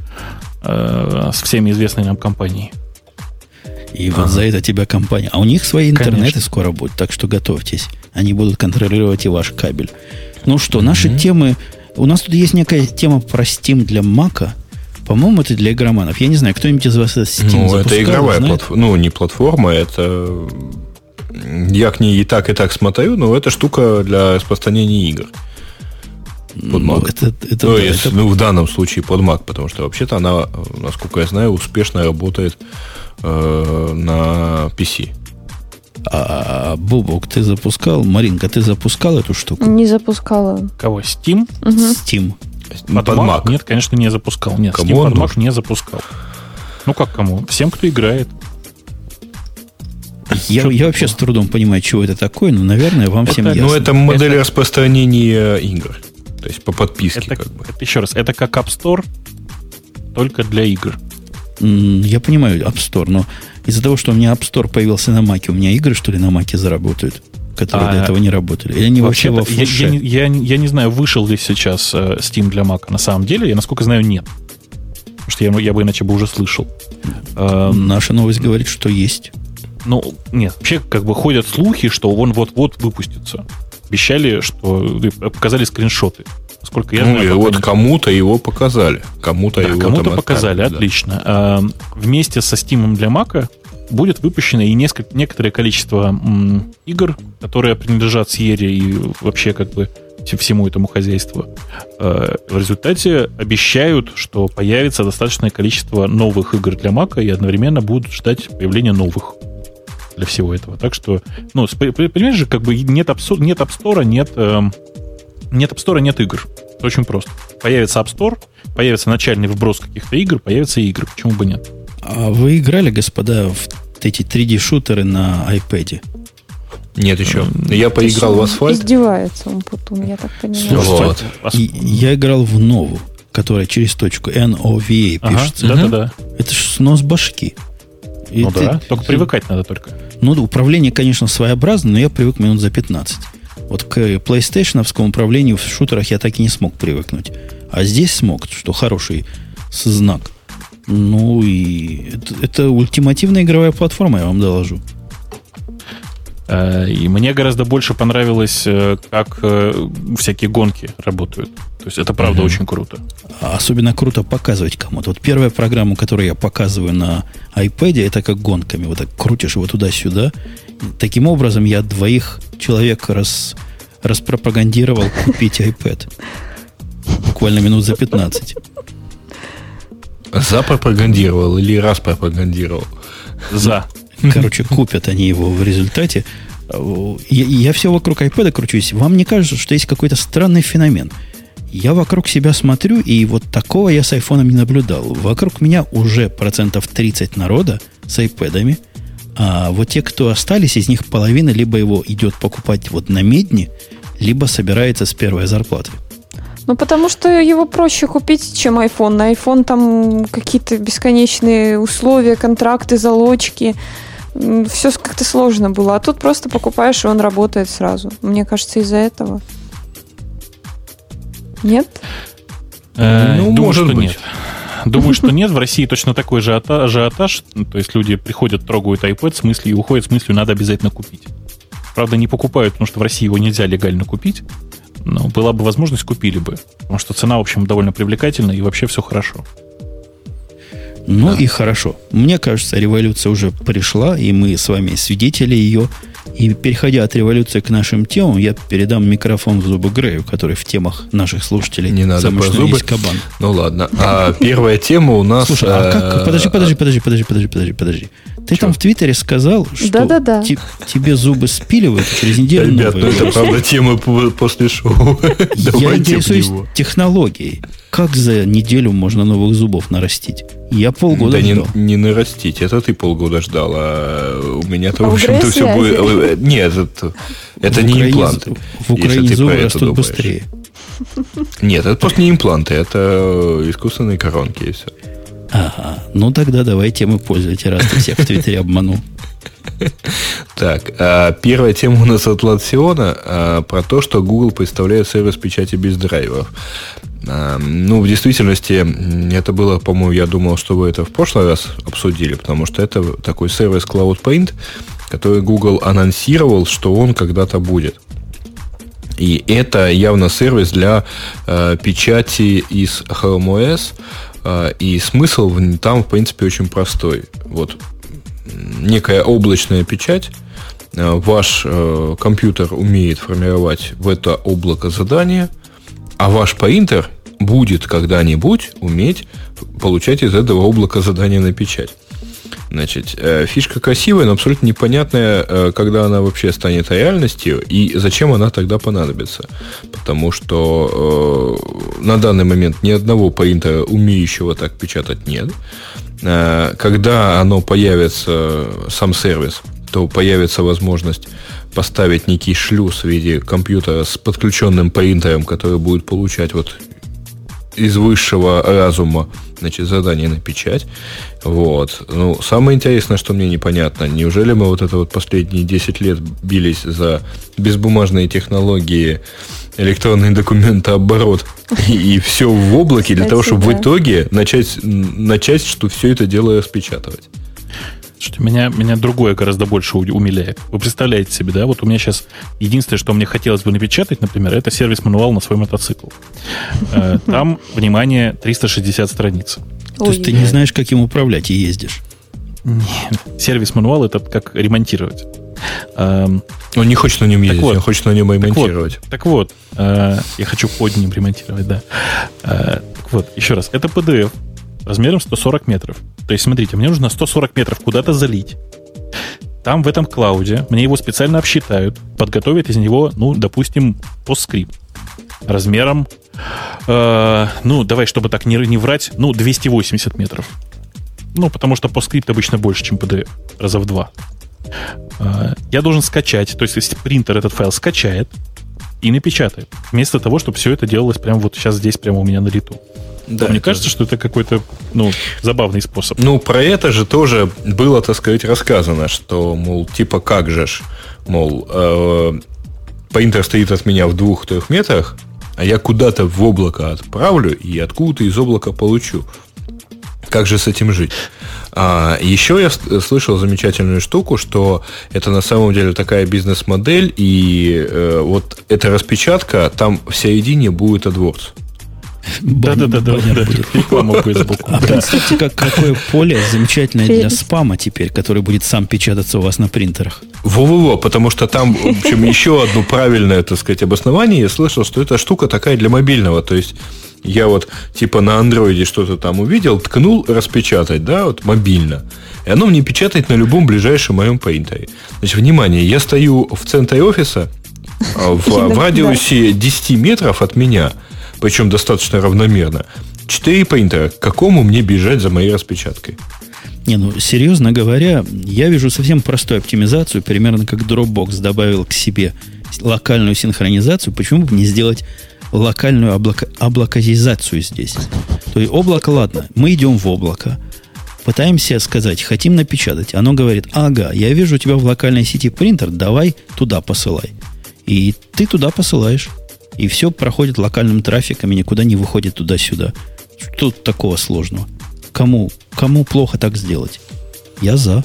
с всеми известной нам компанией. И вот за это тебя компания... А у них свои интернеты скоро будут, так что готовьтесь. Они будут контролировать и ваш кабель. Ну что, наши темы... У нас тут есть некая тема про Steam для Mac. По-моему, это для игроманов. Я не знаю, кто-нибудь из вас Steam ну, запускал? Это игровая платформа. Ну, не платформа, это... Я к ней и так, и так смотрю, но это штука для распространения игр. Под ну, Mac. Это, это, ну, да, если, это... ну, в данном случае под Mac, потому что вообще-то она, насколько я знаю, успешно работает э, на пи си. А, Бобок, ты запускал? Маринка, ты запускал эту штуку? Не запускала. Кого? Steam? Угу. Steam. Под, под Mac? Mac? Нет, конечно, не запускал. Нет, кому Steam под Mac нужен? Не запускал. Ну, как кому? Всем, кто играет. Я, я вообще с трудом понимаю, чего это такое, но, наверное, вам это, всем ясно. Ну, это модель это... распространения игр. То есть по подписке. Это, как бы. это, еще раз, это как App Store, только для игр. Я понимаю App Store, но из-за того, что у меня App Store появился на Mac, у меня игры, что ли, на Mac заработают, которые а, до этого не работали? Или они вообще во я, я, я, я не знаю, вышел ли сейчас Steam для Mac. На самом деле, я, насколько знаю, нет. Потому что я, я бы иначе бы уже слышал. Наша новость говорит, что есть. Ну, нет, вообще как бы ходят слухи, что он вот-вот выпустится. Обещали, что показали скриншоты. Сколько я ну, знаю, и вот не... кому-то его показали. Кому-то да, его кому-то там показали, отправили, отлично. Да. А, вместе со Steam для Mac будет выпущено и несколько, некоторое количество м, игр, которые принадлежат Sierra и вообще как бы всему этому хозяйству. В результате обещают, что появится достаточное количество новых игр для Mac, и одновременно будут ждать появления новых для всего этого. Так что, ну, понимаешь же, как бы нет App Store, нет App Store, нет, э, нет App Store, нет игр. Это очень просто. Появится App Store, появится начальный вброс каких-то игр, появятся игры. Почему бы нет? А вы играли, господа, в эти три ди-шутеры на iPad? Нет еще. Я поиграл в Асфальт. Издевается он потом, я так понимаю. Слушайте, вот. Я играл в Нову, которая через точку эн о ви эй пишется. Ага, да-да-да. Это ж снос башки. И ну ты, да, только ты, привыкать надо только. Ну, управление, конечно, своеобразное, но я привык минут за пятнадцать. Вот к PlayStation-овскому управлению в шутерах я так и не смог привыкнуть. А здесь смог, что хороший знак. Ну, и это, это ультимативная игровая платформа, я вам доложу. И мне гораздо больше понравилось, как всякие гонки работают. То есть это правда mm-hmm. очень круто. Особенно круто показывать кому-то. Вот первая программа, которую я показываю на iPad, это как гонками. Вот так крутишь его туда-сюда. Таким образом я двоих человек раз, распропагандировал купить iPad. Буквально минут за пятнадцать. Запропагандировал или распропагандировал? За. Короче, купят они его в результате. Я, я все вокруг iPad кручусь. Вам не кажется, что есть какой-то странный феномен? Я вокруг себя смотрю, и вот такого я с айфоном не наблюдал. Вокруг меня уже процентов тридцать народа с айпэдами, а вот те, кто остались, из них половина либо его идет покупать вот на медне, либо собирается с первой зарплаты. Ну, потому что его проще купить, чем iPhone. На iPhone там какие-то бесконечные условия, контракты, залочки. Все как-то сложно было. А тут просто покупаешь, и он работает сразу. Мне кажется, из-за этого. Нет? Э, ну, думаю, может что быть. Нет. Думаю, что нет. В России точно такой же ажиотаж. То есть люди приходят, трогают iPad с мыслью и уходят с мыслью, надо обязательно купить. Правда, не покупают, потому что в России его нельзя легально купить. Но была бы возможность, купили бы. Потому что цена, в общем, довольно привлекательная, и вообще все хорошо. Ну да. И хорошо. Мне кажется, революция уже пришла, и мы с вами свидетели ее. И переходя от революции к нашим темам, я передам микрофон в зубы Грею, который в темах наших слушателей не надо самый про что зубы. Есть кабан. Ну ладно. А первая тема у нас... Слушай, а как... Подожди, подожди, подожди, подожди, подожди, подожди, подожди. Ты Че? Там в Твиттере сказал, что Да-да-да. Te- тебе зубы спиливают, через неделю Ребят, новые. Ребят, ну это правда тема после шоу. Я интересуюсь технологией. Как за неделю можно новых зубов нарастить? Я полгода да ждал. Да не, не нарастить. Это ты полгода ждал. А у меня-то, а в общем-то, все будет... Нет, это, это не Украине, импланты. В Украине зубы растут быстрее. Нет, это просто не импланты. Это искусственные коронки и все. Ага. Ну тогда давай темы пользуйте, раз ты всех в Твиттере обманул. Так, первая тема у нас от Латсиона про то, что Google представляет сервис печати без драйверов. Ну, в действительности, это было, по-моему, я думал, что вы это в прошлый раз обсудили, потому что это такой сервис CloudPaint, который Google анонсировал, что он когда-то будет. И это явно сервис для э, печати из ChromeOS, э, и смысл там, в принципе, очень простой. Вот некая облачная печать, э, ваш э, компьютер умеет формировать в это облако задания, а ваш принтер будет когда-нибудь уметь получать из этого облака задания на печать. Значит, э, фишка красивая, но абсолютно непонятная, э, когда она вообще станет реальностью и зачем она тогда понадобится. Потому что э, на данный момент ни одного принтера, умеющего так печатать, нет. Э, когда оно появится, сам сервис, то появится возможность поставить некий шлюз в виде компьютера с подключенным принтером, который будет получать вот из высшего разума, значит, задание на печать. Вот. Ну, самое интересное, что мне непонятно, неужели мы вот это вот последние десять лет бились за безбумажные технологии, электронный документооборот и, и все в облаке для того, чтобы в итоге начать, начать, что все это дело распечатывать. Слушайте, меня, меня другое гораздо больше умиляет. Вы представляете себе, да? Вот у меня сейчас единственное, что мне хотелось бы напечатать, например, это сервис-мануал на свой мотоцикл. Там, внимание, триста шестьдесят страниц. То есть ты не знаешь, как им управлять и ездишь? Нет. Сервис-мануал — это как ремонтировать. Он не хочет на нем ездить, вот, он хочет на нем ремонтировать. Так вот, так вот я хочу под ним ремонтировать, да. Так вот, еще раз, это пи ди эф размером сто сорок метров. То есть, смотрите, мне нужно сто сорок метров куда-то залить. Там в этом клауде мне его специально обсчитают, подготовят из него, ну, допустим, постскрипт размером, э, ну, давай, чтобы так не, не врать, ну, двести восемьдесят метров. Ну, потому что постскрипт обычно больше, чем пи ди эф, раза в два. Э, я должен скачать, то есть, если принтер этот файл скачает и напечатает, вместо того, чтобы все это делалось прямо вот сейчас здесь, прямо у меня на лету. Да, мне это... кажется, что это какой-то, ну, забавный способ. Ну, про это же тоже было, так сказать, рассказано, что, мол, типа как же ж, мол, э, принтер стоит от меня в двух-трех метрах, а я куда-то в облако отправлю и откуда-то из облака получу. Как же с этим жить? А, еще я слышал замечательную штуку, что это на самом деле такая бизнес-модель, и э, вот эта распечатка, там в середине будет AdWords. Да-да-да, реклама будет сбоку. А представьте, как, какое поле замечательное для спама теперь, который будет сам печататься у вас на принтерах. Во-во-во, потому что там, в общем, еще одно правильное, так сказать, обоснование. Я слышал, что эта штука такая для мобильного. То есть, я вот типа на андроиде что-то там увидел, ткнул распечатать, да, вот мобильно. И оно мне печатает на любом ближайшем моем принтере. Значит, внимание, я стою в центре офиса, в, в радиусе десять метров от меня, причем достаточно равномерно, четыре принтера. К какому мне бежать за моей распечаткой? Не, ну, серьезно говоря, я вижу совсем простую оптимизацию, примерно как Dropbox добавил к себе локальную синхронизацию. Почему бы не сделать локальную облако- облаказизацию здесь? То есть облако, ладно, мы идем в облако, пытаемся сказать, хотим напечатать. Оно говорит, ага, я вижу у тебя в локальной сети принтер, давай туда посылай. И ты туда посылаешь. И все проходит локальным трафиком и никуда не выходит туда-сюда. Что тут такого сложного? Кому, кому плохо так сделать? Я за.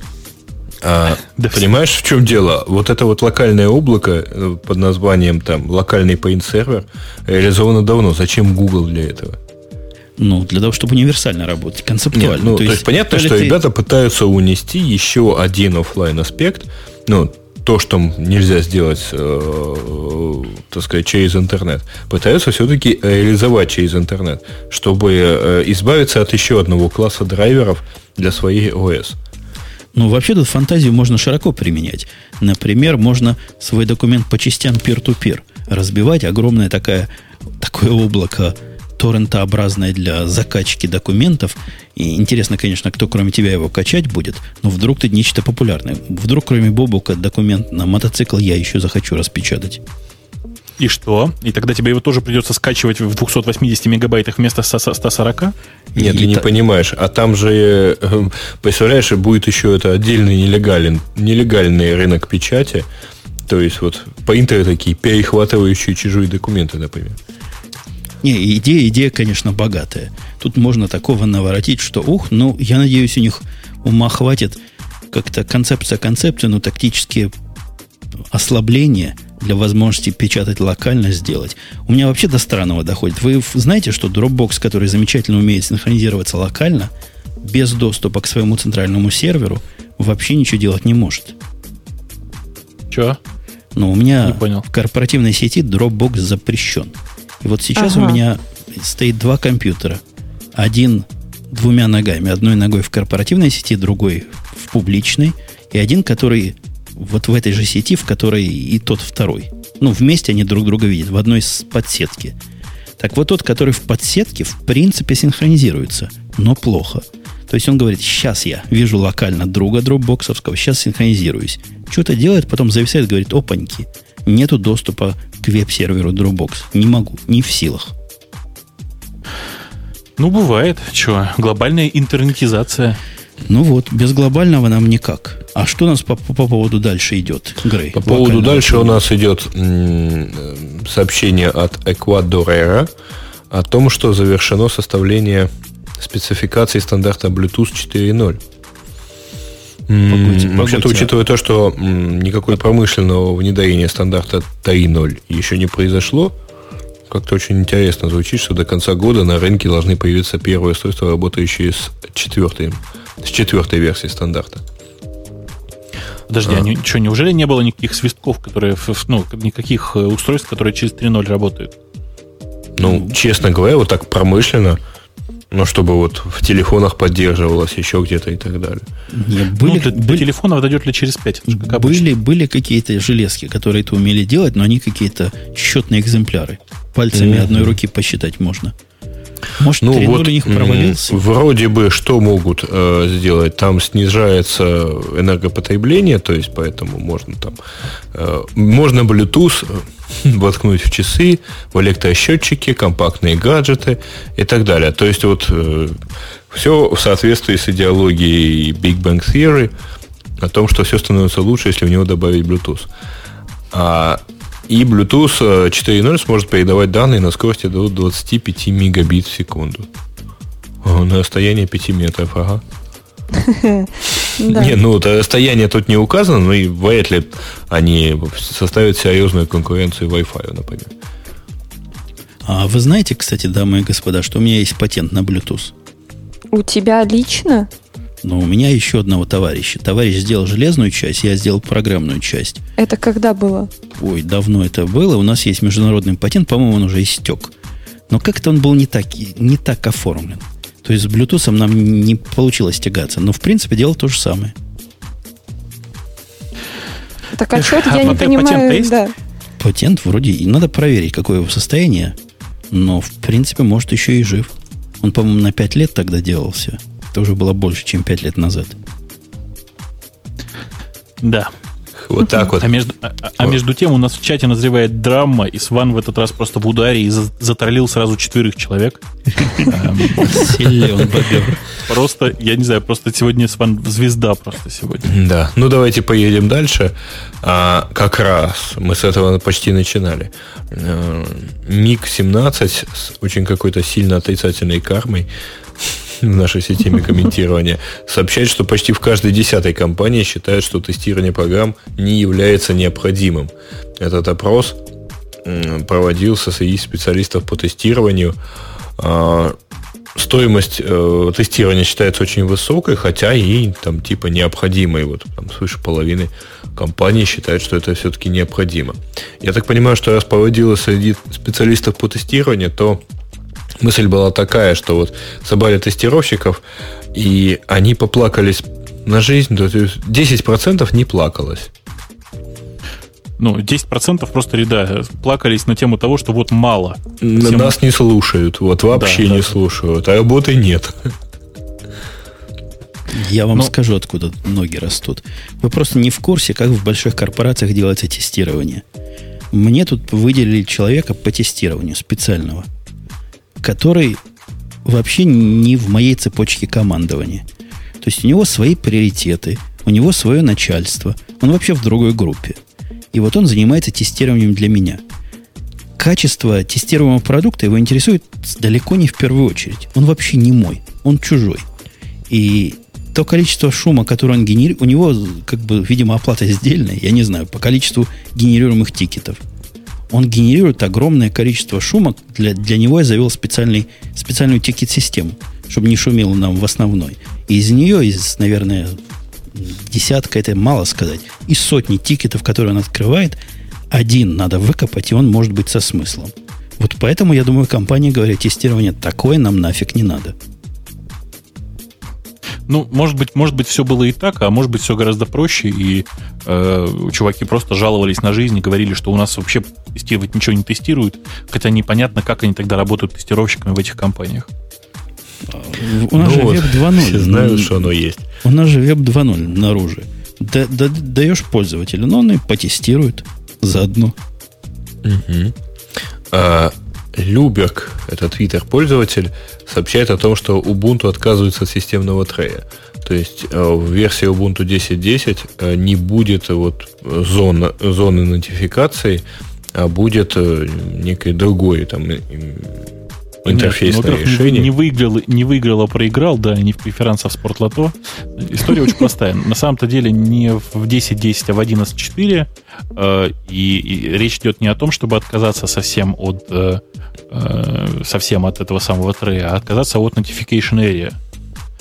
А, да, понимаешь, в чем дело? Вот это вот локальное облако под названием там локальный paint-сервер реализовано давно. Зачем Google для этого? Ну, для того, чтобы универсально работать, концептуально. Нет, ну, то, то есть, есть понятно, что ты... ребята пытаются унести еще один офлайн аспект. Ну, то, что нельзя сделать, э, так сказать, через интернет, пытаются все-таки реализовать через интернет, чтобы э, избавиться от еще одного класса драйверов для своей о эс. Ну, вообще тут фантазию можно широко применять. Например, можно свой документ по частям peer-to-peer разбивать. Огромное такое, такое облако торрентообразное для закачки документов. И интересно, конечно, кто кроме тебя его качать будет, но вдруг ты нечто популярное. Вдруг кроме Бобука документ на мотоцикл я еще захочу распечатать. И что? И тогда тебе его тоже придется скачивать в двухсот восьмидесяти мегабайтах вместо ста сорока? Нет, и ты не та... понимаешь. А там же, представляешь, будет еще это отдельный нелегален, нелегальный рынок печати. То есть вот принтеры такие, перехватывающие чужие документы, например. Не, идея, идея, конечно, богатая. Тут можно такого наворотить, что, ух, ну, я надеюсь, у них ума хватит как-то концепция концепции, но тактические ослабления для возможности печатать локально сделать. У меня вообще до странного доходит. Вы знаете, что Dropbox, который замечательно умеет синхронизироваться локально, без доступа к своему центральному серверу, вообще ничего делать не может? Че? Ну, у меня в корпоративной сети Dropbox запрещен. И вот сейчас ага. у меня стоит два компьютера. Один двумя ногами. Одной ногой в корпоративной сети, другой в публичной. И один, который вот в этой же сети, в которой и тот второй. Ну, вместе они друг друга видят. В одной подсетке. Так вот, тот, который в подсетке, в принципе, синхронизируется. Но плохо. То есть он говорит, сейчас я вижу локально друга дропбоксовского, сейчас синхронизируюсь. Что-то делает, потом зависает, говорит, опаньки. Нету доступа к веб-серверу Dropbox. Не могу, не в силах. Ну, бывает. Что, глобальная интернетизация. Ну вот, без глобального нам никак. А что у нас по, по, по поводу дальше идет, Грей? По поводу дальше у нас идет м- сообщение от Ecuador о том, что завершено составление спецификации стандарта Bluetooth четыре ноль. Погодите, Вообще-то, погодите. Учитывая то, что м, никакой промышленного внедрения стандарта три ноль еще не произошло, как-то очень интересно звучит, что до конца года на рынке должны появиться первые устройства, работающие с четвертой, с четвертой версией стандарта. Подожди, а, а что, неужели не было никаких свистков, которые, ну, никаких устройств, которые через три ноль работают? Ну, честно говоря, вот так промышленно, ну, чтобы вот в телефонах поддерживалось, еще где-то и так далее. Не, были, ну, для, для были, телефонов дойдет ли через пять? Были, были какие-то железки, которые это умели делать, но они какие-то счетные экземпляры. Пальцами mm-hmm. одной руки посчитать можно. Может, ну, три ноль вот, у них провалился? Вроде бы что могут э, сделать? Там снижается энергопотребление, то есть поэтому можно там э, можно Bluetooth воткнуть в часы, в электросчетчики, компактные гаджеты и так далее. То есть вот э, все в соответствии с идеологией Big Bang Theory о том, что все становится лучше, если в него добавить Bluetooth. А И Bluetooth четыре ноль сможет передавать данные на скорости до двадцать пять мегабит в секунду. На расстоянии пять метров, ага. Не, ну, расстояние тут не указано, но и вряд ли они составят серьезную конкуренцию Wi-Fi, например. А вы знаете, кстати, дамы и господа, что у меня есть патент на Bluetooth? У тебя лично? Но у меня еще одного товарища. Товарищ сделал железную часть, я сделал программную часть. Это когда было? Ой, давно это было. У нас есть международный патент, по-моему, он уже истек. Но как-то он был не так, не так оформлен. То есть с Bluetooth нам не получилось тягаться. Но, в принципе, делал то же самое. Так а что-то я не понимаю. Да. Патент вроде... Надо проверить, какое его состояние. Но, в принципе, может, еще и жив. Он, по-моему, на пять лет тогда делался. Это уже было больше, чем пять лет назад. Да. Вот так вот. А между, а, а между тем у нас в чате назревает драма, и Сван в этот раз просто в ударе и затроллил сразу четверых человек. Силен бобер. Просто, я не знаю, просто сегодня Сван звезда просто сегодня. Да. Ну, давайте поедем дальше. А, как раз мы с этого почти начинали. миг семнадцать с очень какой-то сильно отрицательной кармой в нашей системе комментирования сообщает, что почти в каждой десятой компании считают, что тестирование программ не является необходимым. Этот опрос проводился среди специалистов по тестированию. Стоимость тестирования считается очень высокой, хотя и там типа необходимой. Вот там свыше половины компаний считают, что это все-таки необходимо. Я так понимаю, что раз проводилось среди специалистов по тестированию, то мысль была такая, что вот собрали тестировщиков, и они поплакались на жизнь, то есть десять процентов не плакалось. Ну, десять процентов просто ряда плакались на тему того, что вот мало. Всем... Нас не слушают, вот вообще да, не да. слушают, а работы нет. Я вам Но... скажу, откуда ноги растут. Вы просто не в курсе, как в больших корпорациях делается тестирование. Мне тут выделили человека по тестированию специального, который вообще не в моей цепочке командования. То есть у него свои приоритеты, у него свое начальство, он вообще в другой группе. И вот он занимается тестированием для меня. Качество тестируемого продукта его интересует далеко не в первую очередь. Он вообще не мой, он чужой. И то количество шума, которое он генерирует, у него, как бы, видимо, оплата сдельная, я не знаю, по количеству генерируемых тикетов. Он генерирует огромное количество шума. Для, для него я завел специальный, специальную тикет-систему, чтобы не шумело нам в основной. И из нее, из, наверное, десятка, это мало сказать, из сотни тикетов, которые он открывает, один надо выкопать, и он может быть со смыслом. Вот поэтому, я думаю, компания говорит, тестирование такое нам нафиг не надо. Ну, может быть, может быть, все было и так, а может быть, все гораздо проще, и э, чуваки просто жаловались на жизнь и говорили, что у нас вообще тестировать ничего не тестируют, хотя непонятно, как они тогда работают тестировщиками в этих компаниях. У нас ну же вот, веб два ноль. Все знают, что оно есть. У нас же веб два ноль наружу. Да, да, даешь пользователю, но он и потестирует заодно. Угу. А, Люберг, это твиттер-пользователь, сообщает о том, что Ubuntu отказывается от системного трея. То есть в версии Ubuntu десять десять не будет вот зона, зоны нотификации, а будет некое другое там интерфейсное Нет, решение. Не выиграл, не выиграл, а проиграл, да, не в преферансах Спортлото. История очень простая. На самом-то деле не в десять десять, а в одиннадцать четыре. И, и речь идет не о том, чтобы отказаться совсем от совсем от этого самого трея, а отказаться от notification area.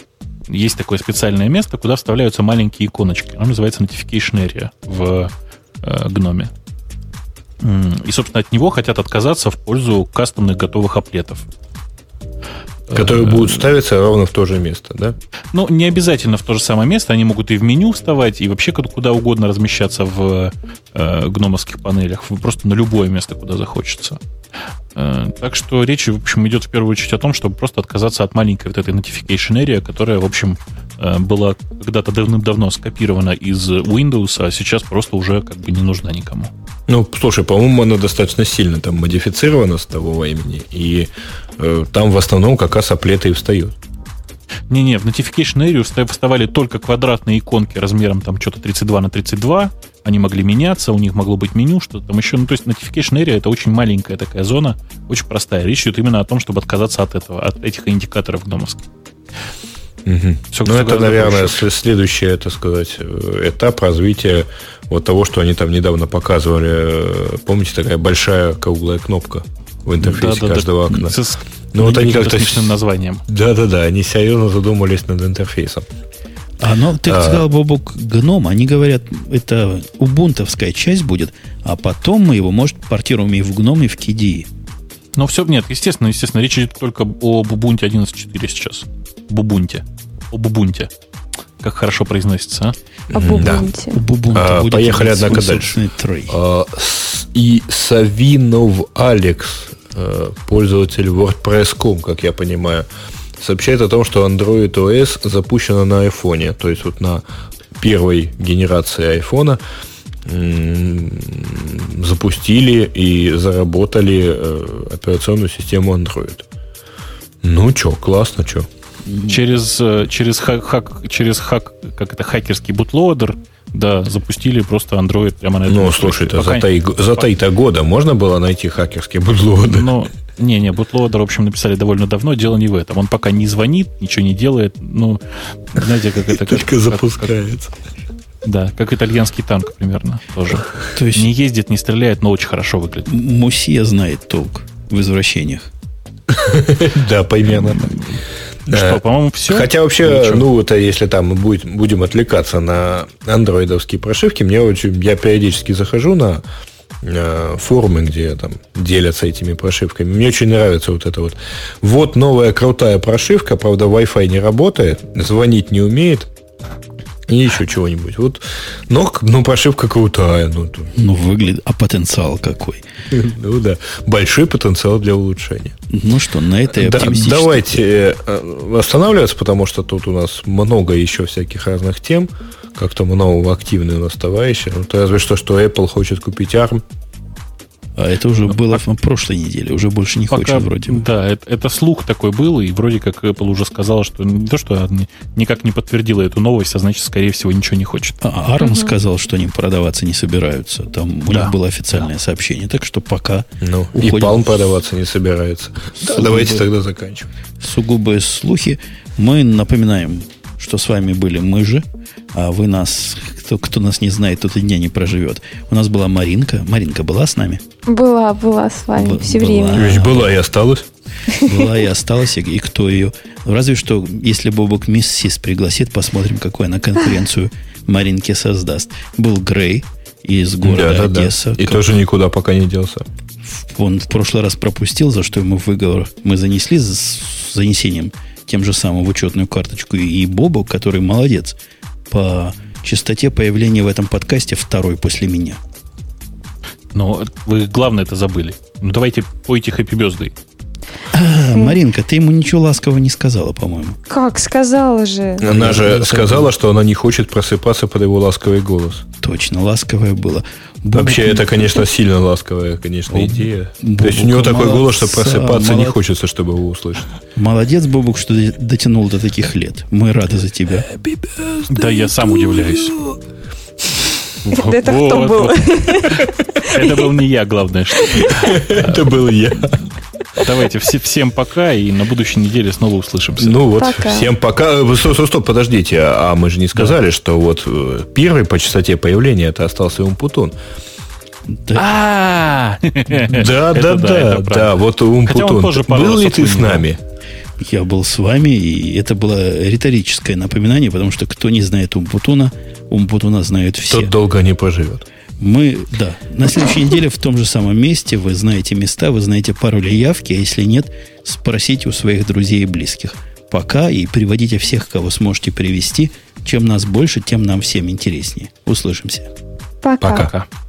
есть такое специальное место, куда вставляются маленькие иконочки. Оно называется Notification Area в э, гноме. И, собственно, от него хотят отказаться в пользу кастомных готовых аплетов. Которые будут ставиться ровно в то же место, да? Ну, не обязательно в то же самое место. Они могут и в меню вставать, и вообще куда угодно размещаться в э, гномовских панелях. Просто на любое место, куда захочется. Э, так что речь, в общем, идет в первую очередь о том, чтобы просто отказаться от маленькой вот этой notification area, которая, в общем, э, была когда-то давным-давно скопирована из Windows, а сейчас просто уже как бы не нужна никому. Ну, слушай, по-моему, она достаточно сильно там модифицирована с того времени, и э, там в основном как раз аплеты и встают. Не-не, в Notification Area вставали только квадратные иконки размером там что-то тридцать два на тридцать два, они могли меняться, у них могло быть меню, что-то там еще. Ну, то есть Notification Area — это очень маленькая такая зона, очень простая. Речь идет именно о том, чтобы отказаться от этого, от этих индикаторов гномовских. Угу. Все, ну, это, наверное, проще. Следующий, так сказать, этап развития вот того, что они там недавно показывали. Помните, такая большая круглая кнопка в интерфейсе да, каждого да, окна? С, ну, вот они как-то смешным названием. Да-да-да, они серьезно задумались над интерфейсом. А, ну, ты а, сказал, Бобок, гном, они говорят, это убунтовская часть будет, а потом мы его, может, портируем и в гном, и в кей ди и. Ну, все, нет, естественно, естественно, речь идет только об Ubuntu одиннадцать точка четыре сейчас. Бубунте. О Бубунте. Как хорошо произносится, а? О Бубунте. Да. А, поехали, однако, дальше. А, и Савинов Алекс, пользователь WordPress точка ком, как я понимаю, сообщает о том, что Android о эс запущена на айфоне. То есть вот на первой генерации айфона запустили и заработали операционную систему Android. Ну чё, классно, чё. Через, через, хак, через хак, как это, хакерский бутлоадер, да, запустили просто Android прямо на этом. Ну, слушай-то, за три за три-то года можно было найти хакерский бутлоадер? Ну, не-не, бутлоадер, в общем, написали довольно давно, дело не в этом. Он пока не звонит, ничего не делает, ну, знаете, как это... Только запускается. Да, как итальянский танк примерно тоже. То есть не ездит, не стреляет, но очень хорошо выглядит. Мусье знает толк в извращениях. Да, примерно так. Что, по-моему, все? Хотя вообще, ну, это если там мы будем, будем отвлекаться на андроидовские прошивки, мне очень, я периодически захожу на э, форумы, где там делятся этими прошивками. Мне очень нравится вот это вот. Вот новая крутая прошивка, правда, Wi-Fi не работает, звонить не умеет. И еще чего-нибудь. Вот, но, ну, прошивка крутая. Ну, ну, выглядит. А потенциал какой? Ну да. Большой потенциал для улучшения. Ну что, на этой оптимистической... Давайте останавливаться, потому что тут у нас много еще всяких разных тем. Как-то много активные у нас товарищи. Ну, разве что, что Apple хочет купить арм. А это уже было в прошлой неделе, уже больше не Пока, хочет вроде бы. Да, это, это слух такой был, и вроде как Apple уже сказала, что не то, что никак не подтвердила эту новость, а значит, скорее всего, ничего не хочет. А арм угу. сказал, что они продаваться не собираются. Там у да. них было официальное да. сообщение, так что пока ну, уходим. И Palm продаваться не собирается. Да, давайте тогда заканчиваем. Сугубые слухи. Мы напоминаем, что с вами были мы же, а вы нас, кто, кто нас не знает, тот и дня не проживет. У нас была Маринка. Маринка была с нами? Была, была с вами Б- все была, время. Ведь была и осталась. Была и осталась, и, и кто ее. Разве что, если Бобок Миссис пригласит, посмотрим, какую она конкуренцию Маринке создаст. Был Грей из города да, да, Одесса. Да. И как... тоже никуда пока не делся. Он в прошлый раз пропустил, за что ему выговор мы занесли с занесением тем же самым в учетную карточку. И Бобок, который молодец, по частоте появления в этом подкасте второй после меня. Но вы главное это забыли. Ну, давайте пойте Happy Birthday. А, Маринка, ты ему ничего ласкового не сказала, по-моему. Как? Сказала же. Она я же сказала, что она не хочет просыпаться под его ласковый голос. Точно, ласковое было. Бобок... Вообще, это, конечно, сильно ласковая, конечно, Боб... идея. Бобок, то есть у него такой голос, что просыпаться молод... не хочется, чтобы его услышать. Молодец, Бобок, что дотянул до таких лет. Мы рады за тебя. Да, я сам удивляюсь. Это кто был? Это был не я, главное, что. Это был я. Давайте всем пока, и на будущей неделе снова услышимся. Ну вот, всем пока. Стоп, стоп, стоп, подождите, а мы же не сказали, что вот первый по частоте появления это остался Умпутун. Да, да, да, да, да. Вот Умпутун. Был ли ты с нами? Я был с вами, и это было риторическое напоминание, потому что кто не знает Умпутуна, Умпутуна знают все. Тот долго не поживет. Мы, да, на следующей неделе в том же самом месте, вы знаете места, вы знаете пароли явки, а если нет, спросите у своих друзей и близких. Пока и приводите всех, кого сможете привести. Чем нас больше, тем нам всем интереснее. Услышимся. Пока. Пока.